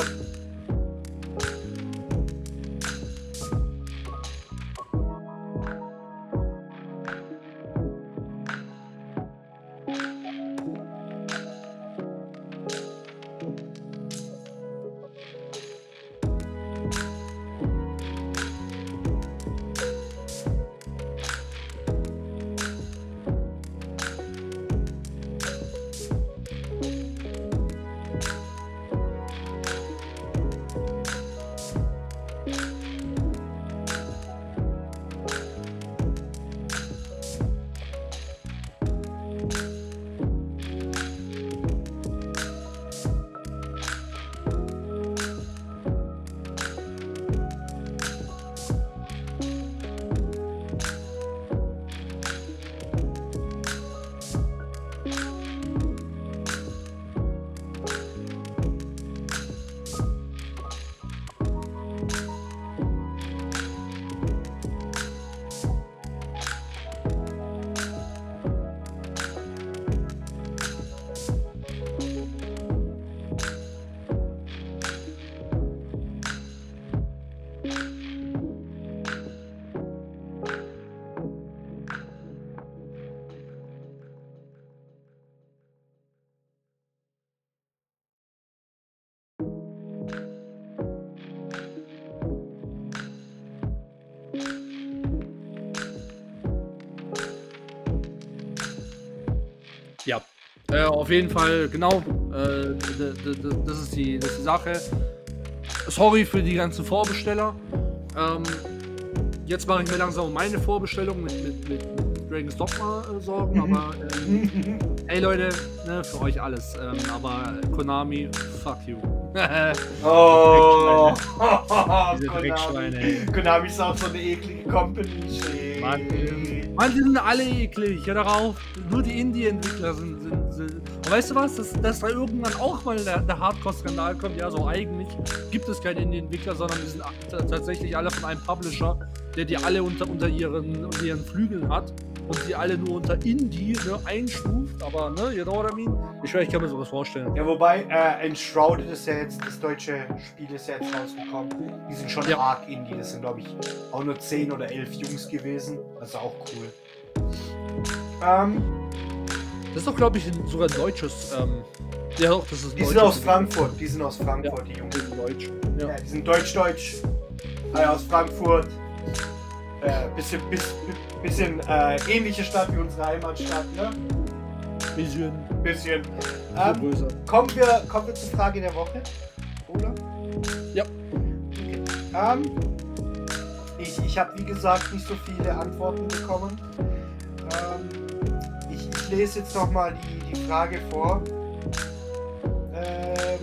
Speaker 2: Ja, äh, auf jeden Fall, genau. Äh, d- d- d- das, ist die, das ist die Sache. Sorry für die ganzen Vorbesteller. Ähm, jetzt mache ich mir langsam um meine Vorbestellung mit, mit, mit, mit Dragon's Dogma äh, Sorgen, aber ähm, hey Leute, ne, für euch alles. Ähm, aber Konami, fuck you.
Speaker 3: oh,
Speaker 2: Diese Dreckschweine, ey.
Speaker 3: Konami ist auch so eine eklige Company. Shit.
Speaker 2: Mann, Mann, die sind alle eklig, hör darauf. Nur die Indie-Entwickler sind, sind, sind. Und weißt du was, dass, dass da irgendwann auch mal der, der Hardcore-Skandal kommt? Ja, so eigentlich gibt es keine Indie-Entwickler, sondern die sind t- tatsächlich alle von einem Publisher, der die alle unter, unter, ihren, unter ihren Flügeln hat und die alle nur unter Indie ne, einstuft. Aber, ne, you know what I mean? Ich schwör, ich kann mir sowas vorstellen.
Speaker 3: Ja, wobei, äh, Enshrouded ist ja jetzt, das deutsche Spiel ist ja jetzt rausgekommen. Die sind schon
Speaker 2: Ja.
Speaker 3: arg Indie. Das sind, glaube ich, auch nur zehn oder elf Jungs gewesen. Also auch cool. Ähm,
Speaker 2: Das ist doch, glaube ich, ein- sogar ein deutsches. Ähm, ja, doch, das ist ein
Speaker 3: die sind
Speaker 2: deutsches-
Speaker 3: aus Frankfurt. Die sind aus Frankfurt, die Jungs.
Speaker 2: Die sind deutsch.
Speaker 3: Ja,
Speaker 2: Ja.
Speaker 3: die sind deutsch-deutsch. Äh, aus Frankfurt. Äh, bisschen, bis, bisschen äh, ähnliche Stadt wie unsere Heimatstadt, ne?
Speaker 2: Bisschen
Speaker 3: Bisschen.
Speaker 2: so
Speaker 3: Ähm,
Speaker 2: größer.
Speaker 3: kommen, wir, kommen wir zur Frage der Woche, oder?
Speaker 2: Ja.
Speaker 3: Okay. Ähm, ich ich habe, wie gesagt, nicht so viele Antworten bekommen. Ähm, ich, ich lese jetzt nochmal die, die Frage vor. Ähm,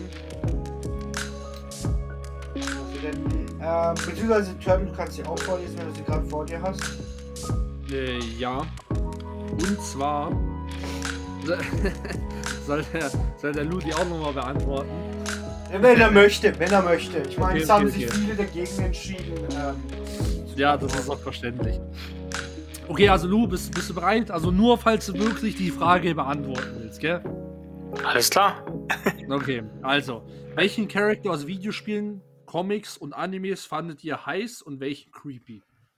Speaker 3: was ist denn? Ähm, beziehungsweise, Turtle, du kannst sie auch vorlesen, wenn du sie gerade vor dir hast.
Speaker 2: Äh, ja. Und zwar soll der, soll der Ludi auch nochmal beantworten.
Speaker 3: Ja, wenn er möchte, wenn er möchte. Ich meine,
Speaker 2: Okay,
Speaker 3: es haben
Speaker 2: okay,
Speaker 3: sich
Speaker 2: okay.
Speaker 3: viele dagegen entschieden. Ähm,
Speaker 2: Ja, das ist auch verständlich. Okay, also Lu, bist, bist du bereit? Also nur, falls du wirklich die Frage beantworten willst, gell?
Speaker 4: Alles klar.
Speaker 2: Okay, also. Welchen Charakter aus Videospielen, Comics und Animes fandet ihr heiß und welchen creepy?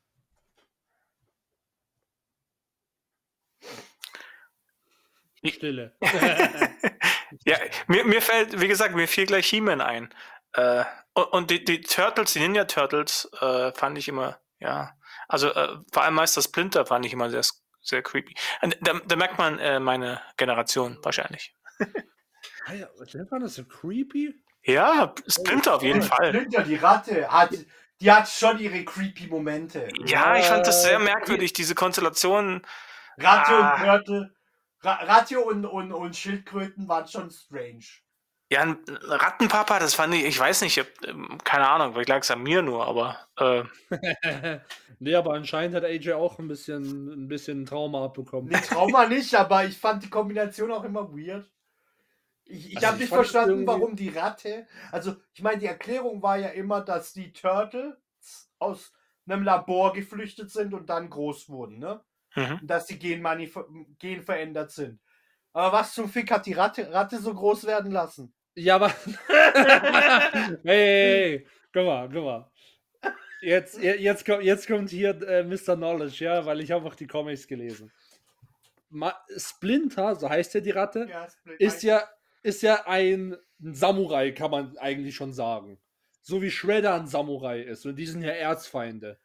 Speaker 2: Stille.
Speaker 4: Ja, mir, mir fällt, wie gesagt, mir fiel gleich He-Man ein. Äh, und und die, die Turtles, die Ninja Turtles, äh, fand ich immer, ja. Also äh, vor allem Meister Splinter fand ich immer sehr, sehr creepy. Und Da, da merkt man äh, meine Generation wahrscheinlich.
Speaker 2: Ah ja, Stefan, das ist so creepy?
Speaker 4: Ja, Splinter auf jeden Fall.
Speaker 3: Splinter, die Ratte, hat, die hat schon ihre creepy Momente.
Speaker 4: Ja, ich fand das sehr
Speaker 2: Äh,
Speaker 4: merkwürdig, diese Konstellation.
Speaker 3: Ratio
Speaker 4: Ah.
Speaker 3: und Turtle, Ra Ratio und, und, und Schildkröten waren schon strange.
Speaker 4: Ja, ein Rattenpapa, das fand ich, ich weiß nicht, ich hab, keine Ahnung, vielleicht lag es an mir nur, aber äh,
Speaker 2: Nee, aber anscheinend hat A J auch ein bisschen, ein bisschen Trauma abbekommen.
Speaker 3: Nee, Trauma nicht, aber ich fand die Kombination auch immer weird. Ich, ich
Speaker 2: Also
Speaker 3: habe
Speaker 2: ich
Speaker 3: nicht
Speaker 2: fand
Speaker 3: verstanden,
Speaker 2: irgendwie-
Speaker 3: warum die Ratte. Also, ich meine, die Erklärung war ja immer, dass die Turtles aus einem Labor geflüchtet sind und dann groß wurden, ne?
Speaker 4: mhm.
Speaker 3: Und dass die Genmanif- genverändert sind. Aber was zum Fick hat die Ratte, Ratte so groß werden lassen?
Speaker 2: Ja, aber. hey, hey, hey, guck mal, guck mal. Jetzt, je- jetzt, kommt, jetzt kommt hier äh, Mister Knowledge, ja, weil ich habe auch die Comics gelesen. Ma Splinter, so heißt ja die Ratte,
Speaker 3: Ja, Split-
Speaker 2: ist ja, ist ja ein, ein Samurai, kann man eigentlich schon sagen. So wie Shredder ein Samurai ist. Und die sind ja Erzfeinde.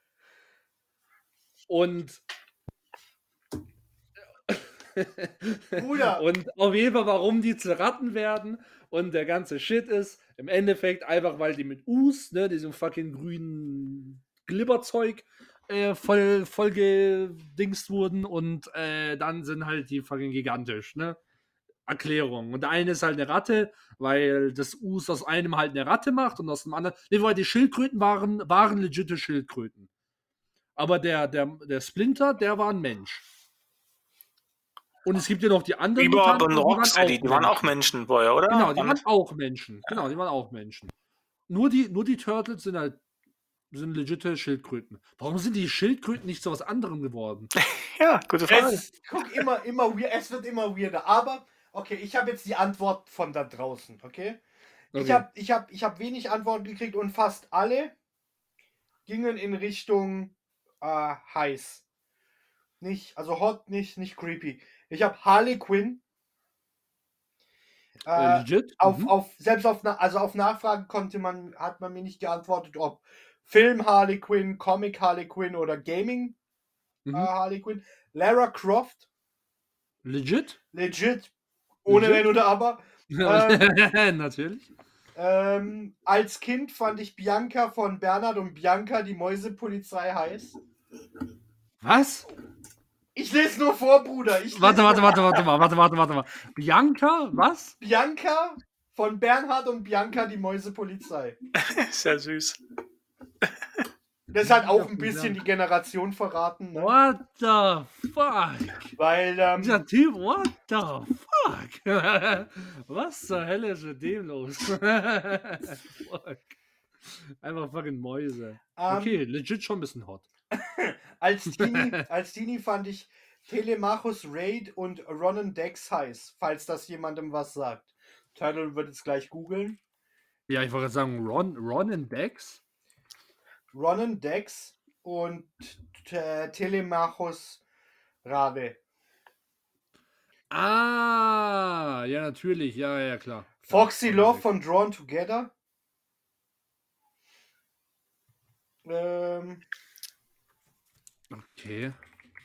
Speaker 2: Und.
Speaker 3: Bruder.
Speaker 2: Und auf jeden Fall, warum die zu Ratten werden und der ganze Shit ist, im Endeffekt einfach, weil die mit Us, ne, diesem fucking grünen Glibberzeug, äh, voll, voll gedingst wurden und äh, dann sind halt die fucking gigantisch, ne? Erklärung. Und der eine ist halt eine Ratte, weil das Us aus einem halt eine Ratte macht und aus dem anderen. Ne, weil die Schildkröten waren, waren legitime Schildkröten. Aber der, der, der Splinter, der war ein Mensch. Und es gibt ja noch die anderen
Speaker 4: Bebop
Speaker 2: Mutanten,
Speaker 4: und
Speaker 2: die waren
Speaker 4: Rocksteady, die waren auch Menschen vorher, oder?
Speaker 2: Genau, die
Speaker 4: Und-
Speaker 2: waren auch Menschen. Genau, die waren auch Menschen. Nur die, nur die Turtles sind halt sind legitime Schildkröten. Warum sind die Schildkröten nicht zu was anderem geworden?
Speaker 4: Ja, gute Frage.
Speaker 3: Es, guck, immer, immer weird, es wird immer weirder. Aber, okay, ich habe jetzt die Antwort von da draußen, okay? Ich
Speaker 2: Okay.
Speaker 3: habe ich hab, ich hab wenig Antworten gekriegt und fast alle gingen in Richtung äh, heiß. Nicht, also hot, nicht, nicht creepy. Ich habe Harley Quinn.
Speaker 2: Äh,
Speaker 3: Äh,
Speaker 2: legit?
Speaker 3: auf,
Speaker 2: Mhm.
Speaker 3: auf, selbst auf, Na- also auf Nachfragen konnte man, hat man mir nicht geantwortet, ob Film Harley Quinn, Comic Harley Quinn oder Gaming
Speaker 2: Mhm.
Speaker 3: äh, Harley Quinn. Lara Croft,
Speaker 2: Legit?
Speaker 3: legit, ohne
Speaker 2: Legit?
Speaker 3: Wenn oder Aber. Ähm,
Speaker 2: Natürlich.
Speaker 3: ähm, als Kind fand ich Bianca von Bernhard und Bianca, die Mäusepolizei, heiß.
Speaker 2: Was?
Speaker 3: Ich lese nur vor, Bruder. Ich lese
Speaker 2: Warte, warte,
Speaker 3: nur-
Speaker 2: warte, warte mal, warte, warte, warte mal. Bianca, was?
Speaker 3: Bianca von Bernhard und Bianca, die Mäusepolizei.
Speaker 4: Ist ja süß.
Speaker 3: Das hat auch ein
Speaker 2: Ja,
Speaker 3: bisschen
Speaker 2: ja.
Speaker 3: die Generation verraten, ne?
Speaker 2: What the fuck?
Speaker 3: Weil, ähm,
Speaker 2: Dieser Typ, what the fuck? Was zur Hölle ist mit dem los? Fuck. Einfach fucking Mäuse.
Speaker 3: ähm,
Speaker 2: Okay, legit schon ein bisschen hot.
Speaker 3: als, Teenie, als Teenie fand ich Telemachus Raid und Ronan Dex heiß, falls das jemandem was sagt. Turtle wird es gleich googeln.
Speaker 2: Ja, ich wollte gerade sagen, Ron, Ron und Dex?
Speaker 3: Ronan Dex und Te- Telemachus Rave.
Speaker 2: Ah, ja, natürlich. Ja, ja, klar.
Speaker 3: Foxy
Speaker 2: Ja,
Speaker 3: Love von Drawn Together. Ähm,
Speaker 2: Okay.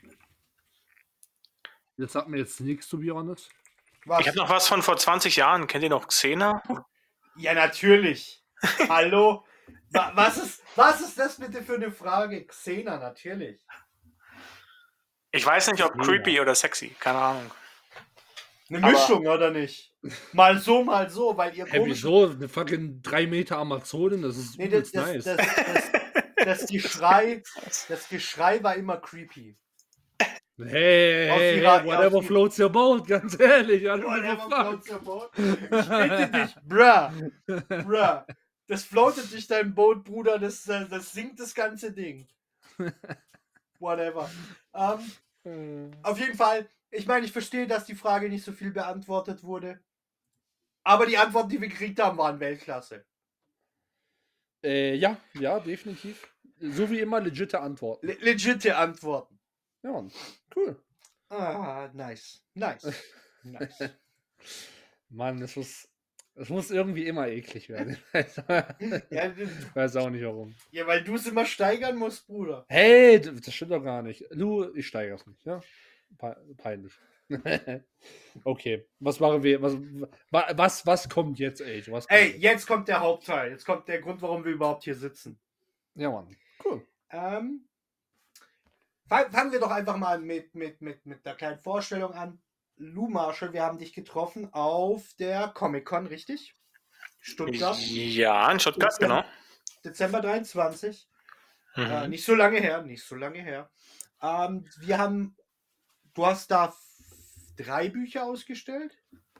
Speaker 2: Das sagt mir jetzt nichts, to be honest.
Speaker 3: was?
Speaker 4: Ich habe noch was von vor zwanzig Jahren. Kennt ihr noch Xena?
Speaker 3: Ja, natürlich. Hallo? Wa- Was ist, was ist das bitte für eine Frage? Xena, natürlich.
Speaker 4: Ich weiß nicht, ob
Speaker 2: Xena.
Speaker 4: creepy oder sexy. Keine Ahnung.
Speaker 3: Eine
Speaker 4: Aber-
Speaker 3: Mischung, oder nicht? Mal so, mal so, weil ihr
Speaker 2: Hey,
Speaker 3: komisch.
Speaker 2: wieso? Eine fucking drei Meter Amazonin, das ist
Speaker 3: Nee, das,
Speaker 2: übelst
Speaker 3: das,
Speaker 2: nice.
Speaker 3: das, das, das, Geschrei, das Geschrei war immer creepy.
Speaker 2: hey,
Speaker 3: Auf
Speaker 2: hey,
Speaker 3: die
Speaker 2: hey,
Speaker 3: Ra-
Speaker 2: whatever
Speaker 3: auf die-
Speaker 2: floats your boat, ganz ehrlich. I don't give a
Speaker 3: Whatever
Speaker 2: fuck.
Speaker 3: floats your boat. Ich bitte dich, bruh, bruh. Das floatet dich dein Boot, Bruder, das, äh, das sinkt das ganze Ding. Whatever. Ähm, auf jeden Fall, ich meine, ich verstehe, dass die Frage nicht so viel beantwortet wurde. Aber die Antworten, die wir gekriegt haben, waren Weltklasse.
Speaker 2: Äh, ja, ja, definitiv. So wie immer legitime Antworten.
Speaker 3: Le legitime Antworten.
Speaker 2: Ja, Mann. Cool.
Speaker 3: Ah, nice. Nice. Nice.
Speaker 2: Mann, das muss, das muss irgendwie immer eklig werden.
Speaker 3: Ja, du-
Speaker 2: Weiß auch nicht warum.
Speaker 3: ja, weil du es immer steigern musst, Bruder.
Speaker 2: Hey, das stimmt doch gar nicht. Du, ich steigere es nicht, ja? Pe peinlich. Okay, was machen wir? Was, wa- was, was kommt jetzt, Age? Was kommt
Speaker 3: Ey,
Speaker 2: jetzt?
Speaker 3: jetzt kommt der Hauptteil. Jetzt kommt der Grund, warum wir überhaupt hier sitzen.
Speaker 2: Ja, Mann. Cool.
Speaker 3: Ähm, fang- fangen wir doch einfach mal mit, mit, mit, mit der kleinen Vorstellung an. Lou Marshall, wir haben dich getroffen auf der Comic-Con, richtig? Stuttgart.
Speaker 4: Ja, in Stuttgart,
Speaker 3: Dezember,
Speaker 4: genau.
Speaker 3: Dezember dreiundzwanzig.
Speaker 4: Mhm.
Speaker 3: Äh, nicht so lange her, nicht so lange her. Ähm, wir haben, du hast da f- drei Bücher ausgestellt,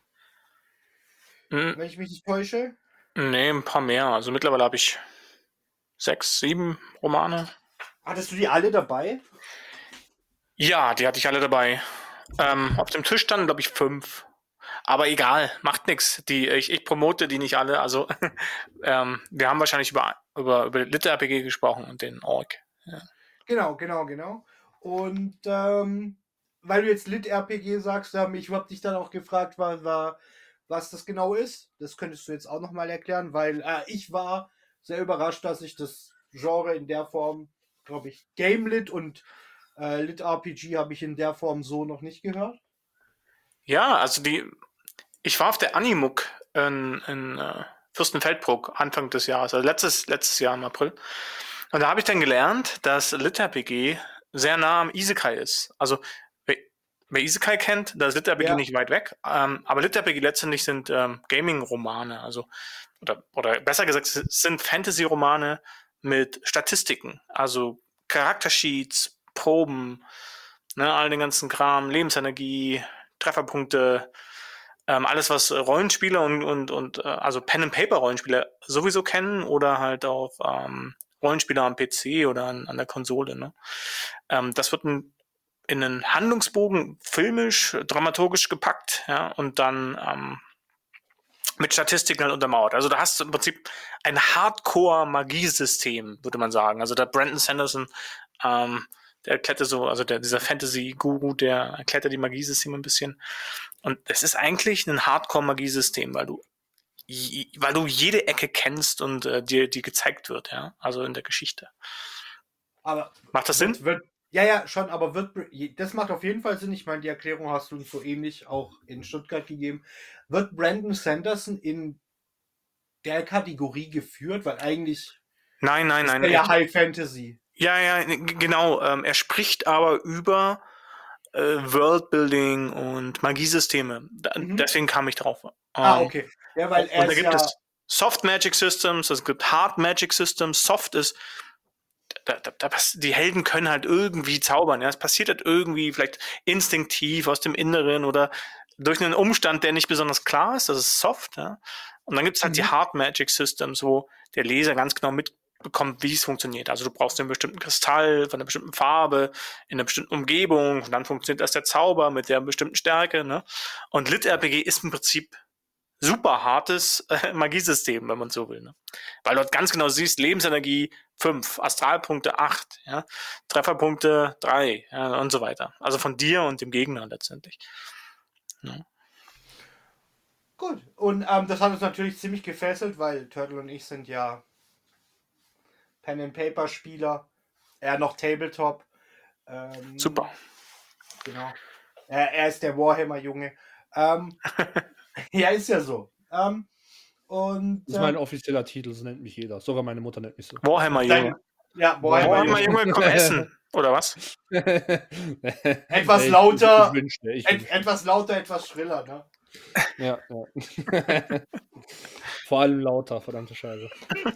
Speaker 4: Mhm.
Speaker 3: wenn ich mich nicht täusche.
Speaker 4: Nee, ein paar mehr. Also mittlerweile habe ich sechs, sieben Romane.
Speaker 3: Hattest du die alle dabei?
Speaker 4: Ja, die hatte ich alle dabei. Ähm, auf dem Tisch standen, glaube ich, fünf. Aber egal, macht nichts. Die, ich, ich promote die nicht alle. Also ähm, wir haben wahrscheinlich über, über, über Lit-R P G gesprochen und den Org. Ja.
Speaker 3: Genau, genau, genau. Und ähm, weil du jetzt Lit-R P G sagst, ähm, ich habe dich dann auch gefragt, war, war, was das genau ist. Das könntest du jetzt auch nochmal erklären, weil äh, ich war sehr überrascht, dass ich das Genre in der Form, glaube ich, Game Lit und äh, Lit-R P G habe ich in der Form so noch nicht gehört.
Speaker 4: Ja, also die, ich war auf der Animuk in, in äh, Fürstenfeldbruck Anfang des Jahres, also letztes, letztes Jahr im April. Und da habe ich dann gelernt, dass Lit-R P G sehr nah am Isekai ist. Also wer, wer Isekai kennt, da ist Lit-R P G
Speaker 3: Ja.
Speaker 4: nicht weit weg. Ähm, aber Lit-R P G letztendlich sind ähm, Gaming-Romane, also oder, oder besser gesagt, es sind Fantasy-Romane mit Statistiken, also Charaktersheets, Proben, ne, all den ganzen Kram, Lebensenergie, Trefferpunkte, ähm, alles, was Rollenspieler und, und, und äh, also Pen-and-Paper-Rollenspieler sowieso kennen oder halt auch ähm, Rollenspieler am P C oder an, an der Konsole. Ne? Ähm, das wird ein, in einen Handlungsbogen filmisch, dramaturgisch gepackt, ja, und dann ähm, mit Statistiken halt untermauert. Also da hast du im Prinzip ein Hardcore-Magiesystem, würde man sagen. Also der Brandon Sanderson, ähm, der erklärte so, also der, dieser Fantasy-Guru, der erklärte die Magiesysteme ein bisschen. Und es ist eigentlich ein Hardcore-Magiesystem, weil du weil du jede Ecke kennst und äh, dir die gezeigt wird, ja, also in der Geschichte.
Speaker 3: Aber
Speaker 4: Macht das
Speaker 3: wird,
Speaker 4: Sinn?
Speaker 3: wird, ja, ja, schon, aber wird, das macht auf jeden Fall Sinn. Ich meine, die Erklärung hast du uns so ähnlich auch in Stuttgart gegeben. Wird Brandon Sanderson in der Kategorie geführt? Weil eigentlich
Speaker 4: Nein, nein,
Speaker 3: ist
Speaker 4: nein.
Speaker 3: er ja
Speaker 4: Ich,
Speaker 3: High Fantasy.
Speaker 4: ja, ja, g- genau. Ähm, er spricht aber über äh, Worldbuilding und Magiesysteme. Da,
Speaker 3: Mhm.
Speaker 4: Deswegen kam ich drauf. Ähm,
Speaker 3: Ah, okay. Ja, weil
Speaker 4: und
Speaker 3: er
Speaker 4: da
Speaker 3: ist
Speaker 4: gibt
Speaker 3: ja.
Speaker 4: es Soft Magic Systems, es gibt Hard Magic Systems. Soft ist, da, da, da, die Helden können halt irgendwie zaubern. Ja? Es passiert halt irgendwie vielleicht instinktiv aus dem Inneren oder durch einen Umstand, der nicht besonders klar ist. Das ist Soft. Ja? Und dann gibt es halt
Speaker 3: Mhm.
Speaker 4: die Hard Magic Systems, wo der Leser ganz genau mitbekommt, wie es funktioniert. Also du brauchst einen bestimmten Kristall von einer bestimmten Farbe in einer bestimmten Umgebung und dann funktioniert erst der Zauber mit der bestimmten Stärke. Ne? Und Lit-R P G ist im Prinzip super hartes äh, Magiesystem, wenn man so will. Ne? Weil dort ganz genau siehst, Lebensenergie fünf, Astralpunkte acht, ja? Trefferpunkte drei, ja, und so weiter. Also von dir und dem Gegner letztendlich. Ja.
Speaker 3: Gut. Und ähm, das hat uns natürlich ziemlich gefesselt, weil Turtle und ich sind ja Pen-and-Paper-Spieler. Er noch Tabletop. Ähm,
Speaker 4: Super.
Speaker 3: Genau. Er, er ist der Warhammer-Junge. Ähm, ja, ist ja so. Ähm, und
Speaker 2: Das ist mein
Speaker 3: ähm,
Speaker 2: offizieller Titel, so nennt mich jeder. Sogar meine Mutter nennt mich so.
Speaker 4: Warhammer
Speaker 3: dein,
Speaker 4: Junge.
Speaker 3: ja,
Speaker 2: Warhammer
Speaker 4: Warhammer
Speaker 3: Warhammer-Junge.
Speaker 4: Junge, komm essen. Oder was?
Speaker 3: Etwas
Speaker 2: Ich-
Speaker 3: lauter.
Speaker 2: Ich, ich wünschte, ich
Speaker 3: Et,
Speaker 2: wünschte.
Speaker 3: etwas lauter, etwas schriller, ne?
Speaker 2: Ja, ja. Vor allem lauter, verdammte Scheiße.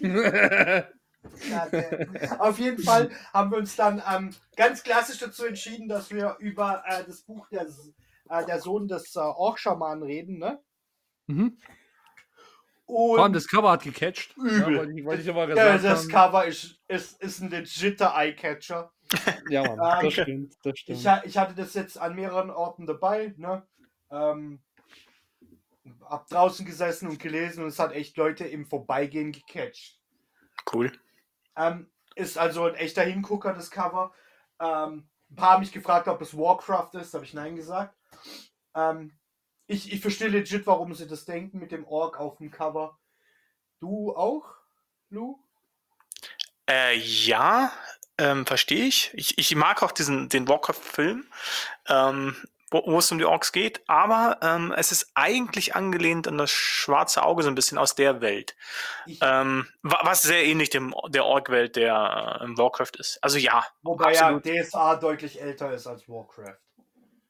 Speaker 3: Ja, der, auf jeden Fall haben wir uns dann ähm, ganz klassisch dazu entschieden, dass wir über äh, das Buch der, äh, der Sohn des äh, Orkschamanen reden, ne?
Speaker 2: Mhm.
Speaker 3: Und
Speaker 2: Vor allem das Cover hat gecatcht. Ja,
Speaker 3: übel.
Speaker 2: wollte ich, wollte ich aber
Speaker 3: ja,
Speaker 2: gesagt
Speaker 3: das
Speaker 2: haben.
Speaker 3: Cover ist, ist, ist ein legitter Eyecatcher.
Speaker 2: Ja, Mann,
Speaker 3: Ähm,
Speaker 2: das stimmt, das stimmt.
Speaker 3: Ich, ha- ich hatte das jetzt an mehreren Orten dabei, ne? Ähm, hab draußen gesessen und gelesen und es hat echt Leute im Vorbeigehen gecatcht.
Speaker 4: Cool.
Speaker 3: Ähm, ist also ein echter Hingucker, das Cover. Ähm, ein paar haben mich gefragt, ob es Warcraft ist, habe ich nein gesagt. Ähm, ich, ich verstehe legit, warum sie das denken mit dem Ork auf dem Cover. Du auch, Lou?
Speaker 4: Äh, ja, ähm, verstehe ich. ich. Ich mag auch diesen, den Warcraft-Film, ähm, wo, wo es um die Orks geht, aber ähm, es ist eigentlich angelehnt an das schwarze Auge so ein bisschen aus der Welt.
Speaker 3: Ich,
Speaker 4: Ähm, wa- was sehr ähnlich dem, der Ork-Welt der äh, im Warcraft ist. Also ja,
Speaker 3: wobei
Speaker 4: absolut.
Speaker 3: ja D S A deutlich älter ist als Warcraft.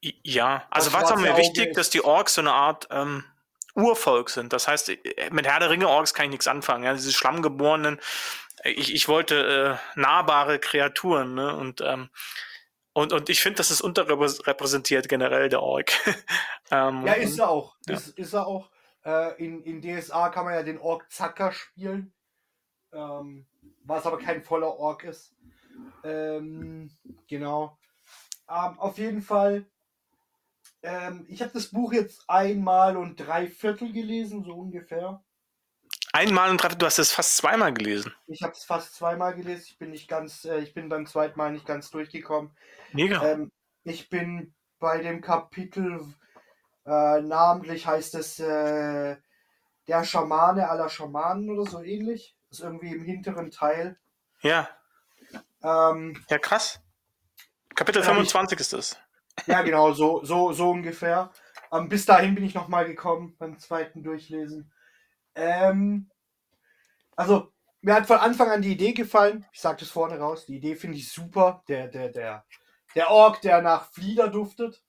Speaker 4: I- Ja, also
Speaker 3: Das
Speaker 4: was war
Speaker 3: schwarze
Speaker 4: mir
Speaker 3: Auge
Speaker 4: wichtig, dass
Speaker 3: ist-
Speaker 4: die Orks so eine Art ähm, Urvolk sind. Das heißt, äh, mit Herr der Ringe Orks kann ich nichts anfangen. Ja, diese Schlammgeborenen. Ich, ich wollte äh, nahbare Kreaturen, ne? Und ähm, und, und ich finde, das ist unterrepräsentiert generell der Ork. ähm,
Speaker 3: Ja,
Speaker 4: und,
Speaker 3: ist er auch.
Speaker 4: ja.
Speaker 3: Ist, ist er auch. Äh, in, in D S A kann man ja den Ork Zacker spielen. Ähm, was aber kein voller Ork ist. Ähm, genau. Ähm, auf jeden Fall. Ähm, ich habe das Buch jetzt einmal und drei Viertel gelesen, so ungefähr.
Speaker 4: Einmal und drei, du hast es fast zweimal gelesen.
Speaker 3: Ich habe es fast zweimal gelesen. Ich bin nicht ganz, äh, ich bin beim zweiten Mal nicht ganz durchgekommen.
Speaker 4: Mega.
Speaker 3: Ähm, ich bin bei dem Kapitel, äh, namentlich heißt es äh, der Schamane aller Schamanen oder so ähnlich. Das ist irgendwie im hinteren Teil.
Speaker 4: Ja,
Speaker 3: Ähm,
Speaker 4: ja, krass. Kapitel
Speaker 3: Dann hab ich-
Speaker 4: fünfundzwanzig ist es.
Speaker 3: ja, genau, so, so, so ungefähr. Ähm, bis dahin bin ich nochmal gekommen beim zweiten Durchlesen. Ähm, also, mir hat von Anfang an die Idee gefallen. Ich sage das vorne raus. Die Idee finde ich super. Der, der, der, der Ork, der nach Flieder duftet.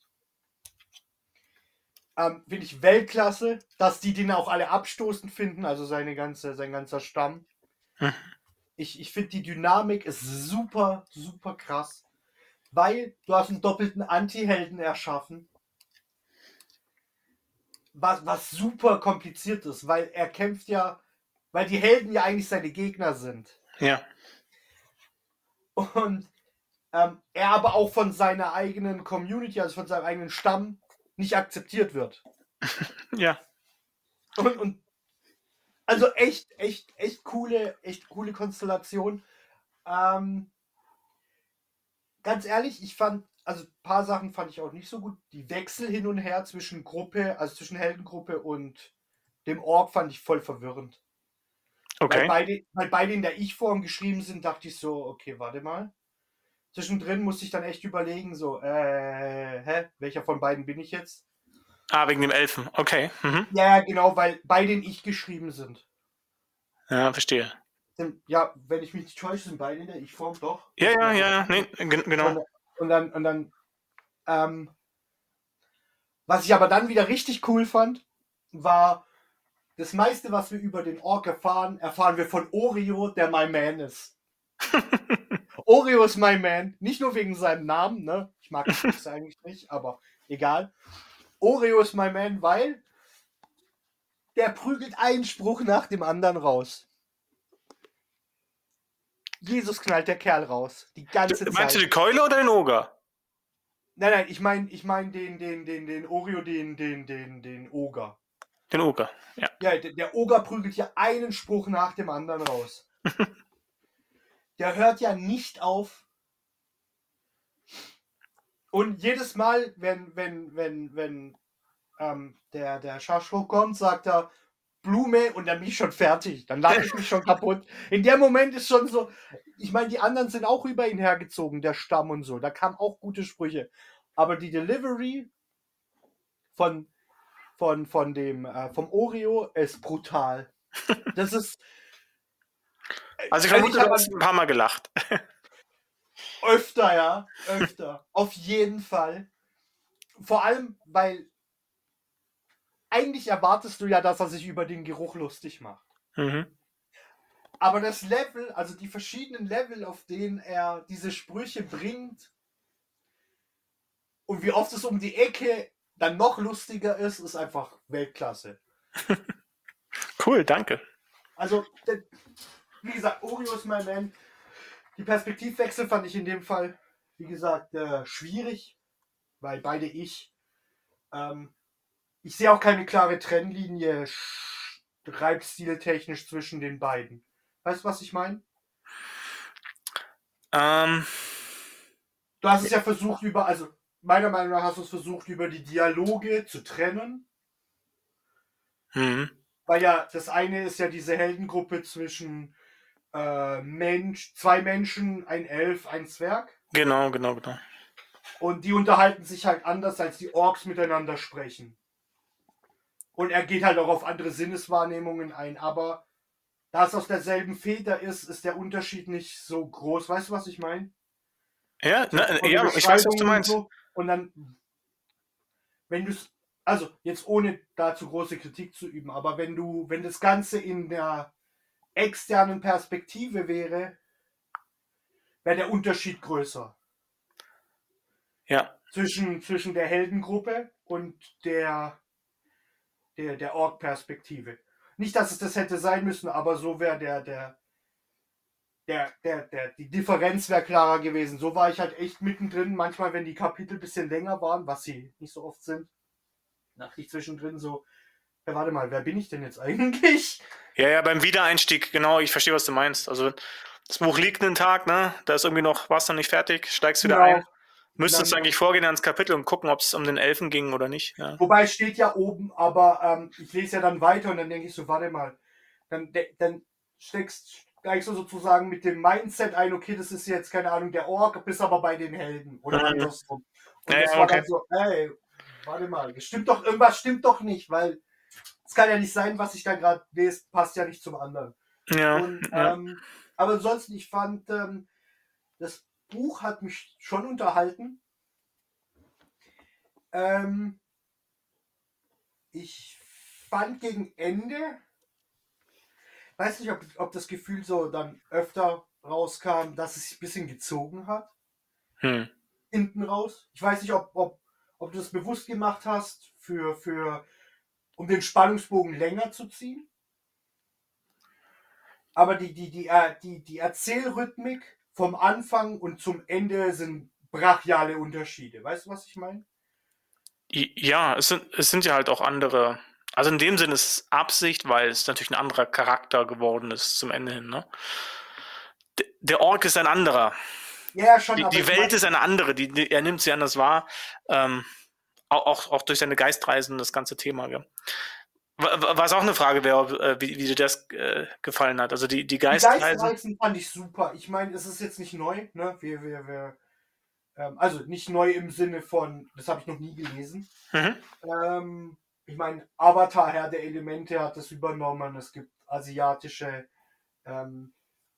Speaker 3: Ähm, finde ich Weltklasse, dass die den auch alle abstoßend finden, also seine ganze, sein ganzer Stamm.
Speaker 4: Hm.
Speaker 3: Ich, ich finde die Dynamik ist super, super krass, weil du hast einen doppelten Anti-Helden erschaffen, was, was super kompliziert ist, weil er kämpft ja, weil die Helden ja eigentlich seine Gegner sind.
Speaker 4: Ja.
Speaker 3: Und ähm, er aber auch von seiner eigenen Community, also von seinem eigenen Stamm, nicht akzeptiert wird.
Speaker 4: Ja.
Speaker 3: Und, und also echt, echt, echt coole, echt coole Konstellation. Ähm, ganz ehrlich, ich fand, also ein paar Sachen fand ich auch nicht so gut. Die Wechsel hin und her zwischen Gruppe, also zwischen Heldengruppe und dem Ork fand ich voll verwirrend. Weil
Speaker 4: Okay.
Speaker 3: beide, weil beide in der Ich-Form geschrieben sind, dachte ich so, okay, warte mal. Zwischendrin musste ich dann echt überlegen, so, äh, hä, welcher von beiden bin ich jetzt?
Speaker 4: Ah, wegen dem Elfen. Okay. Mhm.
Speaker 3: Ja, genau, weil beide in Ich geschrieben sind.
Speaker 4: Ja, verstehe.
Speaker 3: Denn, ja, wenn ich mich nicht täusche, sind beide in der Ich-Form, doch.
Speaker 4: Ja, ja, ja, ja. Nee, gen- genau.
Speaker 3: Und, und dann, und dann ähm, was ich aber dann wieder richtig cool fand, war, das meiste, was wir über den Ork erfahren, erfahren wir von Oreo, der My Man ist. Oreo ist My Man, nicht nur wegen seinem Namen, ne? Ich mag das eigentlich nicht, aber egal. Oreo ist My Man, weil der prügelt einen Spruch nach dem anderen raus. Jesus knallt der Kerl raus. Die ganze Zeit.
Speaker 4: Meinst du die Keule oder den Oger?
Speaker 3: Nein, nein, ich meine ich mein den, den, den, den Oreo, den, den, den, den Oger.
Speaker 4: Den Oger, ja.
Speaker 3: Ja, der, der Oger prügelt ja einen Spruch nach dem anderen raus. Der hört ja nicht auf. Und jedes Mal, wenn, wenn, wenn, wenn ähm, der, der Schaschro kommt, sagt er Blume und dann bin ich schon fertig. Dann lache ich mich schon kaputt. In dem Moment ist schon so, ich meine, die anderen sind auch über ihn hergezogen, der Stamm und so. Da kamen auch gute Sprüche. Aber die Delivery von, von, von dem, äh, vom Oreo ist brutal. Das ist.
Speaker 4: Also ich
Speaker 3: Wenn
Speaker 4: vermute,
Speaker 3: ich
Speaker 4: du
Speaker 3: aber-
Speaker 4: hast ein paar Mal gelacht.
Speaker 3: Öfter, ja. Öfter. Auf jeden Fall. Vor allem, weil eigentlich erwartest du ja, dass er sich über den Geruch lustig macht.
Speaker 4: Mhm.
Speaker 3: Aber das Level, also die verschiedenen Level, auf denen er diese Sprüche bringt und wie oft es um die Ecke dann noch lustiger ist, ist einfach Weltklasse.
Speaker 4: Cool, danke.
Speaker 3: Also, der, wie gesagt, Oreo ist mein Man. Die Perspektivwechsel fand ich in dem Fall, wie gesagt, äh, schwierig, weil beide ich. Ähm, ich sehe auch keine klare Trennlinie schreibstiltechnisch zwischen den beiden. Weißt du, was ich meine?
Speaker 4: Ähm,
Speaker 3: Du hast es ja versucht über, also meiner Meinung nach hast du es versucht über die Dialoge zu trennen,
Speaker 4: mhm.
Speaker 3: weil ja das eine ist ja diese Heldengruppe zwischen äh, Mensch, zwei Menschen, ein Elf, ein Zwerg.
Speaker 4: Genau, genau, genau.
Speaker 3: Und die unterhalten sich halt anders, als die Orks miteinander sprechen. Und er geht halt auch auf andere Sinneswahrnehmungen ein. Aber da es aus derselben Feder ist, ist der Unterschied nicht so groß. Weißt du, was ich meine?
Speaker 4: Ja, na,
Speaker 3: Von
Speaker 4: ja,
Speaker 3: den
Speaker 4: ich weiß, was du
Speaker 3: Beschreibungen
Speaker 4: meinst.
Speaker 3: und so. Und dann wenn du es, also jetzt ohne dazu große Kritik zu üben, aber wenn du, wenn das Ganze in der externen Perspektive wäre, wäre der Unterschied größer.
Speaker 4: Ja.
Speaker 3: Zwischen, zwischen der Heldengruppe und der, der, der Ork-Perspektive. Nicht, dass es das hätte sein müssen, aber so wäre der, der, der, der, der, die Differenz wäre klarer gewesen. So war ich halt echt mittendrin. Manchmal, wenn die Kapitel ein bisschen länger waren, was sie nicht so oft sind, dachte ich zwischendrin so, ja, warte mal, wer bin ich denn jetzt eigentlich?
Speaker 4: Ja, ja, beim Wiedereinstieg, genau, ich verstehe, was du meinst. Also das Buch liegt einen Tag, ne? Da ist irgendwie noch, warst noch nicht fertig, steigst wieder
Speaker 3: Genau.
Speaker 4: ein. Müsstest du
Speaker 3: Dann-
Speaker 4: eigentlich vorgehen ans Kapitel und gucken, ob es um den Elfen ging oder nicht. Ja.
Speaker 3: Wobei steht ja oben, aber ähm, ich lese ja dann weiter und dann denke ich so, warte mal, dann, de- dann steckst steigst du sozusagen mit dem Mindset ein, okay, das ist jetzt, keine Ahnung, der Ork, bist aber bei den Helden oder
Speaker 4: Mhm.
Speaker 3: andersrum. Und
Speaker 4: Ja,
Speaker 3: das
Speaker 4: ja,
Speaker 3: war
Speaker 4: okay.
Speaker 3: dann so, ey, warte mal, das stimmt doch, irgendwas stimmt doch nicht, weil es kann ja nicht sein, was ich da gerade lese, passt ja nicht zum anderen.
Speaker 4: Ja,
Speaker 3: Und,
Speaker 4: ja.
Speaker 3: ähm, aber ansonsten, ich fand, ähm, das Buch hat mich schon unterhalten. Ähm, ich fand gegen Ende, weiß nicht, ob, ob das Gefühl so dann öfter rauskam, dass es sich ein bisschen gezogen hat,
Speaker 4: Hm.
Speaker 3: hinten raus. Ich weiß nicht, ob, ob, ob du das bewusst gemacht hast, für, für, um den Spannungsbogen länger zu ziehen. Aber die, die, die, äh, die, die Erzählrhythmik vom Anfang und zum Ende sind brachiale Unterschiede. Weißt du, was ich meine?
Speaker 4: I- Ja, es sind, es sind ja halt auch andere. Also in dem Sinne ist es Absicht, weil es natürlich ein anderer Charakter geworden ist zum Ende hin. Ne? D- Der Ork ist ein anderer.
Speaker 3: Ja, schon.
Speaker 4: Die,
Speaker 3: aber
Speaker 4: die
Speaker 3: ich
Speaker 4: Welt
Speaker 3: mein-
Speaker 4: ist eine andere. Die, die, er nimmt sie anders wahr. Ähm, auch, auch, auch durch seine Geistreisen, das ganze Thema. Gell? Wa- wa- Was auch eine Frage wäre, ob, äh, wie, wie dir das äh, gefallen hat. Also die, die
Speaker 3: Die
Speaker 4: Geistreisen.
Speaker 3: Geistreisen fand ich super. Ich meine, es ist jetzt nicht neu, ne? Wir, wir, wir, ähm, also nicht neu im Sinne von, das habe ich noch nie gelesen.
Speaker 4: Mhm.
Speaker 3: Ähm, ich meine, Avatar, Herr der Elemente, hat das übernommen. Es gibt asiatische ähm,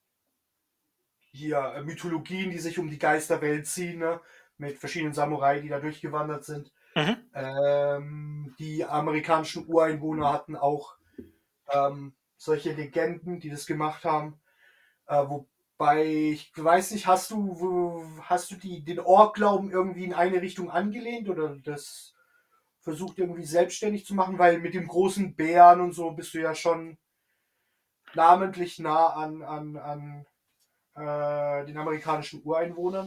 Speaker 3: hier äh, Mythologien, die sich um die Geisterwelt ziehen, ne? Mit verschiedenen Samurai, die da durchgewandert sind.
Speaker 4: Mhm.
Speaker 3: Ähm, die amerikanischen Ureinwohner hatten auch ähm, solche Legenden, die das gemacht haben. Äh, wobei, ich weiß nicht, hast du, wo, hast du die, den Ork-Glauben irgendwie in eine Richtung angelehnt oder das versucht irgendwie selbstständig zu machen? Weil mit dem großen Bären und so bist du ja schon namentlich nah an, an, an äh, den amerikanischen Ureinwohnern.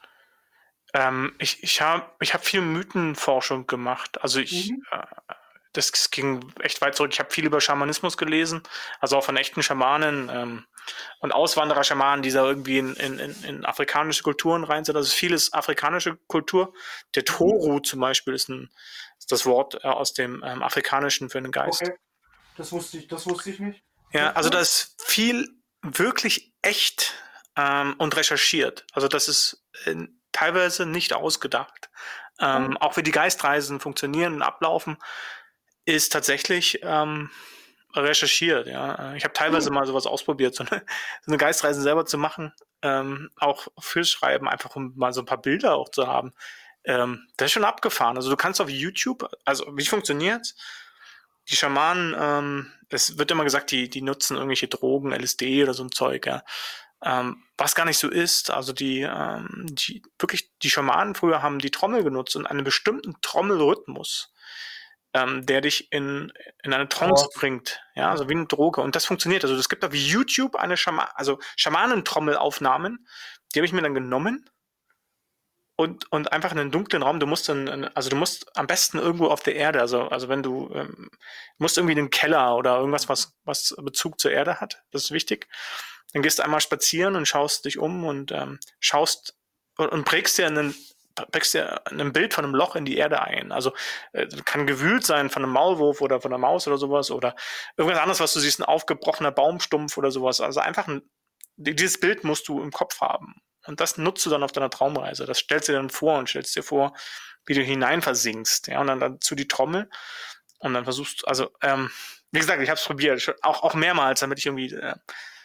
Speaker 4: Ähm, ich ich habe ich hab viel Mythenforschung gemacht. Also ich,
Speaker 3: Mhm.
Speaker 4: äh, das, das ging echt weit zurück. Ich habe viel über Schamanismus gelesen, also auch von echten Schamanen ähm, und Auswanderer-Schamanen, die da irgendwie in, in, in, in afrikanische Kulturen rein sind. Also vieles afrikanische Kultur. Der Toru zum Beispiel ist, ein, ist das Wort äh, aus dem ähm, Afrikanischen für einen Geist.
Speaker 3: Okay, das wusste ich, das wusste ich nicht.
Speaker 4: Ja,
Speaker 3: Okay,
Speaker 4: also
Speaker 3: cool.
Speaker 4: da ist viel wirklich echt ähm, und recherchiert. Also das ist äh, teilweise nicht ausgedacht. Ähm, auch wie die Geistreisen funktionieren und ablaufen, ist tatsächlich ähm, recherchiert. Ja, ich habe teilweise mal sowas ausprobiert, so eine, so eine Geistreise selber zu machen, ähm, auch fürs Schreiben, einfach um mal so ein paar Bilder auch zu haben. Ähm, das ist schon abgefahren. Also du kannst auf YouTube, also wie funktioniert's? Die Schamanen, ähm, es wird immer gesagt, die, die nutzen irgendwelche Drogen, L S D oder so ein Zeug, ja. Ähm, was gar nicht so ist. Also die, ähm, die, wirklich, die Schamanen früher haben die Trommel genutzt und einen bestimmten Trommelrhythmus, ähm, der dich in, in eine Trance
Speaker 3: Oh.
Speaker 4: bringt. Ja, also wie eine Droge. Und das funktioniert. Also es gibt auf YouTube eine Schama also Schamanentrommelaufnahmen, die habe ich mir dann genommen und, und einfach in einen dunklen Raum, du musst dann, also du musst am besten irgendwo auf der Erde, also, also wenn du ähm, musst irgendwie in den Keller oder irgendwas, was, was Bezug zur Erde hat, das ist wichtig. Dann gehst du einmal spazieren und schaust dich um und ähm, schaust und, und prägst dir einen prägst dir ein Bild von einem Loch in die Erde ein. Also äh, kann gewühlt sein von einem Maulwurf oder von einer Maus oder sowas oder irgendwas anderes, was du siehst, ein aufgebrochener Baumstumpf oder sowas. Also einfach ein, dieses Bild musst du im Kopf haben. Und das nutzt du dann auf deiner Traumreise. Das stellst du dir dann vor und stellst dir vor, wie du hineinversinkst. Ja, und dann dazu die Trommel. Und dann versuchst du, also, ähm, wie gesagt, ich habe es probiert, auch, auch mehrmals, damit ich irgendwie äh,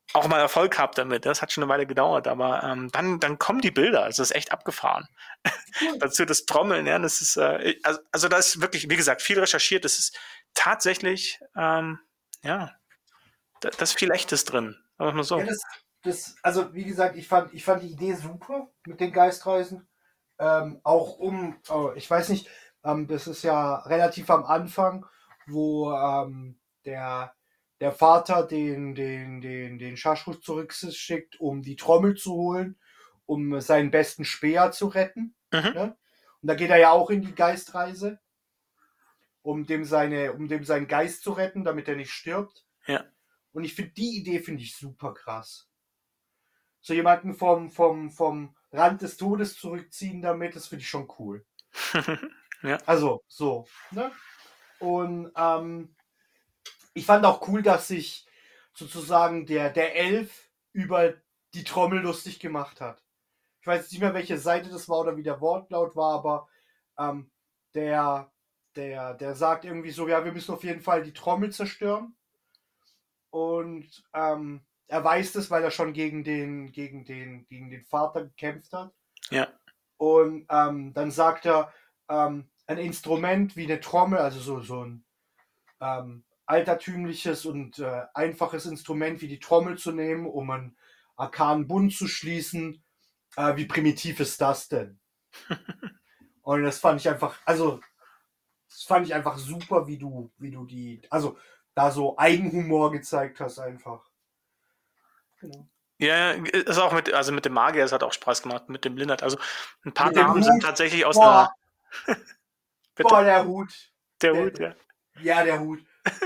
Speaker 4: auch mal Erfolg gehabt damit. Das hat schon eine Weile gedauert, aber ähm, dann, dann kommen die Bilder. Also das ist echt abgefahren. Dazu das Trommeln, ja, das ist, äh, also, also da ist wirklich, wie gesagt, viel recherchiert. Das ist tatsächlich, ähm, ja, da, da ist viel Echtes drin. Sagen wir mal so.
Speaker 3: Ja, das, das, also wie gesagt, ich fand, ich fand die Idee super mit den Geistreisen. Ähm, auch um, oh, ich weiß nicht, ähm, das ist ja relativ am Anfang, wo ähm, der, der Vater den, den, den, den Schaschus zurückschickt, um die Trommel zu holen, um seinen besten Speer zu retten.
Speaker 4: Mhm.
Speaker 3: Ne? Und da geht er ja auch in die Geistreise, um dem, seine, um dem seinen Geist zu retten, damit er nicht stirbt.
Speaker 4: Ja.
Speaker 3: Und ich finde, die Idee finde ich super krass. So jemanden vom, vom, vom Rand des Todes zurückziehen damit, das finde ich schon cool.
Speaker 4: Ja.
Speaker 3: Also, so. Ne? Und ähm, ich fand auch cool, dass sich sozusagen der, der Elf über die Trommel lustig gemacht hat. Ich weiß nicht mehr, welche Seite das war oder wie der Wortlaut war, aber ähm, der, der, der sagt irgendwie so, ja, wir müssen auf jeden Fall die Trommel zerstören. Und ähm, er weiß das, weil er schon gegen den, gegen den, gegen den Vater gekämpft hat.
Speaker 4: Ja.
Speaker 3: Und ähm, dann sagt er, ähm, ein Instrument wie eine Trommel, also so, so ein ähm, altertümliches und äh, einfaches Instrument wie die Trommel zu nehmen, um einen arkanen Bund zu schließen. Äh, wie primitiv ist das denn? Und das fand ich einfach, also das fand ich einfach super, wie du, wie du die, also da so Eigenhumor gezeigt hast einfach. Genau.
Speaker 4: Ja, ist auch mit, also mit dem Magier, es hat auch Spaß gemacht, mit dem Lindert. Also ein paar
Speaker 3: Mit dem
Speaker 4: Namen sind
Speaker 3: Hut.
Speaker 4: tatsächlich aus
Speaker 3: Boah,
Speaker 4: einer. Bitte?
Speaker 3: boah, der Hut.
Speaker 4: Der
Speaker 3: der-
Speaker 4: Hut, ja.
Speaker 3: Ja, der Hut.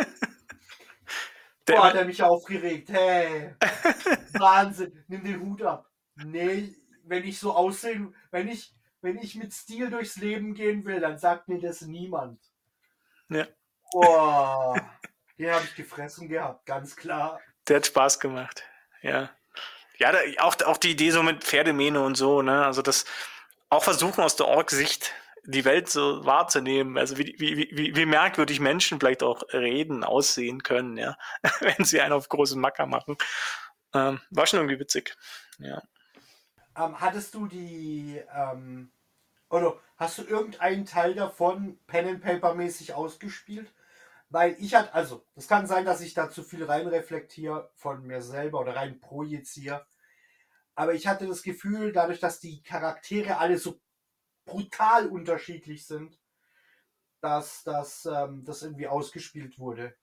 Speaker 4: Der,
Speaker 3: Boah, hat er mich aufgeregt. Hey, Wahnsinn. Nimm den Hut ab. Nee, wenn ich so aussehe, wenn ich, wenn ich mit Stil durchs Leben gehen will, dann sagt mir das niemand.
Speaker 4: Ja.
Speaker 3: Boah, den habe ich gefressen gehabt, ganz klar.
Speaker 4: der hat Spaß gemacht. Ja. Ja, da, auch, auch die Idee so mit Pferdemähne und so, ne? Also das auch versuchen aus der Org-Sicht die Welt so wahrzunehmen, also wie, wie, wie, wie merkwürdig Menschen vielleicht auch reden, aussehen können, ja, wenn sie einen auf großen Macker machen. Ähm, war schon irgendwie witzig. Ja.
Speaker 3: Ähm, hattest du die, ähm, oder hast du irgendeinen Teil davon Pen and Paper mäßig ausgespielt? Weil ich hatte, also, es kann sein, dass ich da zu viel reinreflektiere von mir selber oder rein projiziere. Aber ich hatte das Gefühl, dadurch, dass die Charaktere alle so brutal unterschiedlich sind, dass das, ähm, das irgendwie ausgespielt wurde.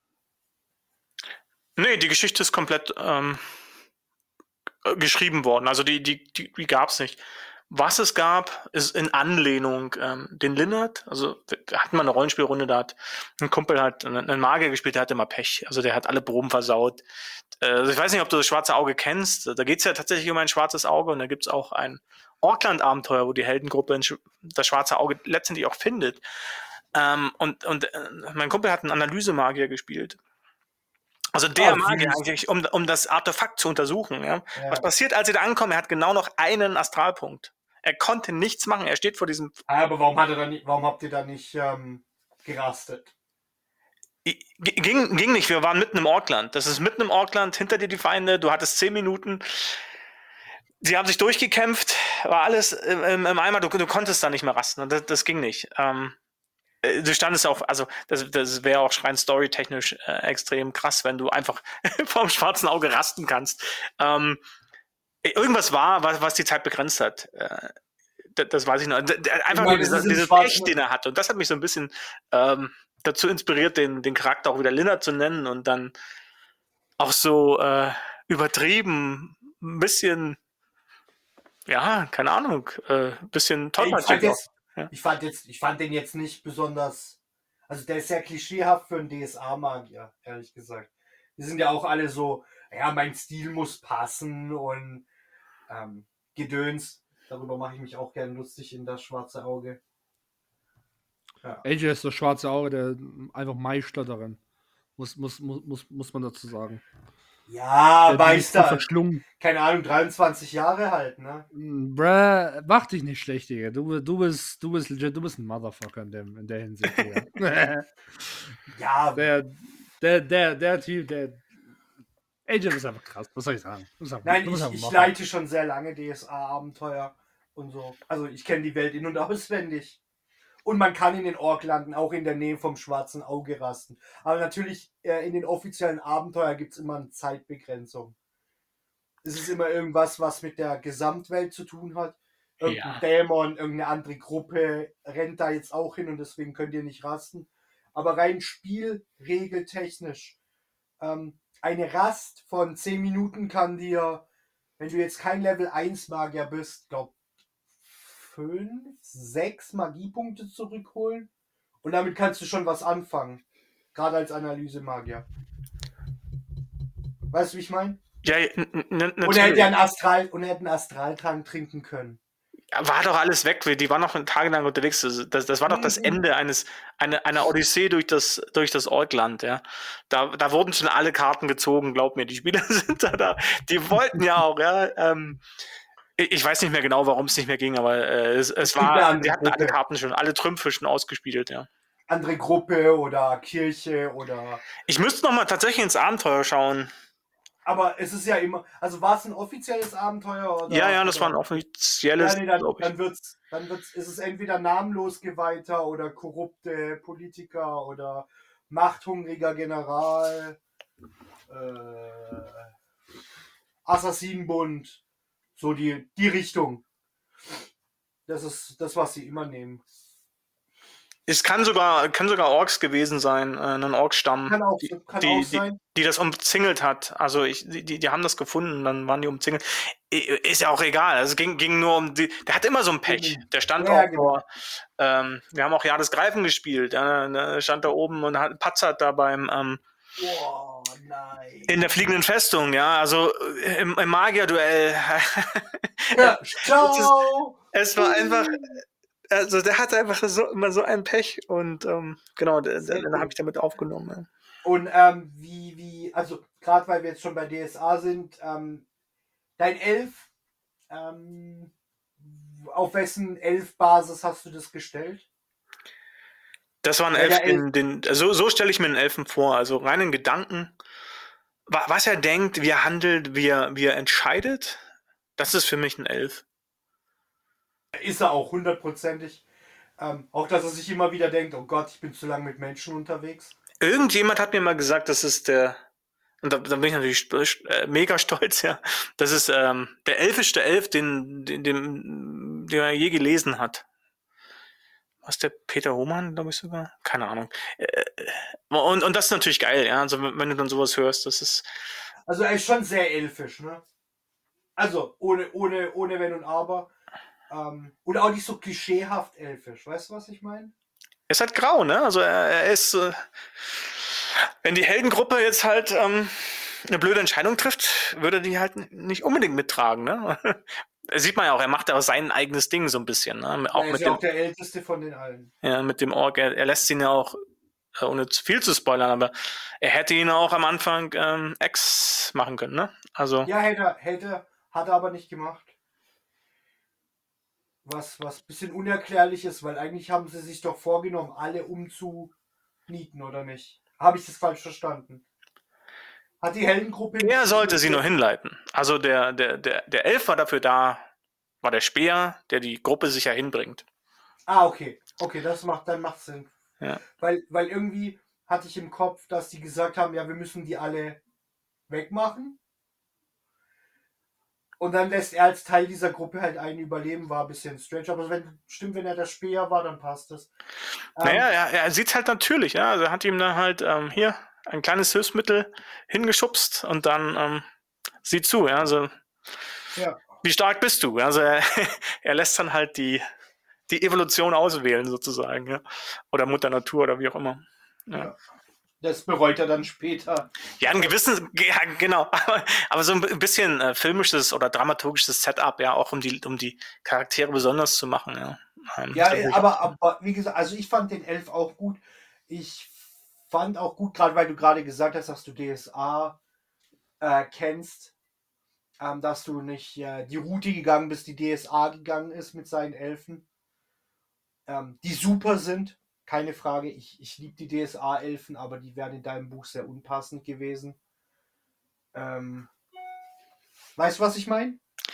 Speaker 4: Nee, die Geschichte ist komplett ähm, geschrieben worden. Also die, die, die, die gab es nicht. Was es gab, ist in Anlehnung ähm, den Lindert. Also wir hatten mal eine Rollenspielrunde, da hat ein Kumpel hat einen Magier gespielt, der hatte immer Pech. Also der hat alle Proben versaut. Äh, also ich weiß nicht, ob du das Schwarze Auge kennst. Da geht es ja tatsächlich um ein schwarzes Auge und da gibt es auch ein Orkland-Abenteuer, wo die Heldengruppe das Schwarze Auge letztendlich auch findet. Ähm, und und äh, mein Kumpel hat einen Analysemagier gespielt. Also der
Speaker 3: Ah,
Speaker 4: Magier
Speaker 3: süß.
Speaker 4: eigentlich, um, um das Artefakt zu untersuchen. Ja?
Speaker 3: Ja.
Speaker 4: Was passiert, als sie da ankommen? Er hat genau noch einen Astralpunkt. Er konnte nichts machen. Er steht vor diesem.
Speaker 3: Aber warum, hat er da nicht, warum habt ihr da nicht ähm, gerastet?
Speaker 4: G- Ging, ging nicht. Wir waren mitten im Orkland. Das ist mitten im Orkland. Hinter dir die Feinde. Du hattest zehn Minuten. Sie haben sich durchgekämpft. War alles im, im Eimer. Du, du konntest da nicht mehr rasten. Das, das ging nicht. Ähm, du standest auch, also das, das wäre auch rein storytechnisch äh, extrem krass, wenn du einfach vom schwarzen Auge rasten kannst. Ähm, irgendwas war, was, was die Zeit begrenzt hat. Äh, das, das weiß ich noch. D- d- Einfach
Speaker 3: meine,
Speaker 4: nur
Speaker 3: es
Speaker 4: dieser,
Speaker 3: ist im
Speaker 4: dieses
Speaker 3: Schwarzen-
Speaker 4: Pech, den er hatte. Und das hat mich so ein bisschen ähm, dazu inspiriert, den, den Charakter auch wieder Lindert zu nennen und dann auch so äh, übertrieben, ein bisschen, ja, keine Ahnung, äh, ein bisschen
Speaker 3: Ich fand,
Speaker 4: tollpatschig. auch.
Speaker 3: jetzt, ich, fand jetzt, ich fand den jetzt nicht besonders. Also der ist sehr klischeehaft für einen D S A-Magier, ehrlich gesagt. Die sind ja auch alle so, ja, mein Stil muss passen und ähm, Gedöns. Darüber mache ich mich auch gerne lustig in das Schwarze Auge. Ja.
Speaker 2: A J ist das schwarze Auge, der einfach Meister darin. Muss, muss, muss, muss, muss man dazu sagen.
Speaker 3: Ja,
Speaker 2: Der die ist so
Speaker 3: Meister.
Speaker 2: verschlungen.
Speaker 3: Keine Ahnung, dreiundzwanzig Jahre halt, ne?
Speaker 2: Mm, Bruh, mach dich nicht schlecht, Digga. Du, du bist, du bist legit, du bist ein Motherfucker in, dem, in der Hinsicht, Digga.
Speaker 3: Ja,
Speaker 2: der, der, der, der Typ, der. Agent ist einfach krass, was soll ich sagen? Das ist einfach-
Speaker 3: Nein,
Speaker 2: das muss
Speaker 3: ich,
Speaker 2: einfach
Speaker 3: ich
Speaker 2: machen.
Speaker 3: leite schon sehr lange D S A-Abenteuer und so. Also ich kenne die Welt in- und auswendig. Und man kann in den Ork landen, auch in der Nähe vom schwarzen Auge rasten. Aber natürlich, äh, in den offiziellen Abenteuern gibt es immer eine Zeitbegrenzung. Es ist immer irgendwas, was mit der Gesamtwelt zu tun hat. Irgendein
Speaker 4: Ja.
Speaker 3: Dämon, irgendeine andere Gruppe rennt da jetzt auch hin und deswegen könnt ihr nicht rasten. Aber rein spielregeltechnisch, ähm, eine Rast von zehn Minuten kann dir, wenn du jetzt kein Level eins Magier bist, glaub fünf, sechs Magiepunkte zurückholen. Und damit kannst du schon was anfangen. Gerade als Analysemagier. Weißt du, wie ich meine?
Speaker 4: Ja, n- n-
Speaker 3: Und er hätte
Speaker 4: natürlich.
Speaker 3: ja einen Astral und er hätte einen Astraltrank trinken können.
Speaker 4: War doch alles weg. Die waren noch tagelang unterwegs. Das, das, das war doch das
Speaker 3: Mhm.
Speaker 4: Ende eines eine, einer Odyssee durch das durch das Orkland. Ja, da, da wurden schon alle Karten gezogen. Glaub mir, die Spieler sind da. da. Die wollten ja auch. Ja, ähm, ich ich weiß nicht mehr genau, warum es nicht mehr ging, aber äh, es, es
Speaker 3: gibt eine
Speaker 4: war.
Speaker 3: andere
Speaker 4: Die hatten alle
Speaker 3: Gruppe.
Speaker 4: Karten schon, alle Trümpfe schon ausgespielt. Ja.
Speaker 3: Andere Gruppe oder Kirche oder.
Speaker 4: Ich müsste noch mal tatsächlich ins Abenteuer schauen.
Speaker 3: Aber es ist ja immer. Also war es ein offizielles Abenteuer oder?
Speaker 4: Ja, ja, das
Speaker 3: oder?
Speaker 4: war ein offizielles,
Speaker 3: Ja, nee, dann,
Speaker 4: glaube ich.
Speaker 3: dann wird's, dann wird's, ist es entweder namenlos Geweihter oder korrupte Politiker oder machthungriger General, äh, Assassinenbund, so die, die Richtung. Das ist das, was sie immer nehmen.
Speaker 4: Es kann sogar, kann sogar Orks gewesen sein, äh, ein Orkstamm,
Speaker 3: Kann auch,
Speaker 4: die,
Speaker 3: kann
Speaker 4: die,
Speaker 3: auch
Speaker 4: die,
Speaker 3: sein.
Speaker 4: die das umzingelt hat. Also ich, die, die haben das gefunden, dann waren die umzingelt. I- Ist ja auch egal. Also es ging, ging nur um die. Der hat immer so ein Pech. Der stand
Speaker 3: Ja,
Speaker 4: auch
Speaker 3: genau.
Speaker 4: vor. Ähm, wir haben auch Ja des Greifen gespielt. Ja, der stand da oben und hat patzert da beim ähm,
Speaker 3: Oh, nein.
Speaker 4: in der fliegenden Festung. Ja, also äh, im, im Magier-Duell.
Speaker 3: Ja, ciao!
Speaker 4: Es war einfach. Also der hatte einfach so immer so ein Pech und ähm, genau, da-
Speaker 3: Sehr
Speaker 4: dann
Speaker 3: cool.
Speaker 4: habe ich damit aufgenommen. Ja.
Speaker 3: Und ähm, wie, wie, also gerade weil wir jetzt schon bei D S A sind, ähm, dein Elf, ähm, auf wessen Elf-Basis hast du das gestellt?
Speaker 4: Das war ein
Speaker 3: Ja,
Speaker 4: Elf,
Speaker 3: der Elf.
Speaker 4: den, den, so, so stelle ich mir einen Elfen vor. Also reinen Gedanken. Wa- Was er denkt, wie er handelt, wie er, wie er entscheidet, das ist für mich ein Elf.
Speaker 3: Ist er auch hundertprozentig. Ähm, auch, dass er sich immer wieder denkt, oh Gott, ich bin zu lange mit Menschen unterwegs.
Speaker 4: Irgendjemand hat mir mal gesagt, das ist der, und da, da bin ich natürlich st- äh, mega stolz, ja. Das ist ähm, der elfischste Elf, den, den, den, den er je gelesen hat. Was der Peter Hohmann, glaube ich sogar? Keine Ahnung. Äh, Und, und das ist natürlich geil, ja. Also wenn wenn du dann sowas hörst, das ist.
Speaker 3: Also er ist schon sehr elfisch, ne? Also ohne, ohne, ohne Wenn und Aber. Ähm, und auch nicht so klischeehaft elfisch. Weißt du, was ich meine?
Speaker 4: Er ist halt grau, ne? Also er, er ist. Äh, wenn die Heldengruppe jetzt halt ähm, eine blöde Entscheidung trifft, würde die halt n- nicht unbedingt mittragen, ne? Sieht man ja auch, er macht ja auch sein eigenes Ding so ein bisschen, ne? Auch
Speaker 3: Er ist
Speaker 4: mit
Speaker 3: ja
Speaker 4: dem,
Speaker 3: auch der älteste von den allen.
Speaker 4: ja, mit dem Ork. Er, er lässt ihn ja auch, äh, ohne zu viel zu spoilern, aber er hätte ihn auch am Anfang ähm, Ex machen können, ne? Also.
Speaker 3: Ja, hätte er, hätte, hat er aber nicht gemacht. Was, was ein bisschen unerklärlich ist, weil eigentlich haben sie sich doch vorgenommen, alle umzunieten, oder nicht? Habe ich das falsch verstanden? Hat die Heldengruppe nicht.
Speaker 4: Er sollte sie nur hinleiten. Also der, der, der, der Elf war dafür da, war der Speer, der die Gruppe sicher hinbringt.
Speaker 3: Ah, okay. Okay, das macht, dann macht Sinn.
Speaker 4: Ja.
Speaker 3: Weil, weil irgendwie hatte ich im Kopf, dass die gesagt haben, ja, wir müssen die alle wegmachen. Und dann lässt er als Teil dieser Gruppe halt einen überleben, war ein bisschen strange. Aber wenn, stimmt, wenn er der Speer war, dann passt das. Ähm,
Speaker 4: Naja, er, er sieht halt natürlich, ja. Also er hat ihm dann halt ähm, hier ein kleines Hilfsmittel hingeschubst und dann ähm, sieh zu, ja. Also,
Speaker 3: ja.
Speaker 4: wie stark bist du? Also er, er lässt dann halt die, die Evolution auswählen, sozusagen, ja. Oder Mutter Natur oder wie auch immer. Ja.
Speaker 3: Ja. Das bereut er dann später.
Speaker 4: Ja, ein gewissen, ja, genau, aber, aber so ein bisschen äh, filmisches oder dramaturgisches Setup, ja, auch um die, um die Charaktere besonders zu machen, ja. Ähm,
Speaker 3: Ja,
Speaker 4: das-
Speaker 3: aber, aber wie gesagt, also ich fand den Elf auch gut. Ich fand auch gut, gerade weil du gerade gesagt hast, dass du D S A äh, kennst, ähm, dass du nicht äh, die Route gegangen bist, die D S A gegangen ist mit seinen Elfen, ähm, die super sind, keine Frage. Ich, ich liebe die D S A-Elfen, aber die wären in deinem Buch sehr unpassend gewesen. Ähm, weißt du, was ich meine?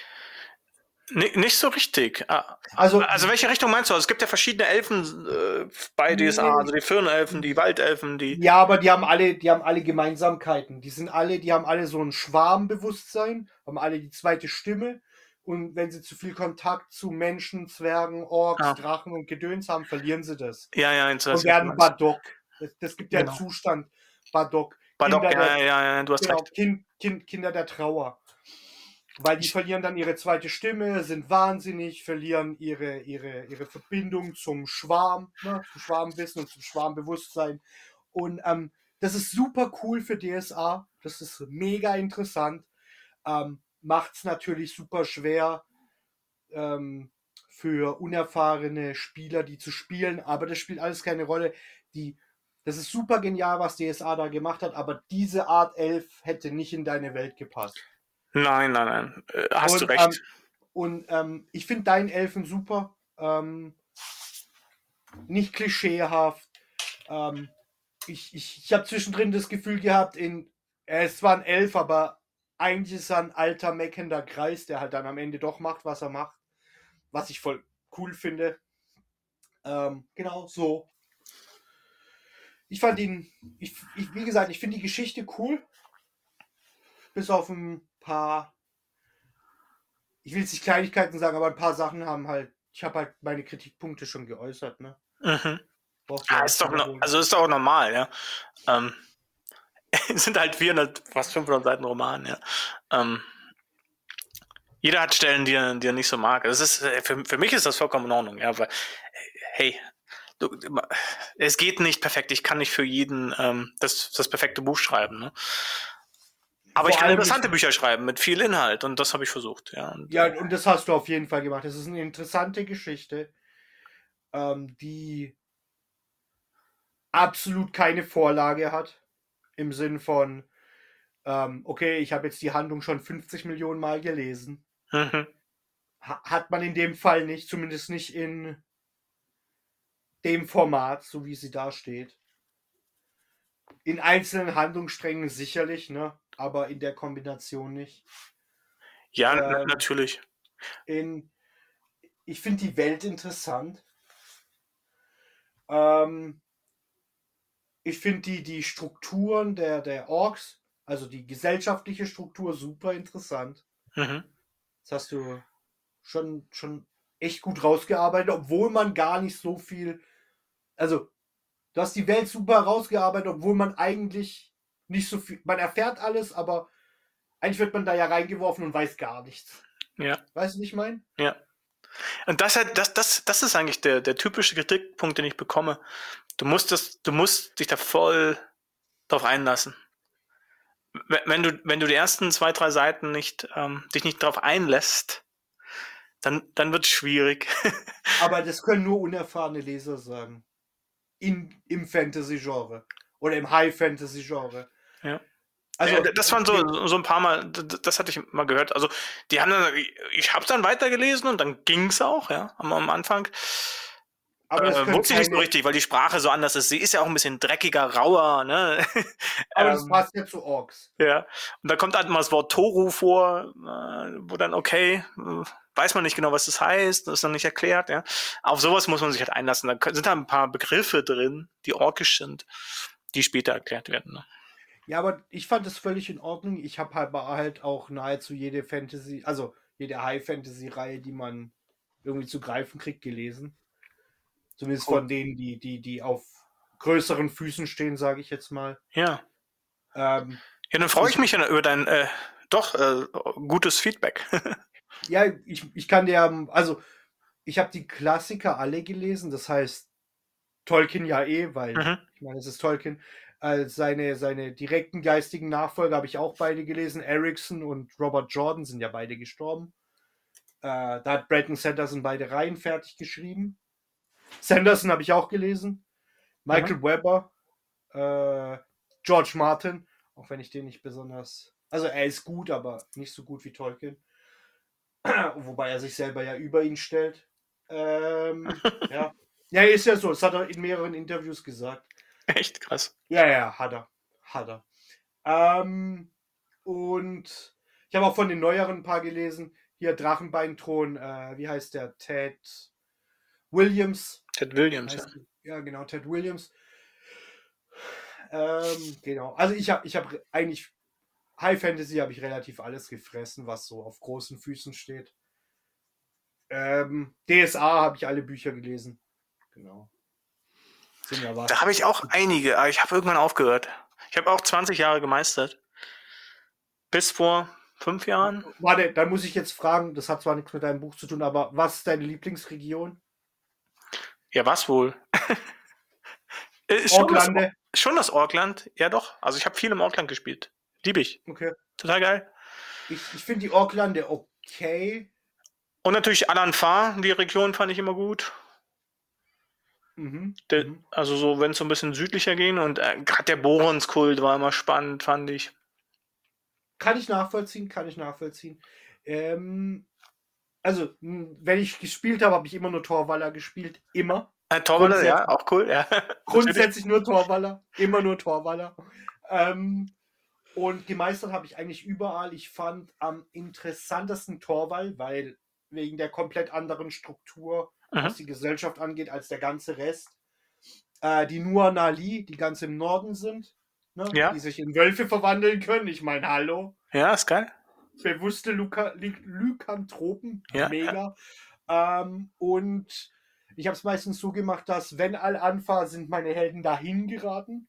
Speaker 4: N nicht so richtig. Ah,
Speaker 3: Also,
Speaker 4: also welche Richtung meinst du? Also es gibt ja verschiedene Elfen äh, bei D S A,
Speaker 3: Nee.
Speaker 4: also die Firnelfen, die Waldelfen, die...
Speaker 3: ja, aber die haben alle, die haben alle Gemeinsamkeiten. Die sind alle, die haben alle so ein Schwarmbewusstsein, haben alle die zweite Stimme. Und wenn sie zu viel Kontakt zu Menschen, Zwergen, Orks,
Speaker 4: Ah.
Speaker 3: Drachen und Gedöns haben, verlieren sie das.
Speaker 4: Ja, ja, jetzt weiß
Speaker 3: Und
Speaker 4: ich, was du
Speaker 3: werden
Speaker 4: meinst.
Speaker 3: Badok. Das, das gibt ja
Speaker 4: Genau.
Speaker 3: einen Zustand. Badok.
Speaker 4: Badok,
Speaker 3: Kinder
Speaker 4: ja,
Speaker 3: der,
Speaker 4: ja, ja, du hast
Speaker 3: genau,
Speaker 4: recht.
Speaker 3: kind, kind, Kinder der Trauer. Weil die
Speaker 4: Ich-
Speaker 3: verlieren dann ihre zweite Stimme, sind wahnsinnig, verlieren ihre, ihre, ihre Verbindung zum Schwarm, ne, zum Schwarmwissen und zum Schwarmbewusstsein. Und ähm, das ist super cool für D S A. Das ist mega interessant. Ähm, Macht es natürlich super schwer ähm, für unerfahrene Spieler, die zu spielen. Aber das spielt alles keine Rolle. Die, das ist super genial, was D S A da gemacht hat. Aber diese Art Elf hätte nicht in deine Welt gepasst.
Speaker 4: Nein, nein, nein. Äh, hast
Speaker 3: und,
Speaker 4: du recht.
Speaker 3: Ähm, und ähm, ich finde deinen Elfen super. Ähm, nicht klischeehaft. Ähm, ich ich, ich habe zwischendrin das Gefühl gehabt, in, er ist zwar ein Elf, aber eigentlich ist er ein alter, meckender Kreis, der halt dann am Ende doch macht, was er macht. Was ich voll cool finde. Ähm, genau, so. Ich fand ihn, ich, ich, wie gesagt, ich finde die Geschichte cool. Bis auf ein paar, ich will jetzt nicht Kleinigkeiten sagen, aber ein paar Sachen haben halt, ich habe halt meine Kritikpunkte schon geäußert, ne?
Speaker 4: Mhm.
Speaker 3: Brauchst
Speaker 4: Ah,
Speaker 3: ja
Speaker 4: ist doch no
Speaker 3: wiederholen.
Speaker 4: also ist doch auch normal, ja. Ähm, es sind halt vierhundert, fast fünfhundert Seiten Roman, ja. Ähm, jeder hat Stellen, die er, die er nicht so mag. Das ist, äh, für, für mich ist das vollkommen in Ordnung, ja, weil, hey, du, es geht nicht perfekt. Ich kann nicht für jeden ähm, das, das perfekte Buch schreiben, ne? Aber
Speaker 3: Vor
Speaker 4: ich kann
Speaker 3: allem
Speaker 4: interessante
Speaker 3: nicht-
Speaker 4: Bücher schreiben mit viel Inhalt und das habe ich versucht, ja. Und,
Speaker 3: Ja,
Speaker 4: äh,
Speaker 3: und das hast du auf jeden Fall gemacht. Das ist eine interessante Geschichte, ähm, die absolut keine Vorlage hat. Im Sinn von, ähm, okay, ich habe jetzt die Handlung schon fünfzig Millionen Mal gelesen.
Speaker 4: mhm.
Speaker 3: Ha hat man in dem Fall nicht, zumindest nicht in dem Format, so wie sie da steht. In einzelnen Handlungssträngen sicherlich, ne? Aber in der Kombination nicht.
Speaker 4: Ja, na-
Speaker 3: Ähm,
Speaker 4: natürlich.
Speaker 3: in, ich finde die Welt interessant. Ähm, ich finde die, die Strukturen der, der Orks, also die gesellschaftliche Struktur, super interessant.
Speaker 4: Mhm.
Speaker 3: Das hast du schon, schon echt gut rausgearbeitet, obwohl man gar nicht so viel. Also, du hast die Welt super rausgearbeitet, obwohl man eigentlich nicht so viel. Man erfährt alles, aber eigentlich wird man da ja reingeworfen und weiß gar nichts.
Speaker 4: Ja.
Speaker 3: Weißt du, wie ich meine?
Speaker 4: Ja. Und das, halt, das, das, das ist eigentlich der, der typische Kritikpunkt, den ich bekomme. Du musst, das, du musst dich da voll drauf einlassen. Wenn, wenn, du, wenn du die ersten zwei, drei Seiten nicht, ähm, dich nicht drauf einlässt, dann, dann wird es schwierig.
Speaker 3: Aber das können nur unerfahrene Leser sagen. In, Im Fantasy-Genre. Oder im High-Fantasy-Genre.
Speaker 4: Ja.
Speaker 3: Also,
Speaker 4: Ja, das waren so, so ein paar Mal, das, das hatte ich mal gehört. Also, die haben dann, ich habe dann weitergelesen und dann ging es auch, ja, am, am Anfang.
Speaker 3: aber das
Speaker 4: Äh,
Speaker 3: können
Speaker 4: wusste ich nicht so
Speaker 3: keine-
Speaker 4: richtig, weil die Sprache so anders ist. Sie ist ja auch ein bisschen dreckiger, rauer, ne?
Speaker 3: aber das
Speaker 4: Ähm,
Speaker 3: passt ja zu Orks.
Speaker 4: Ja. Und da kommt halt mal das Wort Toru vor, äh, wo dann, okay, äh, weiß man nicht genau, was das heißt, das ist noch nicht erklärt, ja. Auf sowas muss man sich halt einlassen. Da können- sind da ein paar Begriffe drin, die orkisch sind, die später erklärt werden. Ne?
Speaker 3: Ja, aber ich fand das völlig in Ordnung. Ich habe halt, halt auch nahezu jede Fantasy, also jede High-Fantasy-Reihe, die man irgendwie zu greifen kriegt, gelesen. Zumindest
Speaker 4: Cool.
Speaker 3: von denen, die, die, die auf größeren Füßen stehen, sage ich jetzt mal.
Speaker 4: Ja.
Speaker 3: Ähm,
Speaker 4: Ja, dann freue ich mich über dein äh, doch äh, gutes Feedback.
Speaker 3: ja, ich, ich kann dir, also ich habe die Klassiker alle gelesen, das heißt Tolkien ja eh, weil
Speaker 4: Mhm.
Speaker 3: ich meine, es ist Tolkien. Äh, seine, seine direkten geistigen Nachfolger habe ich auch beide gelesen. Erickson und Robert Jordan sind ja beide gestorben. Äh, da hat Brandon Sanderson beide Reihen fertig geschrieben. Sanderson habe ich auch gelesen. Michael Webber, äh, George Martin, auch wenn ich den nicht besonders. Also er ist gut, aber nicht so gut wie Tolkien. Wobei er sich selber ja über ihn stellt. Ähm, ja. Ja, ist ja so. Das hat er in mehreren Interviews gesagt.
Speaker 4: Echt krass.
Speaker 3: Ja, ja, hat er. Hat er. Ähm, und ich habe auch von den neueren ein paar gelesen. Hier Drachenbeinthron, äh, wie heißt der? Ted Williams.
Speaker 4: Ted Williams, ja.
Speaker 3: Heißt, ja, genau, Ted Williams. Ähm, genau. Also ich habe ich hab eigentlich High Fantasy habe ich relativ alles gefressen, was so auf großen Füßen steht. Ähm, D S A habe ich alle Bücher gelesen. Genau. Sind ja was.
Speaker 4: Da habe ich auch einige, aber ich habe irgendwann aufgehört. Ich habe auch zwanzig Jahre gemeistert. Bis vor fünf Jahren.
Speaker 3: Warte, dann muss ich jetzt fragen, das hat zwar nichts mit deinem Buch zu tun, aber was ist deine Lieblingsregion?
Speaker 4: Ja, was wohl? Äh, schon, das,
Speaker 3: Orklande.
Speaker 4: schon das Orkland, ja doch. Also ich habe viel im Orkland gespielt. Liebe ich.
Speaker 3: Okay.
Speaker 4: Total geil.
Speaker 3: Ich, ich finde die Orklande okay.
Speaker 4: Und natürlich Alan-Far, die Region fand ich immer gut.
Speaker 3: Mhm.
Speaker 4: Der,
Speaker 3: mhm.
Speaker 4: Also so, wenn es so ein bisschen südlicher ging und äh, gerade der Boronskult war immer spannend, fand ich.
Speaker 3: Kann ich nachvollziehen, kann ich nachvollziehen. Ähm, also, mh, wenn ich gespielt habe, habe ich immer nur Torwaller gespielt. Immer.
Speaker 4: Äh, Torwaller,
Speaker 3: Grundsätzlich-
Speaker 4: ja, auch cool, ja.
Speaker 3: Grundsätzlich nur Torwaller. Immer nur Torwaller. Ähm, und gemeistert habe ich eigentlich überall. Ich fand am interessantesten Torwall, weil wegen der komplett anderen Struktur,
Speaker 4: Mhm.
Speaker 3: was die Gesellschaft angeht, als der ganze Rest. Äh, die Nuanali, die ganz im Norden sind, ne?
Speaker 4: Ja.
Speaker 3: Die sich in Wölfe verwandeln können. Ich meine, hallo.
Speaker 4: Ja, ist geil.
Speaker 3: Bewusste Luka Ly- Lykanthropen.
Speaker 4: Ja.
Speaker 3: Mega. Ähm, und ich habe es meistens so gemacht, dass wenn Al-Anfa sind meine Helden dahin geraten.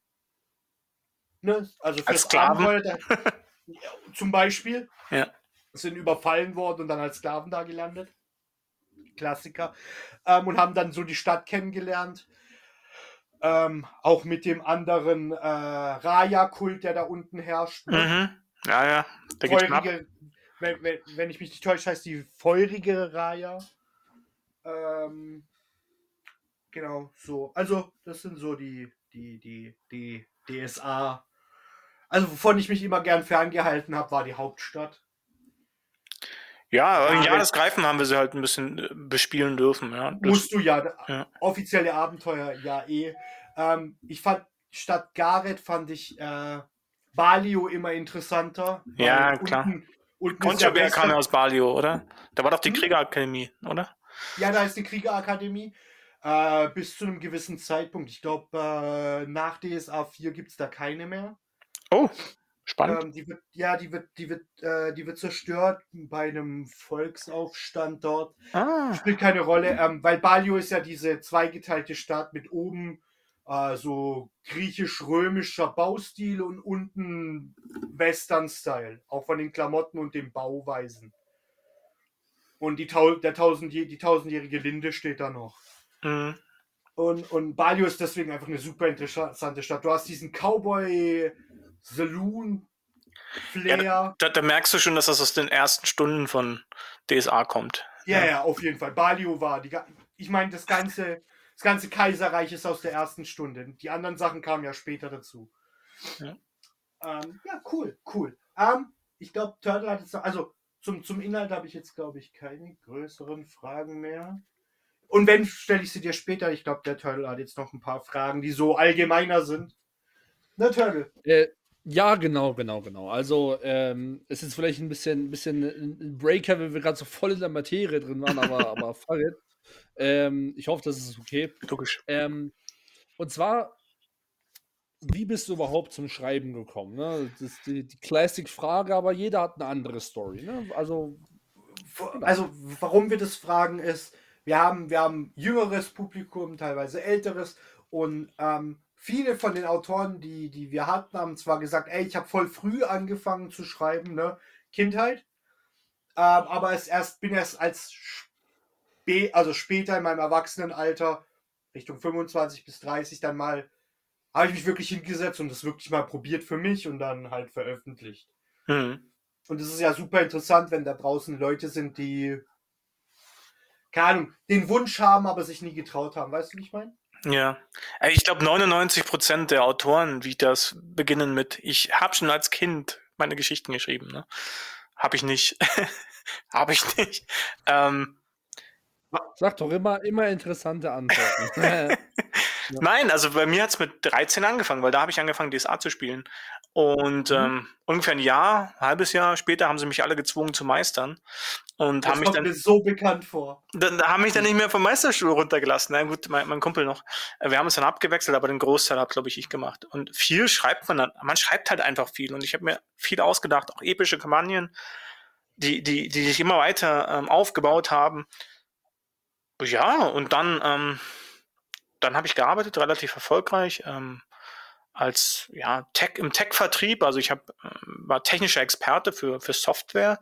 Speaker 3: Ne? Also
Speaker 4: Als
Speaker 3: fürs
Speaker 4: Sklaven?
Speaker 3: Abenteuer da, ja, zum Beispiel.
Speaker 4: Ja.
Speaker 3: Sind überfallen worden und dann als Sklaven da gelandet. Klassiker. Ähm, und haben dann so die Stadt kennengelernt. Ähm, auch mit dem anderen äh, Raya-Kult, der da unten herrscht. Ne?
Speaker 4: Mhm. Ja, ja. Da geht's ab.
Speaker 3: Feurige, wenn, wenn, wenn ich mich nicht täusche, heißt die feurige Raya. Ähm, genau, so. Also, das sind so die, die, die, die D S A. Also, wovon ich mich immer gern ferngehalten habe, war die Hauptstadt.
Speaker 4: Ja, aber
Speaker 3: Ja,
Speaker 4: im Jahr
Speaker 3: wenn-
Speaker 4: des Greifen haben wir sie halt ein bisschen äh, bespielen dürfen. Ja. Das,
Speaker 3: Musst du ja,
Speaker 4: ja.
Speaker 3: offizielle Abenteuer, ja eh. Ähm, ich fand, statt Gareth fand ich äh, Balio immer interessanter. weil
Speaker 4: Ja, klar.
Speaker 3: Unten, unten ist
Speaker 4: Conchobear
Speaker 3: der
Speaker 4: kam ja
Speaker 3: Beste-
Speaker 4: aus Balio, oder? Da war doch die
Speaker 3: Hm?
Speaker 4: Kriegerakademie, oder?
Speaker 3: Ja, da ist die Kriegerakademie. Äh, bis zu einem gewissen Zeitpunkt. Ich glaube, äh, nach D S A vier gibt es da keine mehr.
Speaker 4: Oh, spannend.
Speaker 3: Ähm, die wird, ja, die wird, die wird, äh, die wird zerstört bei einem Volksaufstand dort.
Speaker 4: Ah,
Speaker 3: Spielt keine Rolle, ähm, weil Balio ist ja diese zweigeteilte Stadt mit oben äh, so griechisch-römischer Baustil und unten Western-Style. Auch von den Klamotten und den Bauweisen. Und die, Tau der tausendjäh die tausendjährige Linde steht da noch.
Speaker 4: mhm.
Speaker 3: Und, und Balio ist deswegen einfach eine super interessante Stadt. Du hast diesen Cowboy-Saloon-Flair. Ja,
Speaker 4: Da, da merkst du schon, dass das aus den ersten Stunden von D S A kommt.
Speaker 3: ja, ja, auf jeden Fall. Balio war die. ga- Ich meine, das ganze, das ganze Kaiserreich ist aus der ersten Stunde. Die anderen Sachen kamen ja später dazu.
Speaker 4: Ja.
Speaker 3: Ähm, ja, cool, cool. Ähm, ich glaube, Turtle hat jetzt noch, also zum, zum Inhalt habe ich jetzt, glaube ich, keine größeren Fragen mehr. Und wenn, stelle ich sie dir später. Ich glaube, der Turtle hat jetzt noch ein paar Fragen, die so allgemeiner sind. Ne, Turtle?
Speaker 2: Äh, ja, genau, genau, genau. Also, ähm, es ist vielleicht ein bisschen, ein bisschen ein Breaker, wenn wir gerade so voll in der Materie drin waren, aber, aber fuck it. Ähm, ich hoffe, das ist okay.
Speaker 4: Logisch.
Speaker 2: Ähm, und zwar, wie bist du überhaupt zum Schreiben gekommen? Ne? Das ist die, die Classic-Frage, aber jeder hat eine andere Story. Ne? Also,
Speaker 3: Also, warum wir das fragen, ist, wir haben, wir haben jüngeres Publikum, teilweise älteres, und ähm, viele von den Autoren, die, die wir hatten, haben zwar gesagt, ey, ich habe voll früh angefangen zu schreiben, ne? Kindheit, ähm, aber es erst, bin erst als spä also später in meinem Erwachsenenalter, Richtung fünfundzwanzig bis dreißig, dann mal, habe ich mich wirklich hingesetzt und das wirklich mal probiert für mich und dann halt veröffentlicht.
Speaker 4: Mhm.
Speaker 3: Und es ist ja super interessant, wenn da draußen Leute sind, die, keine Ahnung, den Wunsch haben, aber sich nie getraut haben. Weißt du, wie ich meine?
Speaker 4: Ja. Äh, Ich glaube, neunundneunzig Prozent der Autoren, wie das beginnen mit, ich habe schon als Kind meine Geschichten geschrieben. Ne? Habe ich nicht. Habe ich nicht. Ähm,
Speaker 2: sag doch immer, immer interessante Antworten. Ja.
Speaker 4: Nein, also bei mir hat es mit dreizehn angefangen, weil da habe ich angefangen, D S A zu spielen. Und
Speaker 2: Mhm.
Speaker 4: ähm, ungefähr ein Jahr, ein halbes Jahr später haben sie mich alle gezwungen zu meistern und haben
Speaker 3: Das
Speaker 4: mich
Speaker 3: kommt
Speaker 4: dann,
Speaker 3: mir so bekannt vor.
Speaker 4: dann haben mich dann nicht mehr vom Meisterstuhl runtergelassen. Na gut, mein, mein Kumpel noch. Äh, Wir haben uns dann abgewechselt, aber den Großteil habe, glaube ich, ich gemacht. Und viel schreibt man dann, man schreibt halt einfach viel. Und ich habe mir viel ausgedacht, auch epische Kampagnen, die, die, die sich immer weiter ähm, aufgebaut haben. Ja, und dann, ähm, dann habe ich gearbeitet, relativ erfolgreich, ähm, als ja, Tech im Tech-Vertrieb. Also ich hab, ähm, war technischer Experte für, für Software,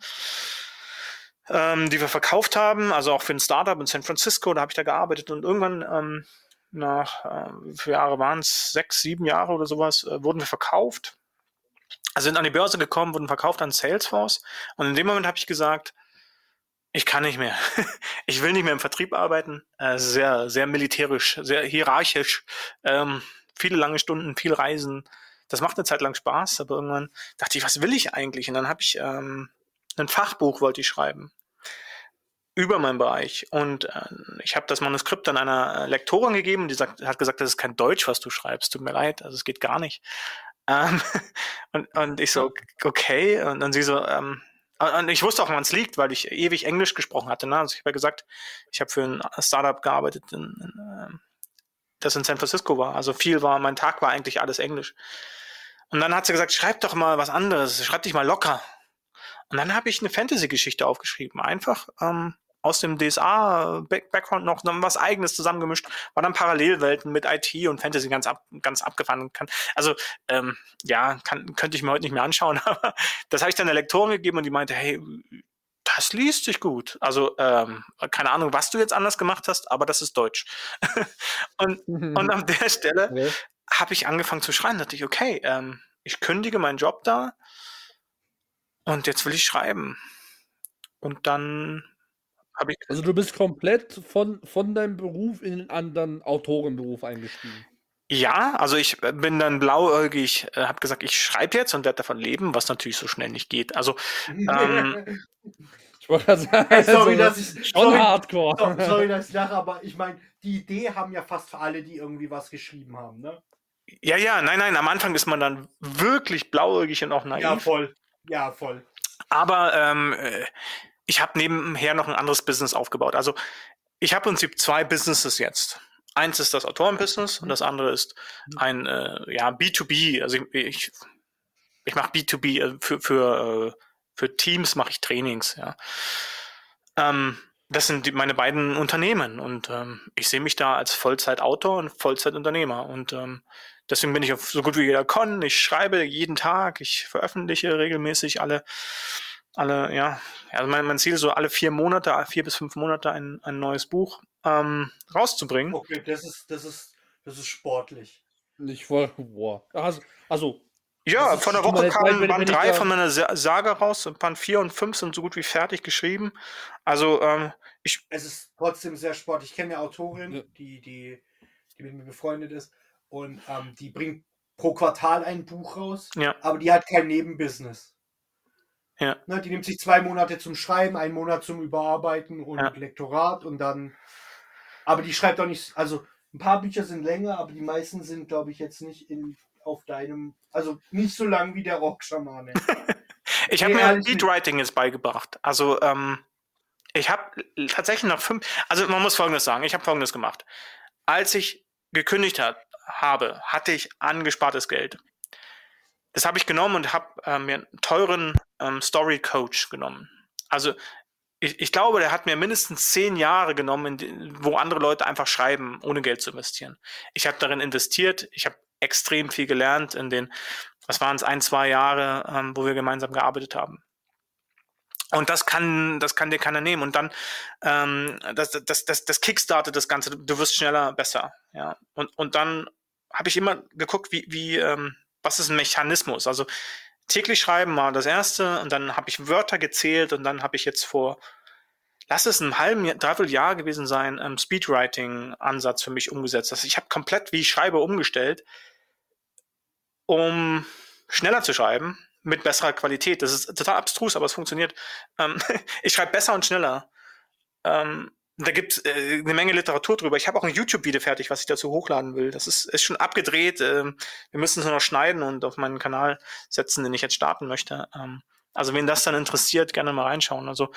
Speaker 4: ähm, die wir verkauft haben, also auch für ein Startup in San Francisco, da habe ich da gearbeitet und irgendwann ähm, nach, äh, wie viele Jahre waren es, sechs, sieben Jahre oder sowas, äh, wurden wir verkauft. Also sind an die Börse gekommen, wurden verkauft an Salesforce und in dem Moment habe ich gesagt, ich kann nicht mehr. Ich will nicht mehr im Vertrieb arbeiten. Äh, sehr, sehr militärisch, sehr hierarchisch. Ähm, viele lange Stunden, viel Reisen. Das macht eine Zeit lang Spaß, aber irgendwann dachte ich, was will ich eigentlich? Und dann habe ich ähm, ein Fachbuch wollte ich schreiben über meinen Bereich. Und äh, ich habe das Manuskript dann einer äh, Lektorin gegeben, die sagt, hat gesagt, das ist kein Deutsch, was du schreibst. Tut mir leid, also es geht gar nicht. Ähm, und, und ich so, okay. Und dann sie so, ähm, und ich wusste auch, woran es liegt, weil ich ewig Englisch gesprochen hatte. Ne? Also ich habe ja gesagt, ich habe für ein Startup gearbeitet, in, in, ähm, das in San Francisco war. Also viel war, mein Tag war eigentlich alles Englisch. Und dann hat sie gesagt, schreib doch mal was anderes, schreib dich mal locker. Und dann habe ich eine Fantasy-Geschichte aufgeschrieben. Einfach ähm, aus dem D S A-Background noch, noch was Eigenes zusammengemischt. War dann Parallelwelten mit I T und Fantasy ganz, ab, ganz abgefahren. Kann, also, ähm, ja, kann, könnte ich mir heute nicht mehr anschauen, aber das habe ich dann der Lektorin gegeben und die meinte, hey, das liest sich gut. Also, ähm, keine Ahnung, was du jetzt anders gemacht hast, aber das ist Deutsch. und, und an der Stelle
Speaker 2: Okay.
Speaker 4: habe ich angefangen zu schreiben. Da dachte ich, okay, ähm, ich kündige meinen Job da und jetzt will ich schreiben. Und dann habe ich.
Speaker 2: Also du bist komplett von, von deinem Beruf in den anderen Autorenberuf eingestiegen.
Speaker 4: Ja, also ich äh, bin dann blauäugig, äh, habe gesagt, ich schreibe jetzt und werde davon leben, was natürlich so schnell nicht geht. Also, ähm,
Speaker 2: Ich wollte gerade sagen,
Speaker 3: Hey, sorry,
Speaker 2: also,
Speaker 3: dass ich-
Speaker 2: schon
Speaker 3: sorry.
Speaker 2: hardcore.
Speaker 3: So, sorry, dass ich lache, aber ich meine, die Idee haben ja fast alle, die irgendwie was geschrieben haben, ne?
Speaker 4: ja, ja, nein, nein, am Anfang ist man dann wirklich blauäugig und auch naiv.
Speaker 3: Ja, voll. Ja, voll.
Speaker 4: Aber ähm, äh, ich habe nebenher noch ein anderes Business aufgebaut. Also ich habe im Prinzip zwei Businesses jetzt. Eins ist das Autorenbusiness und das andere ist ein äh, ja, B zwei B. Also ich, ich, ich mache B zwei B, äh, für, für, äh, für Teams mache ich Trainings. Ja. Ähm, das sind die, meine beiden Unternehmen und ähm, ich sehe mich da als Vollzeitautor und Vollzeitunternehmer und ähm, deswegen bin ich auf so gut wie jeder Con. Ich schreibe jeden Tag, ich veröffentliche regelmäßig alle, alle, ja, also mein, mein Ziel ist so alle vier Monate, vier bis fünf Monate ein, ein neues Buch ähm, rauszubringen.
Speaker 3: Okay, das ist, das ist, das ist sportlich.
Speaker 2: Ich wollte, boah. Also, also
Speaker 4: Ja,
Speaker 3: Das ist
Speaker 4: von der
Speaker 2: schon mal
Speaker 4: Woche
Speaker 2: eine Zeit,
Speaker 4: kamen
Speaker 2: wenn-
Speaker 4: Band
Speaker 2: wenn ich
Speaker 4: drei
Speaker 2: da-
Speaker 4: von meiner Sa- Saga raus und Band vier und fünf sind so gut wie fertig geschrieben. Also ähm, ich,
Speaker 3: Es ist trotzdem sehr sportlich. Ich kenne eine Autorin,
Speaker 2: Ja.
Speaker 3: die, die, die mit mir befreundet ist und ähm, die bringt pro Quartal ein Buch raus,
Speaker 4: ja,
Speaker 3: aber die hat kein Nebenbusiness.
Speaker 4: ja.
Speaker 3: Ne, die nimmt sich zwei Monate zum Schreiben, einen Monat zum Überarbeiten und
Speaker 4: Ja.
Speaker 3: Lektorat und dann. Aber die schreibt auch nicht. Also ein paar Bücher sind länger, aber die meisten sind, glaube ich, jetzt nicht in auf deinem. Also nicht so lang wie der Rockschamane.
Speaker 4: Ich habe
Speaker 3: Nee,
Speaker 4: mir
Speaker 3: ehrlich nicht.
Speaker 4: Beatwriting jetzt beigebracht. Also ähm, ich habe tatsächlich nach fünf, also man muss Folgendes sagen, ich habe Folgendes gemacht. Als ich gekündigt hat, habe, hatte ich angespartes Geld. Das habe ich genommen und habe äh, mir einen teuren ähm, Story Coach genommen. Also ich, ich glaube, der hat mir mindestens zehn Jahre genommen, in die, wo andere Leute einfach schreiben, ohne Geld zu investieren. Ich habe darin investiert, ich habe extrem viel gelernt in den, was waren es, ein, zwei Jahre, ähm, wo wir gemeinsam gearbeitet haben. Und das kann, das kann dir keiner nehmen. Und dann, ähm, das, das, das, das kickstartet das Ganze. Du wirst schneller, besser. Ja. Und, und dann habe ich immer geguckt, wie, wie, ähm, was ist ein Mechanismus? Also täglich schreiben war das erste und dann habe ich Wörter gezählt und dann habe ich jetzt vor, lass es ein halben, Jahr, dreiviertel Jahr gewesen sein, ähm, Speedwriting-Ansatz für mich umgesetzt. Also ich habe komplett, wie ich schreibe, umgestellt, um schneller zu schreiben, mit besserer Qualität. Das ist total abstrus, aber es funktioniert. Ähm, ich schreibe besser und schneller. Ähm, Da gibt's äh, eine Menge Literatur drüber. Ich habe auch ein YouTube-Video fertig, was ich dazu hochladen will. Das ist, ist schon abgedreht. Ähm, wir müssen es nur noch schneiden und auf meinen Kanal setzen, den ich jetzt starten möchte. Ähm, also wen das dann interessiert, gerne mal reinschauen. Also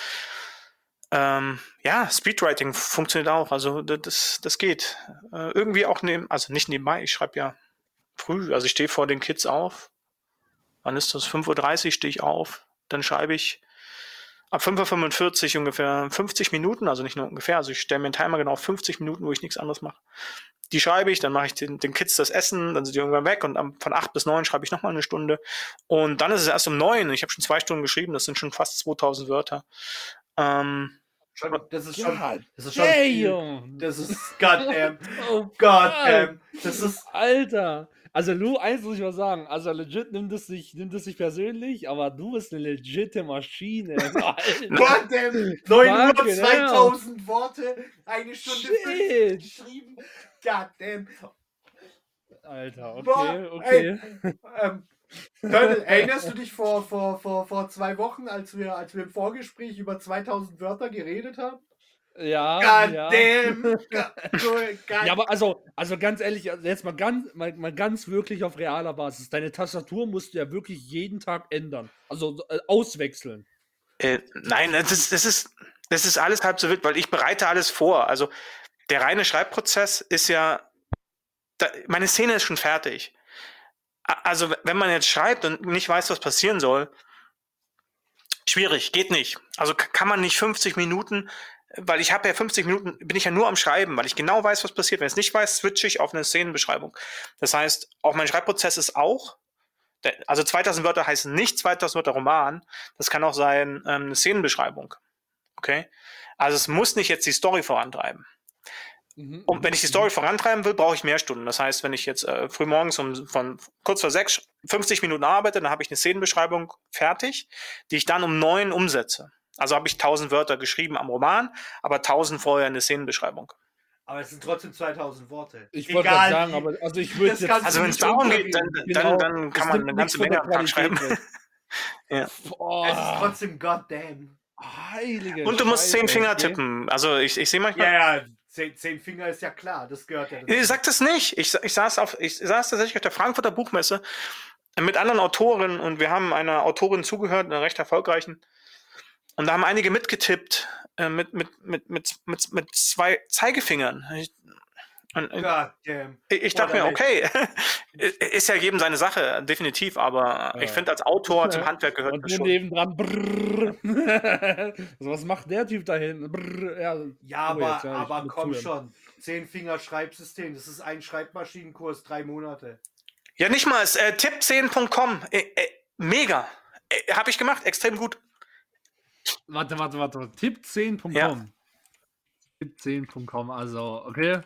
Speaker 4: ähm, ja, Speedwriting funktioniert auch. Also das, das geht. Äh, irgendwie auch neben, also nicht nebenbei, ich schreibe ja früh. Also ich stehe vor den Kids auf. Wann ist das? fünf Uhr dreißig stehe ich auf. Dann schreibe ich ab fünf Uhr fünfundvierzig ungefähr fünfzig Minuten, also nicht nur ungefähr, also ich stelle mir einen Timer genau auf fünfzig Minuten, wo ich nichts anderes mache. Die schreibe ich, dann mache ich den, den Kids das Essen, dann sind die irgendwann weg und von acht bis neun schreibe ich nochmal eine Stunde. Und dann ist es erst um neun, ich habe schon zwei Stunden geschrieben, das sind schon fast zweitausend Wörter. Ähm,
Speaker 3: Schon, das ist schon,
Speaker 2: God
Speaker 3: das ist schon viel.
Speaker 2: damn.
Speaker 3: Das ist goddamn,
Speaker 2: Oh,
Speaker 3: goddamn. Das ist,
Speaker 2: Alter. Also Lou, eins muss ich mal sagen, also legit nimmt es sich, nimmt es sich persönlich, aber du bist eine legitime Maschine. Alter.
Speaker 3: goddamn, neun Uhr,
Speaker 2: Fucking hell.
Speaker 3: zweitausend Worte, eine Stunde
Speaker 2: Shit.
Speaker 3: fünfzig geschrieben. Goddamn.
Speaker 2: Alter,
Speaker 3: Boah,
Speaker 2: okay, okay.
Speaker 3: ey, ähm, Turtle, erinnerst du dich vor, vor, vor, vor zwei Wochen, als wir, als wir im Vorgespräch über zweitausend Wörter geredet haben?
Speaker 2: Ja, ja.
Speaker 3: Goddamn. God,
Speaker 2: Ja, aber also, also ganz ehrlich, also jetzt mal ganz, mal, mal ganz wirklich auf realer Basis. Deine Tastatur musst du ja wirklich jeden Tag ändern. Also äh, auswechseln.
Speaker 4: Äh, nein, das ist, das, ist, das ist alles halb so wild, weil ich bereite alles vor. Also der reine Schreibprozess ist ja, da, meine Szene ist schon fertig. Also wenn man jetzt schreibt und nicht weiß, was passieren soll, schwierig, geht nicht. Also kann man nicht fünfzig Minuten, weil ich habe ja fünfzig Minuten, bin ich ja nur am Schreiben, weil ich genau weiß, was passiert. Wenn ich es nicht weiß, switche ich auf eine Szenenbeschreibung. Das heißt, auch mein Schreibprozess ist auch, also zweitausend Wörter heißen nicht zweitausend Wörter Roman, das kann auch sein ähm, eine Szenenbeschreibung. Okay? Also es muss nicht jetzt die Story vorantreiben.
Speaker 2: Mhm,
Speaker 4: Und wenn ich die
Speaker 2: mhm.
Speaker 4: Story vorantreiben will, brauche ich mehr Stunden. Das heißt, wenn ich jetzt äh, früh morgens um von kurz vor sechs fünfzig Minuten arbeite, dann habe ich eine Szenenbeschreibung fertig, die ich dann um neun umsetze. Also habe ich tausend Wörter geschrieben am Roman, aber tausend vorher eine Szenenbeschreibung.
Speaker 3: Aber es sind trotzdem zweitaund Worte.
Speaker 2: Ich wollte
Speaker 3: Egal
Speaker 2: gerade sagen,
Speaker 3: wie-
Speaker 2: aber also ich würde
Speaker 3: das
Speaker 2: jetzt.
Speaker 3: kannst
Speaker 4: Also
Speaker 3: du
Speaker 4: wenn es
Speaker 3: nicht
Speaker 4: darum geht, dann,
Speaker 3: runterreden.
Speaker 4: dann,
Speaker 2: Genau.
Speaker 4: dann kann
Speaker 2: Es
Speaker 4: man
Speaker 2: nimmt
Speaker 4: eine
Speaker 2: nichts
Speaker 4: ganze
Speaker 2: von
Speaker 4: Menge
Speaker 2: der
Speaker 4: am Tag schreiben.
Speaker 2: Qualität weg.
Speaker 3: Es ist
Speaker 2: Boah,
Speaker 3: trotzdem goddamn.
Speaker 2: heilige
Speaker 4: Und du musst
Speaker 2: Scheiße,
Speaker 4: zehn Finger
Speaker 2: okay.
Speaker 4: tippen. Also ich, ich sehe manchmal.
Speaker 3: Ja, ja, zehn, zehn Finger ist ja klar, das gehört ja dazu.
Speaker 4: Ich sag das nicht. Ich, ich, saß auf, ich saß tatsächlich auf der Frankfurter Buchmesse mit anderen Autoren und wir haben einer Autorin zugehört, einer recht erfolgreichen. Und da haben einige mitgetippt äh, mit, mit, mit, mit, mit, mit zwei Zeigefingern. Ich, und, und
Speaker 3: Goddamn.
Speaker 4: ich, ich dachte mir,
Speaker 3: Boah,
Speaker 4: okay, ist ja jedem seine Sache, definitiv, aber
Speaker 2: Ja.
Speaker 4: ich finde, als Autor zum Handwerk gehört
Speaker 2: Und
Speaker 4: das
Speaker 2: du
Speaker 4: schon.
Speaker 2: nebendran. Brrr. Also, was macht der Typ da hinten? Brrr. Ja,
Speaker 3: Ja, aber,
Speaker 2: oh, jetzt, ja, ich
Speaker 3: aber
Speaker 2: muss
Speaker 3: komm
Speaker 2: zuhören.
Speaker 3: schon. Zehn Finger Schreibsystem, das ist ein Schreibmaschinenkurs, drei Monate.
Speaker 4: Ja, nicht mal, äh, tipp zehn punkt com, äh, äh, mega, äh, habe ich gemacht, extrem gut.
Speaker 2: Warte, warte, warte. tipp zehn punkt com.
Speaker 4: Ja.
Speaker 2: tipp zehn punkt com, also, okay.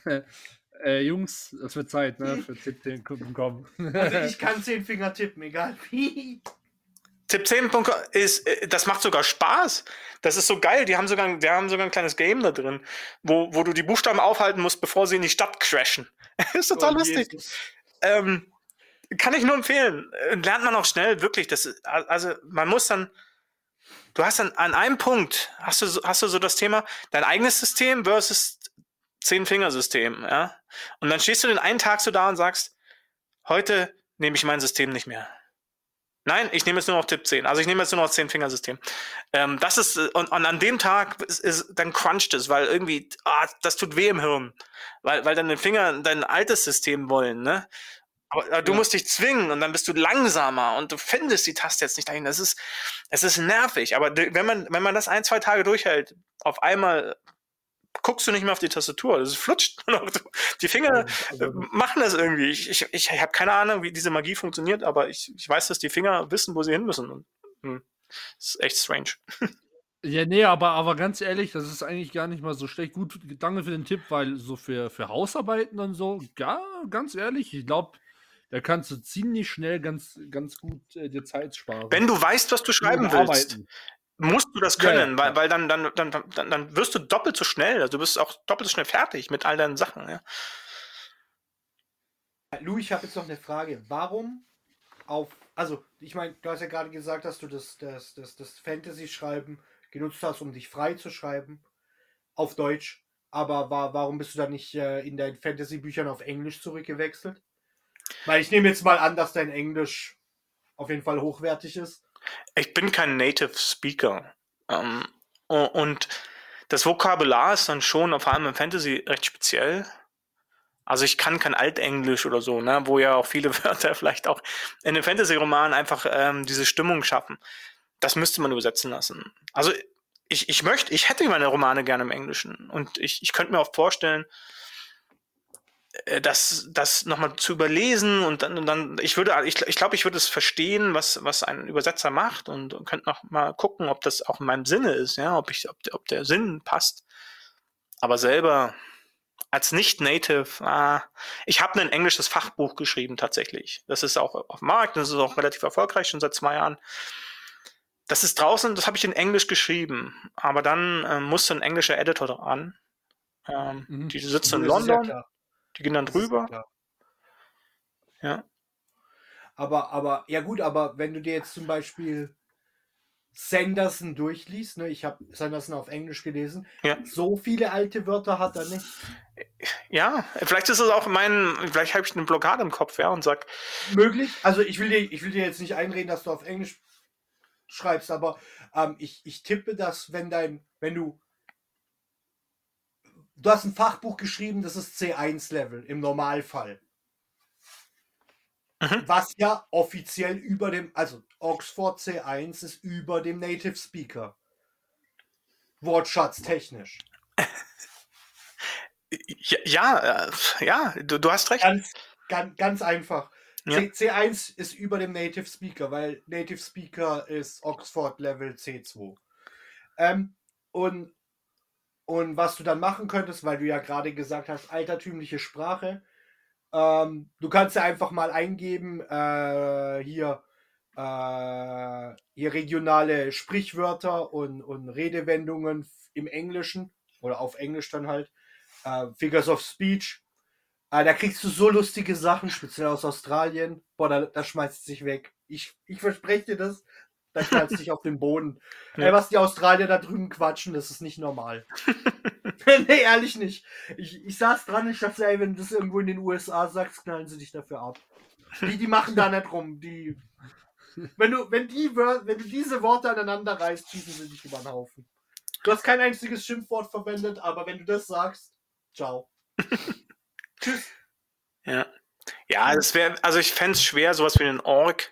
Speaker 2: äh, Jungs, es wird Zeit, ne, für tipp zehn punkt com.
Speaker 3: Also ich kann zehn Finger tippen, egal wie.
Speaker 4: tipp zehn punkt com ist, äh, das macht sogar Spaß. Das ist so geil. Die haben sogar, die haben sogar ein kleines Game da drin, wo, wo du die Buchstaben aufhalten musst, bevor sie in die Stadt crashen. ist total
Speaker 3: Oh,
Speaker 4: lustig.
Speaker 3: Jesus.
Speaker 4: Ähm, kann ich nur empfehlen. Äh, Lernt man auch schnell, wirklich. Das ist, also man muss dann, du hast dann an einem Punkt, hast du, so- hast du so das Thema, dein eigenes System versus Zehn-Finger-System, ja. Und dann stehst du den einen Tag so da und sagst, heute nehme ich mein System nicht mehr. Nein, ich nehme jetzt nur noch Tipp zehn. Also ich nehme jetzt nur noch Zehn-Finger-System. Ähm, das ist, äh, und, und an dem Tag ist, ist, dann cruncht es, weil irgendwie, ah, das tut weh im Hirn. Weil, weil deine Finger dein altes System wollen, ne? Aber, aber du
Speaker 2: Ja.
Speaker 4: musst dich zwingen und dann bist du langsamer und du findest die Taste jetzt nicht dahin. Das ist, es ist nervig. Aber d- wenn man, wenn man das ein, zwei Tage durchhält, auf einmal guckst du nicht mehr auf die Tastatur. Das flutscht. Die Finger
Speaker 2: Also,
Speaker 4: äh, machen das irgendwie. Ich, ich, ich habe keine Ahnung, wie diese Magie funktioniert, aber ich, ich weiß, dass die Finger wissen, wo sie hin müssen. Und, hm, das ist echt strange.
Speaker 2: Ja, nee, aber, aber ganz ehrlich, das ist eigentlich gar nicht mal so schlecht. Gut, danke für den Tipp, weil so für, für Hausarbeiten und so, ja, ganz ehrlich, ich glaube, da kannst du ziemlich schnell ganz, ganz gut äh, dir Zeit sparen.
Speaker 4: Wenn du weißt, was du schreiben
Speaker 2: Mit
Speaker 4: willst,
Speaker 2: Arbeiten.
Speaker 4: musst du das
Speaker 2: Ja, ja,
Speaker 4: können, weil,
Speaker 2: klar.
Speaker 4: weil dann, dann, dann, dann, dann wirst du doppelt so schnell. Also du bist auch doppelt so schnell fertig mit all deinen Sachen. Ja.
Speaker 3: Lou, ich habe jetzt noch eine Frage. Warum auf, also ich meine, du hast ja gerade gesagt, dass du das, das, das, das Fantasy-Schreiben genutzt hast, um dich frei zu schreiben. auf Deutsch. Aber war, warum bist du dann nicht äh, in deinen Fantasy-Büchern auf Englisch zurückgewechselt? Weil ich nehme jetzt mal an, dass dein Englisch auf jeden Fall hochwertig ist.
Speaker 4: Ich bin kein Native Speaker. Ähm, und das Vokabular ist dann schon, vor allem im Fantasy, recht speziell. Also ich kann kein Altenglisch oder so, ne, wo ja auch viele Wörter vielleicht auch in einem Fantasy-Roman einfach ähm, diese Stimmung schaffen. Das müsste man übersetzen lassen. Also ich, ich möchte, ich hätte meine Romane gerne im Englischen. Und ich, ich könnte mir auch vorstellen, das, das nochmal zu überlesen und dann, und dann ich würde, ich, ich glaube, ich würde es verstehen, was, was ein Übersetzer macht und, und könnte noch mal gucken, ob das auch in meinem Sinne ist, ja, ob ich, ob, ob der Sinn passt. Aber selber als Nicht-Native, ah, ich habe ein englisches Fachbuch geschrieben tatsächlich. Das ist auch auf dem Markt, das ist auch relativ erfolgreich, schon seit zwei Jahren. Das ist draußen, das habe ich in Englisch geschrieben, aber dann äh, musste ein englischer Editor dran. Ähm,
Speaker 2: Mhm.
Speaker 4: Die sitzt in
Speaker 3: Das ist ja
Speaker 4: London.
Speaker 3: klar.
Speaker 4: Die gehen dann
Speaker 3: Das ist ja
Speaker 4: drüber.
Speaker 3: klar.
Speaker 4: Ja.
Speaker 3: Aber, aber, ja gut, aber wenn du dir jetzt zum Beispiel Sanderson durchliest, ne, ich habe Sanderson auf Englisch gelesen,
Speaker 4: Ja.
Speaker 3: so viele alte Wörter hat er nicht.
Speaker 4: Ja, vielleicht ist es auch mein, vielleicht habe ich eine Blockade im Kopf, ja, und sag,
Speaker 3: Möglich. Also ich will dir, ich will dir jetzt nicht einreden, dass du auf Englisch schreibst, aber ähm, ich, ich tippe, dass wenn dein, wenn du du hast ein Fachbuch geschrieben, das ist C eins Level im Normalfall.
Speaker 4: Mhm.
Speaker 3: Was ja offiziell über dem, also Oxford C eins ist über dem Native Speaker. Wortschatz technisch.
Speaker 4: ja, ja, äh, ja du, du hast recht.
Speaker 3: Ganz, ganz, ganz einfach.
Speaker 4: Ja.
Speaker 3: C, C eins ist über dem Native Speaker, weil Native Speaker ist Oxford Level C zwei. Ähm, und, und was du dann machen könntest, weil du ja gerade gesagt hast, altertümliche Sprache, ähm, du kannst ja einfach mal eingeben, äh, hier, äh, hier regionale Sprichwörter und, und Redewendungen im Englischen oder auf Englisch dann halt, äh, Figures of Speech. Äh, da kriegst du so lustige Sachen, speziell aus Australien. Boah, da, da schmeißt es sich weg. Ich, ich verspreche dir das. Da knallt es dich auf den Boden.
Speaker 4: Ja.
Speaker 3: Ey, was die Australier da drüben quatschen, das ist nicht normal. Nee, ehrlich nicht. Ich, ich saß dran, ich dachte, ey, wenn du das irgendwo in den U S A sagst, knallen sie dich dafür ab. Die, die machen da nicht rum. Die, wenn, du, wenn, die, Wör- wenn du diese Worte aneinander reißt, schießen sie dich über den Haufen. Du hast kein einziges Schimpfwort verwendet, aber wenn du das sagst, ciao. Tschüss.
Speaker 4: Ja, ja, das wäre, also ich fände es schwer, sowas wie einen Org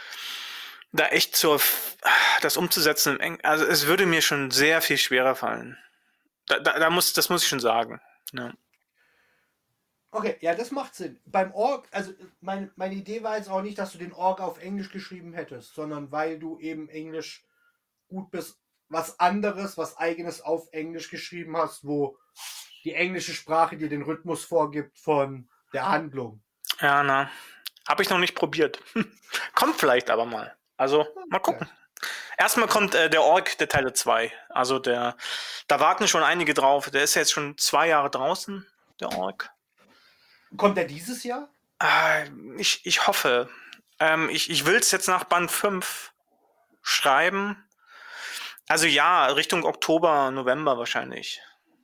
Speaker 4: da echt so das umzusetzen. im Eng- Also es würde mir schon sehr viel schwerer fallen. Da, da, da muss, das muss ich schon sagen. Ja.
Speaker 3: Okay, ja, das macht Sinn. Beim Org, also meine, meine Idee war jetzt auch nicht, dass du den Org auf Englisch geschrieben hättest, sondern weil du eben Englisch gut bist, was anderes, was eigenes auf Englisch geschrieben hast, wo die englische Sprache dir den Rhythmus vorgibt von der Handlung.
Speaker 4: Ja, na, habe ich noch nicht probiert. Kommt vielleicht aber mal. Also mal gucken. Erstmal kommt äh, der Org der Teile zwei. Also der, da warten schon einige drauf. Der ist ja jetzt schon zwei Jahre draußen, der Org.
Speaker 3: Kommt er dieses Jahr?
Speaker 4: Äh, ich, ich hoffe. Ähm, ich ich will es jetzt nach Band fünf schreiben. Also ja, Richtung Oktober, November wahrscheinlich.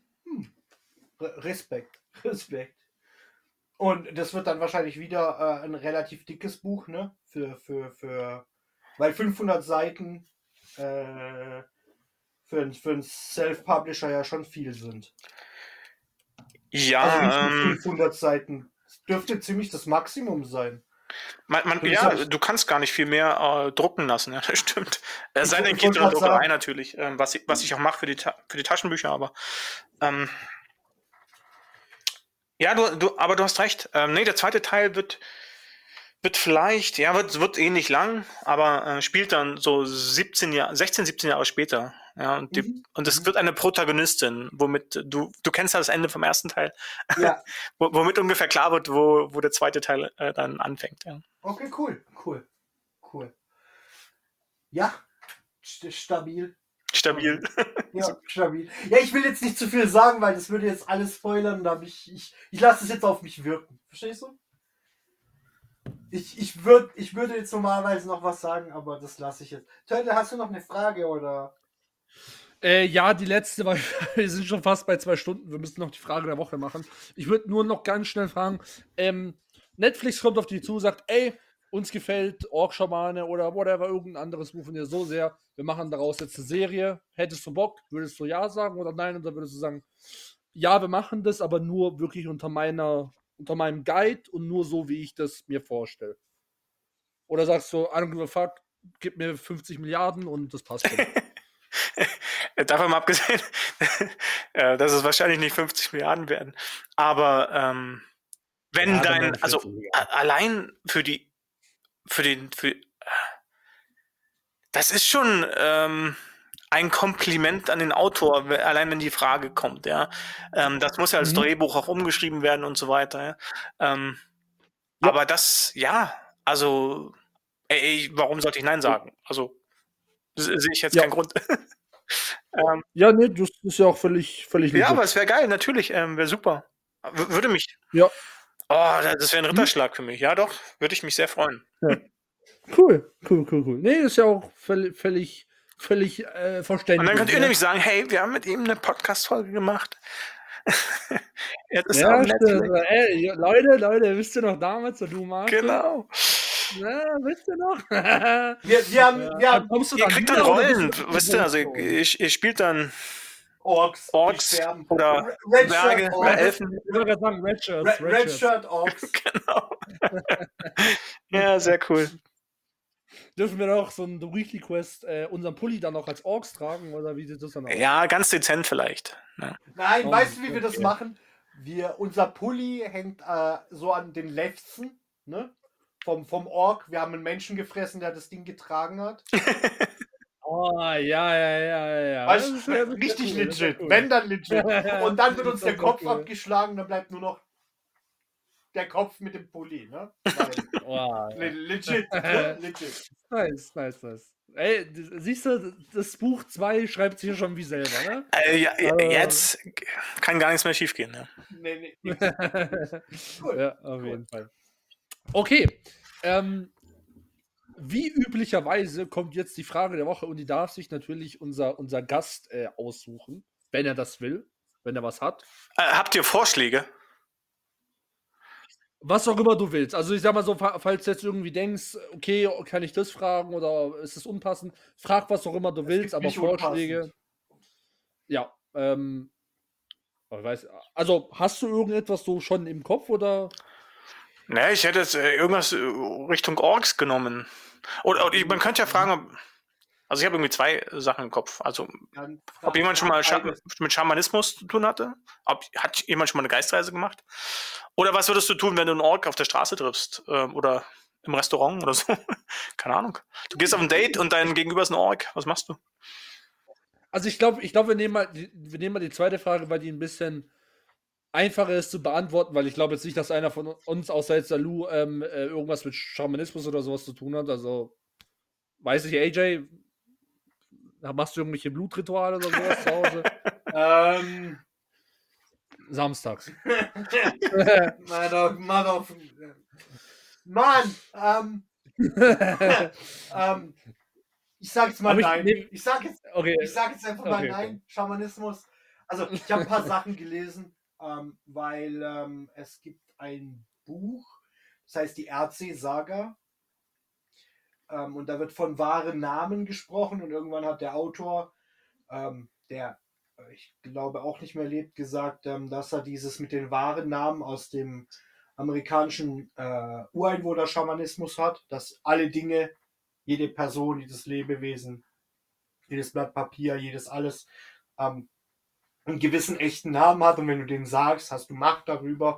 Speaker 3: Re- Respekt, Respekt. Und das wird dann wahrscheinlich wieder äh, ein relativ dickes Buch, ne? Für, für, für, weil fünfhundert Seiten äh, für, ein- für einen Self-Publisher ja schon viel sind.
Speaker 4: Ja,
Speaker 3: Also nicht nur
Speaker 4: ähm,
Speaker 3: fünfhundert Seiten. Das dürfte ziemlich das Maximum sein.
Speaker 4: man, man,
Speaker 3: Und
Speaker 4: ja,
Speaker 3: das heißt-
Speaker 4: du kannst gar nicht viel mehr äh, drucken lassen, ja, das stimmt. Es sei
Speaker 3: Ich-
Speaker 4: denn,
Speaker 3: ich
Speaker 4: geht
Speaker 3: wollte
Speaker 4: in der
Speaker 3: grad
Speaker 4: Druckerei
Speaker 3: sagen-
Speaker 4: natürlich, ähm, was, ich, was ich auch mache für die, Ta- für die Taschenbücher, aber ähm, ja, du, du, aber du hast recht. Ähm, nee, der zweite Teil wird, wird vielleicht, ja, wird, wird ähnlich lang, aber äh, spielt dann so siebzehn Jahre, sechzehn, siebzehn Jahre später. Ja, und, die,
Speaker 3: Mhm.
Speaker 4: und es
Speaker 3: Mhm.
Speaker 4: wird eine Protagonistin, womit du, du kennst ja das Ende vom ersten Teil,
Speaker 3: Ja,
Speaker 4: wo- womit ungefähr klar wird, wo, wo der zweite Teil äh, dann anfängt. Ja.
Speaker 3: okay, cool, cool, cool. Ja, st stabil.
Speaker 4: Stabil.
Speaker 3: Ja, stabil. Ja, ich will jetzt nicht zu viel sagen, weil das würde jetzt alles spoilern. Da hab ich ich, ich lasse es jetzt auf mich wirken. Verstehst du? Ich, ich, würd, ich würde jetzt normalerweise noch was sagen, aber das lasse ich jetzt. Turtle, hast du noch eine Frage oder?
Speaker 2: Äh, ja, die letzte, weil wir sind schon fast bei zwei Stunden. Wir müssen noch die Frage der Woche machen. Ich würde nur noch ganz schnell fragen, ähm, Netflix kommt auf dich zu, sagt, ey, uns gefällt Ork-Schamane oder whatever, irgendein anderes Buch von dir so sehr, wir machen daraus jetzt eine Serie. Hättest du Bock? Würdest du ja sagen oder nein? Oder würdest du sagen, ja, wir machen das, aber nur wirklich unter meiner, unter meinem Guide und nur so, wie ich das mir vorstelle? Oder sagst du, I don't give a fuck, gib mir fünfzig Milliarden und das passt schon.
Speaker 4: Davon mal abgesehen, äh, dass es wahrscheinlich nicht fünfzig Milliarden werden. Aber ähm, wenn
Speaker 2: Ja, dann
Speaker 4: dein,
Speaker 2: meine
Speaker 4: also
Speaker 2: vierzig
Speaker 4: a- allein für die, für den, für, das ist schon ähm, ein Kompliment an den Autor, we- allein wenn die Frage kommt, ja. Ähm, das muss ja als
Speaker 2: Mhm.
Speaker 4: Drehbuch auch umgeschrieben werden und so weiter, ja. Ähm,
Speaker 2: Ja.
Speaker 4: Aber das, ja, also, ey, warum sollte ich Nein sagen? Also, se- sehe ich jetzt
Speaker 2: Ja.
Speaker 4: keinen Grund. ähm,
Speaker 2: Ja, nee, das ist ja auch völlig, völlig
Speaker 4: ja,
Speaker 2: legit.
Speaker 4: aber es wäre geil, natürlich, ähm, wäre super. W würde mich.
Speaker 2: Ja.
Speaker 4: Oh, das wäre ein
Speaker 2: Hm?
Speaker 4: Ritterschlag für mich. Ja, doch, würde ich mich sehr freuen.
Speaker 2: Cool, cool, cool, cool. Nee, ist ja auch völlig, völlig, völlig äh, verständlich.
Speaker 4: Und dann könnt ihr
Speaker 2: ne?
Speaker 4: nämlich sagen, hey, wir haben mit ihm eine Podcast-Folge gemacht. Er ist
Speaker 2: Ja,
Speaker 4: auf
Speaker 2: stimmt.
Speaker 4: Netflix.
Speaker 2: Ey, Leute, Leute, wisst ihr noch damals, wo du Martin?
Speaker 4: Genau.
Speaker 2: Na, wisst ihr noch?
Speaker 3: Wir, wir haben, wir
Speaker 2: Dann
Speaker 3: haben
Speaker 2: kommst du
Speaker 4: Ihr
Speaker 2: dann
Speaker 4: kriegt dann
Speaker 2: wieder oder bist
Speaker 4: Rollen,
Speaker 2: du-
Speaker 4: wisst ihr, also ihr,
Speaker 3: Rollen.
Speaker 4: ihr, ihr spielt dann
Speaker 3: Orks, die
Speaker 4: Orks
Speaker 3: sterben.
Speaker 4: oder
Speaker 3: Red
Speaker 4: Zwerge
Speaker 3: Shirt
Speaker 4: oder
Speaker 3: Orks.
Speaker 4: Elfen.
Speaker 2: Ich wollte gerade sagen, Red Shirts.
Speaker 3: Red,
Speaker 2: Red
Speaker 3: Red
Speaker 2: Shirts.
Speaker 3: Shirt Orks.
Speaker 4: Genau. Ja, sehr cool.
Speaker 2: Dürfen wir noch so ein The Weekly Quest äh, unseren Pulli dann noch als Orks tragen oder wie sieht das dann aus?
Speaker 4: Ja, ganz dezent vielleicht. Ja.
Speaker 3: Nein,
Speaker 2: Oh,
Speaker 3: weißt du, wie wir das
Speaker 2: okay.
Speaker 3: machen? Wir, unser Pulli hängt äh, so an den Lefzen, ne? Vom, vom Ork. Wir haben einen Menschen gefressen, der das Ding getragen hat.
Speaker 2: Oh, ja, ja, ja, ja, ja.
Speaker 3: Weißt
Speaker 2: Das ist
Speaker 3: du,
Speaker 2: ja- das ist ja
Speaker 3: richtig
Speaker 2: cool, das ist ja
Speaker 3: legit.
Speaker 2: cool.
Speaker 3: Wenn dann legit. Und dann wird uns der
Speaker 2: Das ist
Speaker 3: Kopf
Speaker 2: cool.
Speaker 3: abgeschlagen, dann bleibt nur noch der Kopf mit dem Pulli, ne? Weil,
Speaker 2: Oh,
Speaker 3: le- legit, ne? legit.
Speaker 2: nice, nice, nice. Ey, d- siehst du, das Buch zwei schreibt sich ja schon wie selber, ne?
Speaker 4: Äh, ja,
Speaker 2: Also-
Speaker 4: jetzt kann gar nichts mehr schief gehen. Ja.
Speaker 3: Nee, nee, nix. Cool.
Speaker 2: Ja, auf
Speaker 3: Cool.
Speaker 2: jeden Fall. Okay. Ähm, wie üblicherweise kommt jetzt die Frage der Woche und die darf sich natürlich unser, unser Gast äh, aussuchen, wenn er das will, wenn er was hat.
Speaker 4: Äh, habt ihr Vorschläge?
Speaker 2: Was auch immer du willst. Also ich sag mal so, fa- falls du jetzt irgendwie denkst, okay, kann ich das fragen oder ist es unpassend, frag was auch immer du
Speaker 3: Es
Speaker 2: willst,
Speaker 3: gibt
Speaker 2: aber
Speaker 3: nicht
Speaker 2: Vorschläge.
Speaker 3: unpassend.
Speaker 2: Ja, ähm. aber Ich weiß, also hast du irgendetwas so schon im Kopf oder?
Speaker 4: Ne, ich hätte jetzt äh, irgendwas äh, Richtung Orks genommen. Oder, oder ich- man könnte ja fragen, ob. Also ich habe irgendwie zwei Sachen im Kopf. Also
Speaker 3: Dann
Speaker 4: ob jemand schon mal Scha
Speaker 3: beides.
Speaker 4: mit Schamanismus zu tun hatte? Ob, hat jemand schon mal eine Geistreise gemacht? Oder was würdest du tun, wenn du einen Ork auf der Straße triffst? Ähm, oder im Restaurant oder so? Keine Ahnung. Du gehst auf ein Date und dein Gegenüber ist ein Ork. Was machst du?
Speaker 2: Also ich glaube, ich glaube, wir nehmen mal, die- wir nehmen mal die zweite Frage, weil die ein bisschen einfacher ist zu beantworten, weil ich glaube jetzt nicht, dass einer von uns außer jetzt der Lou ähm, äh, irgendwas mit Schamanismus oder sowas zu tun hat. Also weiß ich, A J, machst du irgendwelche Blutrituale oder sowas zu Hause?
Speaker 3: Ähm,
Speaker 2: Samstags.
Speaker 3: Mother, Mother, Mann, ähm, ähm, ich sag jetzt mal
Speaker 2: Aber ich
Speaker 3: nein.
Speaker 2: nehm-
Speaker 3: Ich sag jetzt,
Speaker 2: Okay.
Speaker 3: ich sag jetzt einfach mal
Speaker 2: Okay,
Speaker 3: nein. Schamanismus. Also ich habe ein paar Sachen gelesen, ähm, weil ähm, es gibt ein Buch, das heißt die R C-Saga. Ähm, und da wird von wahren Namen gesprochen und irgendwann hat der Autor, ähm, der äh, ich glaube auch nicht mehr lebt, gesagt, ähm, dass er dieses mit den wahren Namen aus dem amerikanischen äh, Ureinwohner-Schamanismus hat, dass alle Dinge, jede Person, jedes Lebewesen, jedes Blatt Papier, jedes alles ähm, einen gewissen echten Namen hat und wenn du den sagst, hast du Macht darüber.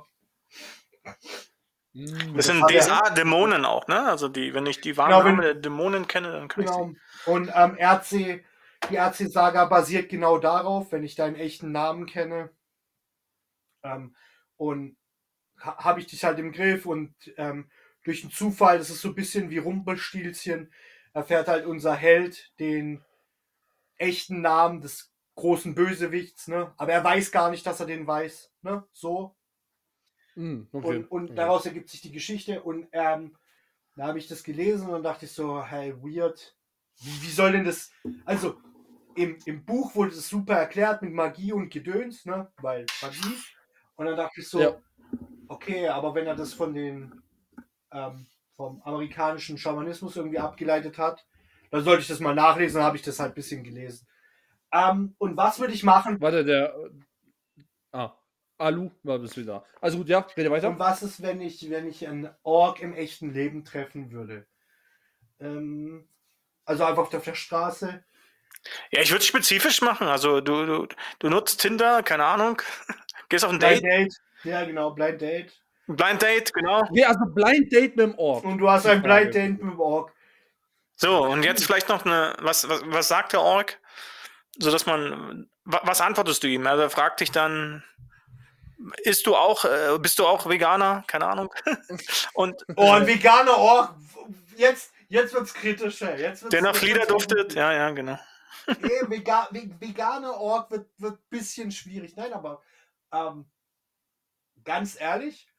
Speaker 2: Mm,
Speaker 4: Das sind
Speaker 3: hat er-
Speaker 4: D S A-Dämonen auch, ne? Also die, wenn ich die wahren
Speaker 3: Genau, wenn-
Speaker 4: Namen der Dämonen kenne, dann kann ich
Speaker 3: Genau.
Speaker 4: sie.
Speaker 3: Und ähm, R C, die R C-Saga basiert genau darauf, wenn ich deinen echten Namen kenne. Ähm, und ha habe ich dich halt im Griff und ähm, durch einen Zufall, das ist so ein bisschen wie Rumpelstilzchen, erfährt halt unser Held den echten Namen des großen Bösewichts, ne? Aber er weiß gar nicht, dass er den weiß, ne? So.
Speaker 2: mm, okay.
Speaker 3: Und, und
Speaker 2: okay.
Speaker 3: daraus ergibt sich die Geschichte und ähm, da habe ich das gelesen und dann dachte ich so, hey, weird. Wie, wie soll denn das, also im, im Buch wurde es super erklärt mit Magie und Gedöns, ne? Weil Magie. Und dann dachte ich so,
Speaker 2: Ja.
Speaker 3: okay, aber wenn er das von den ähm, vom amerikanischen Schamanismus irgendwie abgeleitet hat, dann sollte ich das mal nachlesen, dann habe ich das halt ein bisschen gelesen. Ähm, und was würde ich machen?
Speaker 2: Warte, der. Ah, Alu, war bis wieder. Also gut, ja, rede weiter.
Speaker 3: Und was ist, wenn ich, wenn ich einen Ork im echten Leben treffen würde? Ähm, also einfach auf der Straße.
Speaker 4: Ja, ich würde es spezifisch machen. Also du, du, du nutzt Tinder, keine Ahnung, gehst auf ein
Speaker 3: Blind
Speaker 4: Date,
Speaker 3: Date. Ja, genau, Blind Date.
Speaker 4: ein Blind Date, genau.
Speaker 2: Nee, also Blind Date mit dem Ork.
Speaker 3: Und du hast
Speaker 2: Die
Speaker 3: ein
Speaker 2: Frage.
Speaker 3: Blind Date mit dem Ork.
Speaker 4: So, und jetzt vielleicht noch eine, was, was, was sagt der Ork? So dass man, wa- was antwortest du ihm? Also er fragt dich dann, isst du auch, äh, bist du auch Veganer? Keine Ahnung. Und
Speaker 3: Oh, ein veganer Ork. Jetzt, jetzt wird's kritischer. Jetzt wird's,
Speaker 4: der nach
Speaker 3: jetzt
Speaker 4: Flieder
Speaker 3: wird's
Speaker 4: duftet,
Speaker 3: ungut.
Speaker 4: ja, ja, genau.
Speaker 3: Nee, vega, ve- veganer Ork wird, wird ein bisschen schwierig. Nein, aber ähm, ganz ehrlich,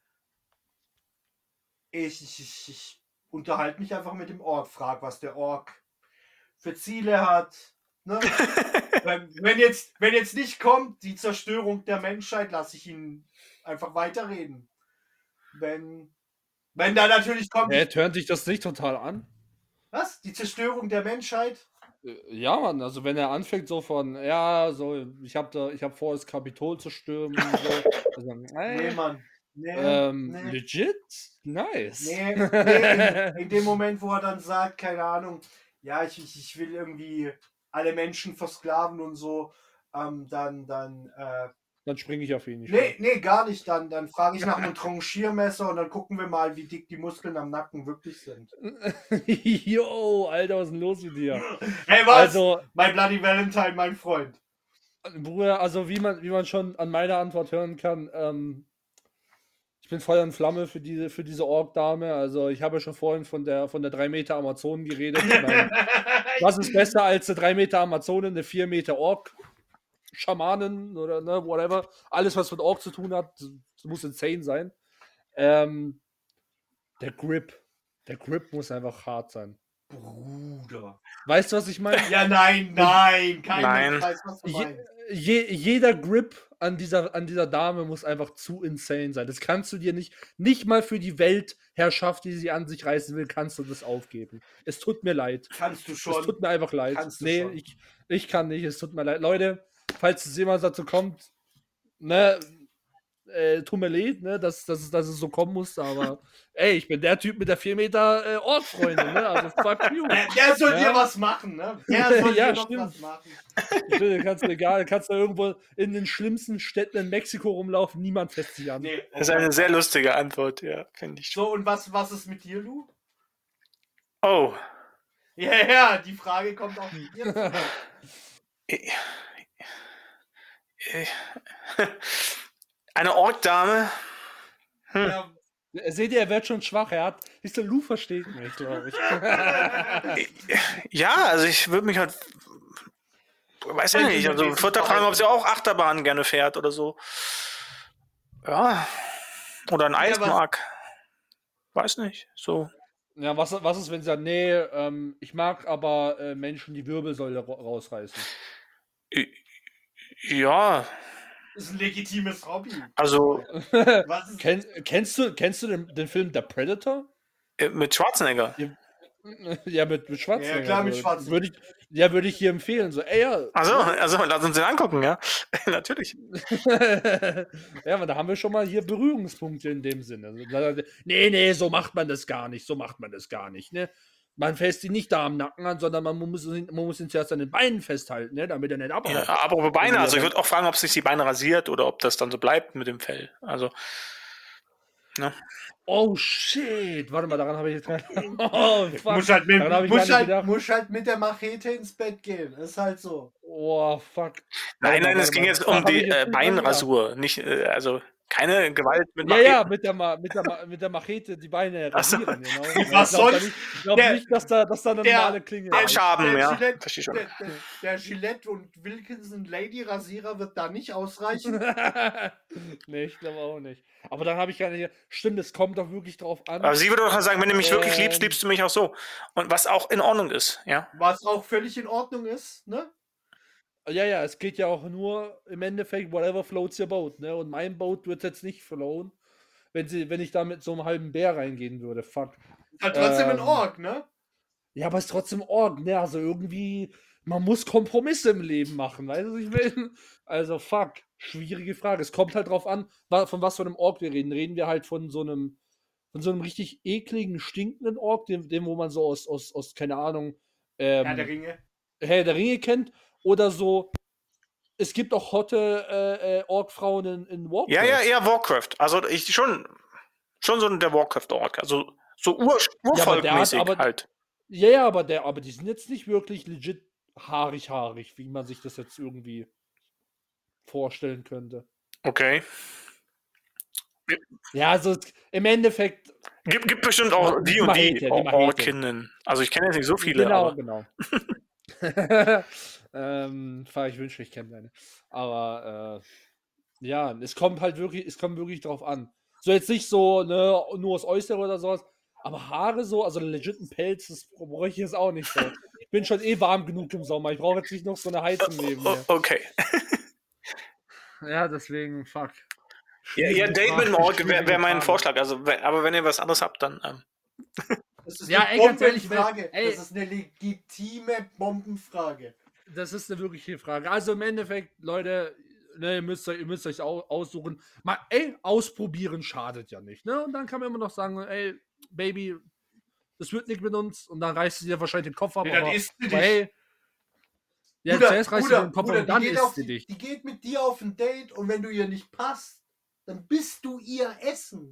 Speaker 3: ich, ich, ich, ich unterhalte mich einfach mit dem Ork, frag, was der Ork für Ziele hat. Ne? wenn, wenn, jetzt, wenn jetzt nicht kommt, die Zerstörung der Menschheit, lasse ich ihn einfach weiterreden. Wenn, wenn da natürlich kommt,
Speaker 2: Hä, hört sich das nicht total an?
Speaker 3: was? Die Zerstörung der Menschheit?
Speaker 2: Äh, Ja, Mann, also wenn er anfängt so von, ja, so, ich habe da, ich habe vor, das Kapitol zu stürmen und so. Also,
Speaker 3: Nee,
Speaker 2: äh,
Speaker 3: Mann. Nee,
Speaker 2: ähm,
Speaker 3: nee.
Speaker 2: legit? Nice.
Speaker 3: Nee, nee in, in dem Moment, wo er dann sagt, keine Ahnung, ja, ich, ich, ich will irgendwie alle Menschen versklaven und so, ähm, dann, dann, äh,
Speaker 2: Dann springe ich auf ihn nicht.
Speaker 3: nee, nee, gar nicht, dann, dann frage ich nach einem Tranchiermesser und dann gucken wir mal, wie dick die Muskeln am Nacken wirklich sind.
Speaker 2: Yo, Alter, was ist denn los mit dir?
Speaker 3: Hey, was?
Speaker 2: Also,
Speaker 3: Mein Bloody Valentine, mein Freund.
Speaker 2: Bruder, also wie man, wie man schon an meiner Antwort hören kann, ähm, ich bin Feuer und Flamme für diese, für diese Ork-Dame. Also ich habe ja schon vorhin von der von der drei Meter Amazonen geredet. Ich mein, was ist besser als eine drei Meter Amazone, eine vier Meter Ork? Schamanen oder ne, whatever. Alles, was mit Ork zu tun hat, das muss insane sein. Ähm, der Grip. Der Grip muss einfach hart sein.
Speaker 3: Bruder.
Speaker 2: Weißt du, was ich meine?
Speaker 3: Ja, nein, nein, kein
Speaker 4: Nein.
Speaker 3: Mensch weiß, was du
Speaker 2: Je,
Speaker 3: meinst.
Speaker 2: je, jeder Grip an dieser, an dieser Dame muss einfach zu insane sein. Das kannst du dir nicht, nicht mal für die Weltherrschaft, die sie an sich reißen will, kannst du das aufgeben. Es tut mir leid.
Speaker 3: Kannst du
Speaker 2: Es
Speaker 3: schon.
Speaker 2: tut mir einfach leid.
Speaker 3: Kannst du
Speaker 2: nee,
Speaker 3: schon.
Speaker 2: ich, ich kann nicht. Es tut mir leid. Leute, falls es jemals dazu kommt, ne, äh, tut mir leid, ne, dass, dass, es, dass es so kommen musste, aber ey, ich bin der Typ mit der vier Meter äh, Ortfreundin, ne? Also fuck you.
Speaker 3: Der, der soll
Speaker 2: Ja.
Speaker 3: dir was machen, ne? Der soll
Speaker 2: Ja,
Speaker 3: dir noch
Speaker 2: stimmt.
Speaker 3: was machen.
Speaker 2: Ich finde, kannst du egal, kannst du irgendwo in den schlimmsten Städten in Mexiko rumlaufen, niemand fässt sich an.
Speaker 3: Nee,
Speaker 4: Das ist eine sehr lustige Antwort, ja, finde ich.
Speaker 3: So, und was, was ist mit dir, Lu?
Speaker 4: Oh,
Speaker 3: Ja, ja, die Frage kommt auch mit dir.
Speaker 4: ich- ich- eine Ork-Dame.
Speaker 3: Ja,
Speaker 2: Seht ihr, er wird schon schwach. Er hat, siehst du, Lou versteht mich, glaube ich.
Speaker 4: Ja, also ich würde mich halt, weiß ja
Speaker 3: Weil
Speaker 4: nicht,
Speaker 3: die
Speaker 4: also
Speaker 3: mit
Speaker 4: ich würde da
Speaker 3: diesen
Speaker 4: fragen, ob sie auch Achterbahn gerne fährt oder so. Ja, oder ein Eis
Speaker 3: was-
Speaker 4: mag. Weiß nicht, so.
Speaker 2: Ja, was, was ist, wenn sie sagt, nee, ähm, ich mag aber äh, Menschen, die Wirbelsäule ra- rausreißen.
Speaker 4: Ja,
Speaker 3: ist ein legitimes Hobby.
Speaker 4: also
Speaker 3: Was ist,
Speaker 2: Kenn, kennst du, kennst du den, den Film Der Predator?
Speaker 4: äh, mit Schwarzenegger.
Speaker 2: Ja, mit, mit Schwarzenegger.
Speaker 3: Ja, klar, mit
Speaker 2: so.
Speaker 3: Schwarzenegger.
Speaker 2: Würde ich, ja, würde ich hier empfehlen. So, ey, ja.
Speaker 4: Also, also lass uns den angucken, ja. Natürlich.
Speaker 2: Ja, aber da haben wir schon mal hier Berührungspunkte in dem Sinne. Also, da- nee, nee, so macht man das gar nicht. So macht man das gar nicht. Ne? Man fässt ihn nicht da am Nacken an, sondern man muss ihn, man muss ihn zuerst an den Beinen festhalten, ne? Damit er nicht abhaut.
Speaker 4: Ja, aber Beine, also ich würde auch fragen, ob sich die Beine rasiert oder ob das dann so bleibt mit dem Fell. Also, ne?
Speaker 2: Oh shit, warte mal, daran habe ich jetzt gar nicht. Oh, fuck.
Speaker 3: muss halt, mit,
Speaker 2: Daran hab ich
Speaker 3: muss,
Speaker 2: gar nicht
Speaker 3: halt,
Speaker 2: gedacht.
Speaker 3: muss halt mit der Machete ins Bett gehen. Ist halt so.
Speaker 2: Oh, fuck.
Speaker 4: Nein,
Speaker 2: Warte mal,
Speaker 4: nein, es
Speaker 2: warte
Speaker 4: ging
Speaker 2: mal.
Speaker 4: jetzt
Speaker 2: Da
Speaker 4: um
Speaker 2: hab ich
Speaker 4: die
Speaker 2: jetzt
Speaker 4: äh,
Speaker 2: nicht dran gedacht.
Speaker 4: Beinrasur, nicht, äh, also keine Gewalt mit
Speaker 2: Ja,
Speaker 4: Machete.
Speaker 2: ja, mit der, Ma mit, der Ma mit der Machete die Beine
Speaker 4: Ach so.
Speaker 2: rasieren, genau.
Speaker 3: Was
Speaker 2: ich glaube
Speaker 3: sonst?
Speaker 2: nicht, ich glaub
Speaker 3: Der-
Speaker 2: nicht, dass da, dass da eine
Speaker 3: der-
Speaker 2: normale Klinge
Speaker 3: der-
Speaker 2: ist.
Speaker 4: Abschaben,
Speaker 3: der
Speaker 4: ja.
Speaker 3: Gillette,
Speaker 4: Verstehe schon.
Speaker 3: Der, der, der Gillette und Wilkinson Lady Rasierer wird da nicht ausreichen.
Speaker 2: Nee, ich glaube auch nicht. Aber dann habe ich gar nicht. Stimmt, es kommt doch wirklich drauf an.
Speaker 4: Aber sie würde doch sagen, wenn du mich wirklich
Speaker 2: Ähm.
Speaker 4: liebst, liebst du mich auch so. Und was auch in Ordnung ist, ja.
Speaker 3: Was auch völlig in Ordnung ist, ne?
Speaker 2: Ja, ja, es geht ja auch nur im Endeffekt, whatever floats your boat, ne? Und mein Boot wird jetzt nicht flown, wenn sie, wenn ich da mit so einem halben Bär reingehen würde. Fuck.
Speaker 3: Ist halt trotzdem ein
Speaker 2: Ähm,
Speaker 3: Ork, ne?
Speaker 2: Ja, aber es ist trotzdem Org, ne? Also irgendwie, man muss Kompromisse im Leben machen, weißt du, was ich will? Also fuck, schwierige Frage. Es kommt halt drauf an, wa- von was für einem Org wir reden. Reden wir halt von so einem, von so einem richtig ekligen, stinkenden Org, dem, dem wo man so aus, aus, aus keine Ahnung, ähm,
Speaker 3: Herr der Ringe.
Speaker 2: Herr der Ringe kennt, oder so. Es gibt auch hotte äh, äh, Ork-Frauen in, in Warcraft.
Speaker 4: Ja, ja, eher Warcraft. Also ich schon, schon so der Warcraft-Ork. Also so Ur Urvolkmäßig
Speaker 2: aber-
Speaker 4: halt.
Speaker 2: Ja, ja, aber, der, aber die sind jetzt nicht wirklich legit haarig, haarig, wie man sich das jetzt irgendwie vorstellen könnte.
Speaker 4: Okay.
Speaker 2: Ja, also es- im Endeffekt.
Speaker 4: Gibt, gibt bestimmt auch
Speaker 2: Ja,
Speaker 4: die und
Speaker 2: Mahete,
Speaker 4: die
Speaker 2: die
Speaker 4: Or-
Speaker 2: Mahete.
Speaker 4: Orkinnen. Also ich kenne jetzt nicht so viele,
Speaker 2: Genau,
Speaker 4: aber
Speaker 2: genau. ähm, Fahr, ich wünschte, ich kenne deine. Aber äh, ja, es kommt halt wirklich, es kommt wirklich drauf an. So jetzt nicht so, ne, nur aus Äußere oder sowas. Aber Haare so, also legiten Pelz, das brauche ich jetzt auch nicht so. Ich bin schon eh warm genug im Sommer. Ich brauche jetzt nicht noch so eine Heizung neben
Speaker 4: O-
Speaker 2: mir.
Speaker 4: okay.
Speaker 2: Ja, deswegen, fuck.
Speaker 4: Ja, ja,
Speaker 2: Schwierige
Speaker 4: Date mit dem
Speaker 2: Frage,
Speaker 4: Ork wäre wär
Speaker 2: schwierige
Speaker 4: mein
Speaker 2: Frage.
Speaker 4: Vorschlag. Also, we- aber wenn ihr was anderes habt, dann. Ähm,
Speaker 3: Das ist
Speaker 2: Ja,
Speaker 3: eine
Speaker 2: ey, ganz ehrlich,
Speaker 3: Bombenfrage.
Speaker 2: ey.
Speaker 3: Das ist eine legitime Bombenfrage.
Speaker 2: Das ist eine wirkliche Frage. Also im Endeffekt, Leute, ne, ihr müsst euch, ihr müsst euch au aussuchen. Mal, ey, ausprobieren schadet ja nicht, ne? Und dann kann man immer noch sagen, ey, Baby, das wird nicht mit uns. Und dann reißt sie dir wahrscheinlich den Kopf ab.
Speaker 3: Ja, dann
Speaker 2: aber,
Speaker 3: isst sie
Speaker 2: aber
Speaker 3: dich.
Speaker 2: hey, ja,
Speaker 3: Bruder,
Speaker 2: zuerst reißt sie
Speaker 3: Bruder,
Speaker 2: dir den Kopf
Speaker 3: Bruder,
Speaker 2: ab und dann
Speaker 3: die, geht
Speaker 2: isst
Speaker 3: auf,
Speaker 2: sie dich.
Speaker 3: die geht mit dir auf ein Date und wenn du ihr nicht passt, dann bist du ihr Essen.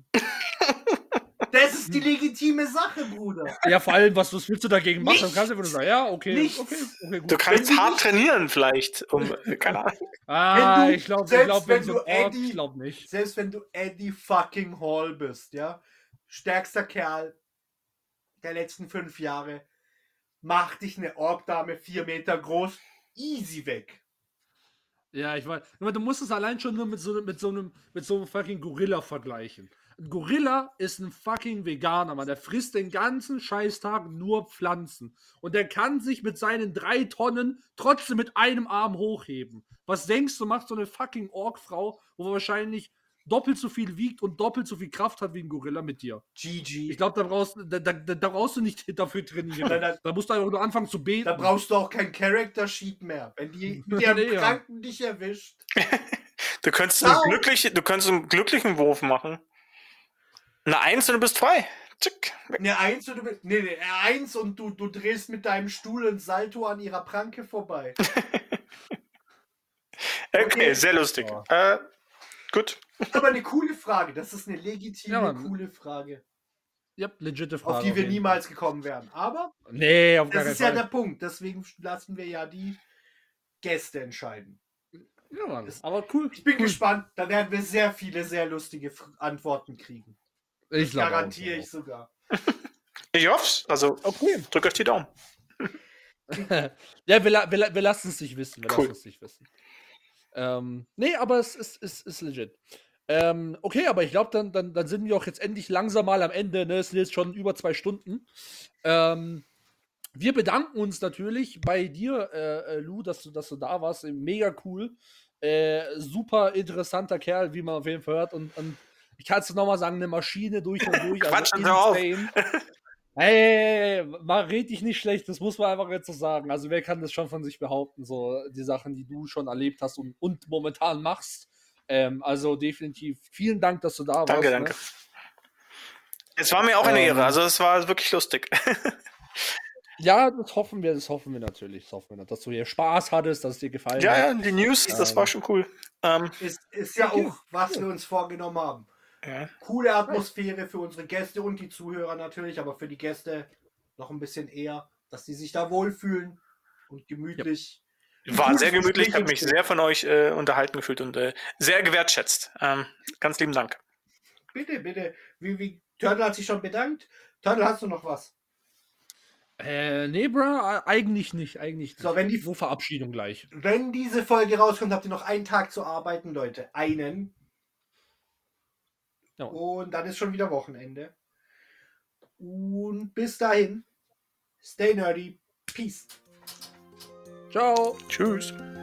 Speaker 3: Das ist die legitime Sache, Bruder.
Speaker 2: Ja, vor allem, was, was willst du dagegen machen?
Speaker 3: Nichts.
Speaker 2: Kannst du einfach nur sagen, ja, okay,
Speaker 3: Nichts.
Speaker 2: okay, okay, gut.
Speaker 4: du kannst
Speaker 3: Wenn du
Speaker 4: hart
Speaker 3: nicht-
Speaker 4: trainieren, vielleicht. Um, keine Ahnung.
Speaker 2: Ah,
Speaker 3: wenn du-
Speaker 2: ich glaube, ich
Speaker 3: selbst
Speaker 2: glaub, wenn
Speaker 3: wenn
Speaker 2: so
Speaker 3: du
Speaker 2: ein Ork,
Speaker 3: Eddie-
Speaker 2: ich glaube nicht.
Speaker 3: Selbst wenn du Eddie fucking Hall bist, ja, stärkster Kerl der letzten fünf Jahre, mach dich eine Ork-Dame vier Meter groß, easy weg.
Speaker 2: Ja, ich weiß. Aber du musst es allein schon nur mit so, mit so einem, mit so einem fucking Gorilla vergleichen. Ein Gorilla ist ein fucking Veganer, Mann. Der frisst den ganzen Scheißtag nur Pflanzen. Und der kann sich mit seinen drei Tonnen trotzdem mit einem Arm hochheben. Was denkst du, macht so eine fucking Ork-Frau, wo wahrscheinlich doppelt so viel wiegt und doppelt so viel Kraft hat wie ein Gorilla mit dir?
Speaker 3: G G.
Speaker 2: Ich glaube, da brauchst, da, da, da brauchst du nicht dafür trainieren.
Speaker 3: Da- da-
Speaker 2: Da musst du einfach nur anfangen zu beten.
Speaker 3: Da brauchst du auch kein Character Sheet mehr. Wenn die mit ihrem
Speaker 2: Nee, ja.
Speaker 3: Kranken dich erwischt.
Speaker 4: Du könntest,
Speaker 3: Ciao.
Speaker 4: einen glücklichen, du könntest einen glücklichen Wurf machen. Eine Eins und du bist frei. Tschick.
Speaker 3: Eine Eins und du bist. Nee, nee, eine Eins und du, du drehst mit deinem Stuhl ein Salto an ihrer Pranke vorbei.
Speaker 4: Okay,
Speaker 3: Okay.
Speaker 4: sehr lustig.
Speaker 2: Oh.
Speaker 4: Äh, gut.
Speaker 3: Aber eine coole Frage. Das ist eine legitime,
Speaker 2: Ja, Mann.
Speaker 3: coole Frage.
Speaker 2: Ja, legitime Frage.
Speaker 3: Auf die wir
Speaker 2: jeden
Speaker 3: niemals gekommen wären. Aber
Speaker 2: Fall. Nee, auf gar
Speaker 3: das
Speaker 2: keinen
Speaker 3: ist ja
Speaker 2: Fall.
Speaker 3: der Punkt. Deswegen lassen wir ja die Gäste entscheiden.
Speaker 2: Ja, Mann. Aber cool.
Speaker 3: Ich bin
Speaker 2: cool.
Speaker 3: gespannt. Da werden wir sehr viele, sehr lustige F Antworten kriegen.
Speaker 2: Ich glaube
Speaker 3: Garantiere
Speaker 2: auch,
Speaker 3: ich sogar.
Speaker 4: Ich hoff's. Also,
Speaker 2: Okay.
Speaker 4: drück euch die Daumen.
Speaker 2: Ja, wir, la- wir, la- wir lassen es nicht wissen. Wir
Speaker 4: Cool.
Speaker 2: lassen es nicht wissen. Ähm, nee, aber es ist, ist, ist legit. Ähm, okay, aber ich glaube, dann, dann, dann sind wir auch jetzt endlich langsam mal am Ende. Ne? Es sind jetzt schon über zwei Stunden. Ähm, wir bedanken uns natürlich bei dir, äh, äh, Lou, dass du, dass du da warst. Mega cool. Äh, super interessanter Kerl, wie man auf jeden Fall hört. Und, und ich kann es nochmal sagen, eine Maschine durch und durch.
Speaker 4: Quatsch,
Speaker 2: also
Speaker 4: hör auf.
Speaker 2: insane. Hey, hey, hey, mal red dich nicht schlecht, das muss man einfach jetzt so sagen. Also wer kann das schon von sich behaupten, so die Sachen, die du schon erlebt hast und, und momentan machst. Ähm, also definitiv vielen Dank, dass du da warst.
Speaker 4: Danke, danke. Es war mir auch eine
Speaker 2: Ähm,
Speaker 4: Ehre. Also, es war wirklich lustig.
Speaker 2: Ja, das hoffen wir, das hoffen wir natürlich. Das hoffen wir, dass du hier Spaß hattest, dass es dir gefallen
Speaker 4: Ja,
Speaker 2: hat.
Speaker 4: ja, die News, das
Speaker 2: Ähm,
Speaker 4: war schon cool. Ähm,
Speaker 3: Ist, ist ja
Speaker 2: Okay.
Speaker 3: auch, was wir uns vorgenommen haben.
Speaker 4: ja.
Speaker 3: Coole Atmosphäre für unsere Gäste und die Zuhörer natürlich, aber für die Gäste noch ein bisschen eher, dass die sich da wohlfühlen und gemütlich. ein
Speaker 4: War
Speaker 3: cooles
Speaker 4: sehr gemütlich,
Speaker 3: Gespräch
Speaker 4: habe mich
Speaker 3: entsteht.
Speaker 4: sehr von euch äh, unterhalten gefühlt und äh, sehr gewertschätzt. Ähm, ganz lieben Dank.
Speaker 3: Bitte, bitte. Wie, wie, Turtle hat sich schon bedankt. Turtle, hast du noch was?
Speaker 2: Äh, nee, bro, eigentlich nicht, eigentlich nicht.
Speaker 3: So, wenn die-
Speaker 2: Wo Verabschiedung gleich.
Speaker 3: Wenn diese Folge rauskommt, habt ihr noch einen Tag zu arbeiten, Leute. Einen.
Speaker 2: Ja.
Speaker 3: Und dann ist schon wieder Wochenende. Und bis dahin, stay nerdy. Peace.
Speaker 2: Ciao.
Speaker 4: Tschüss.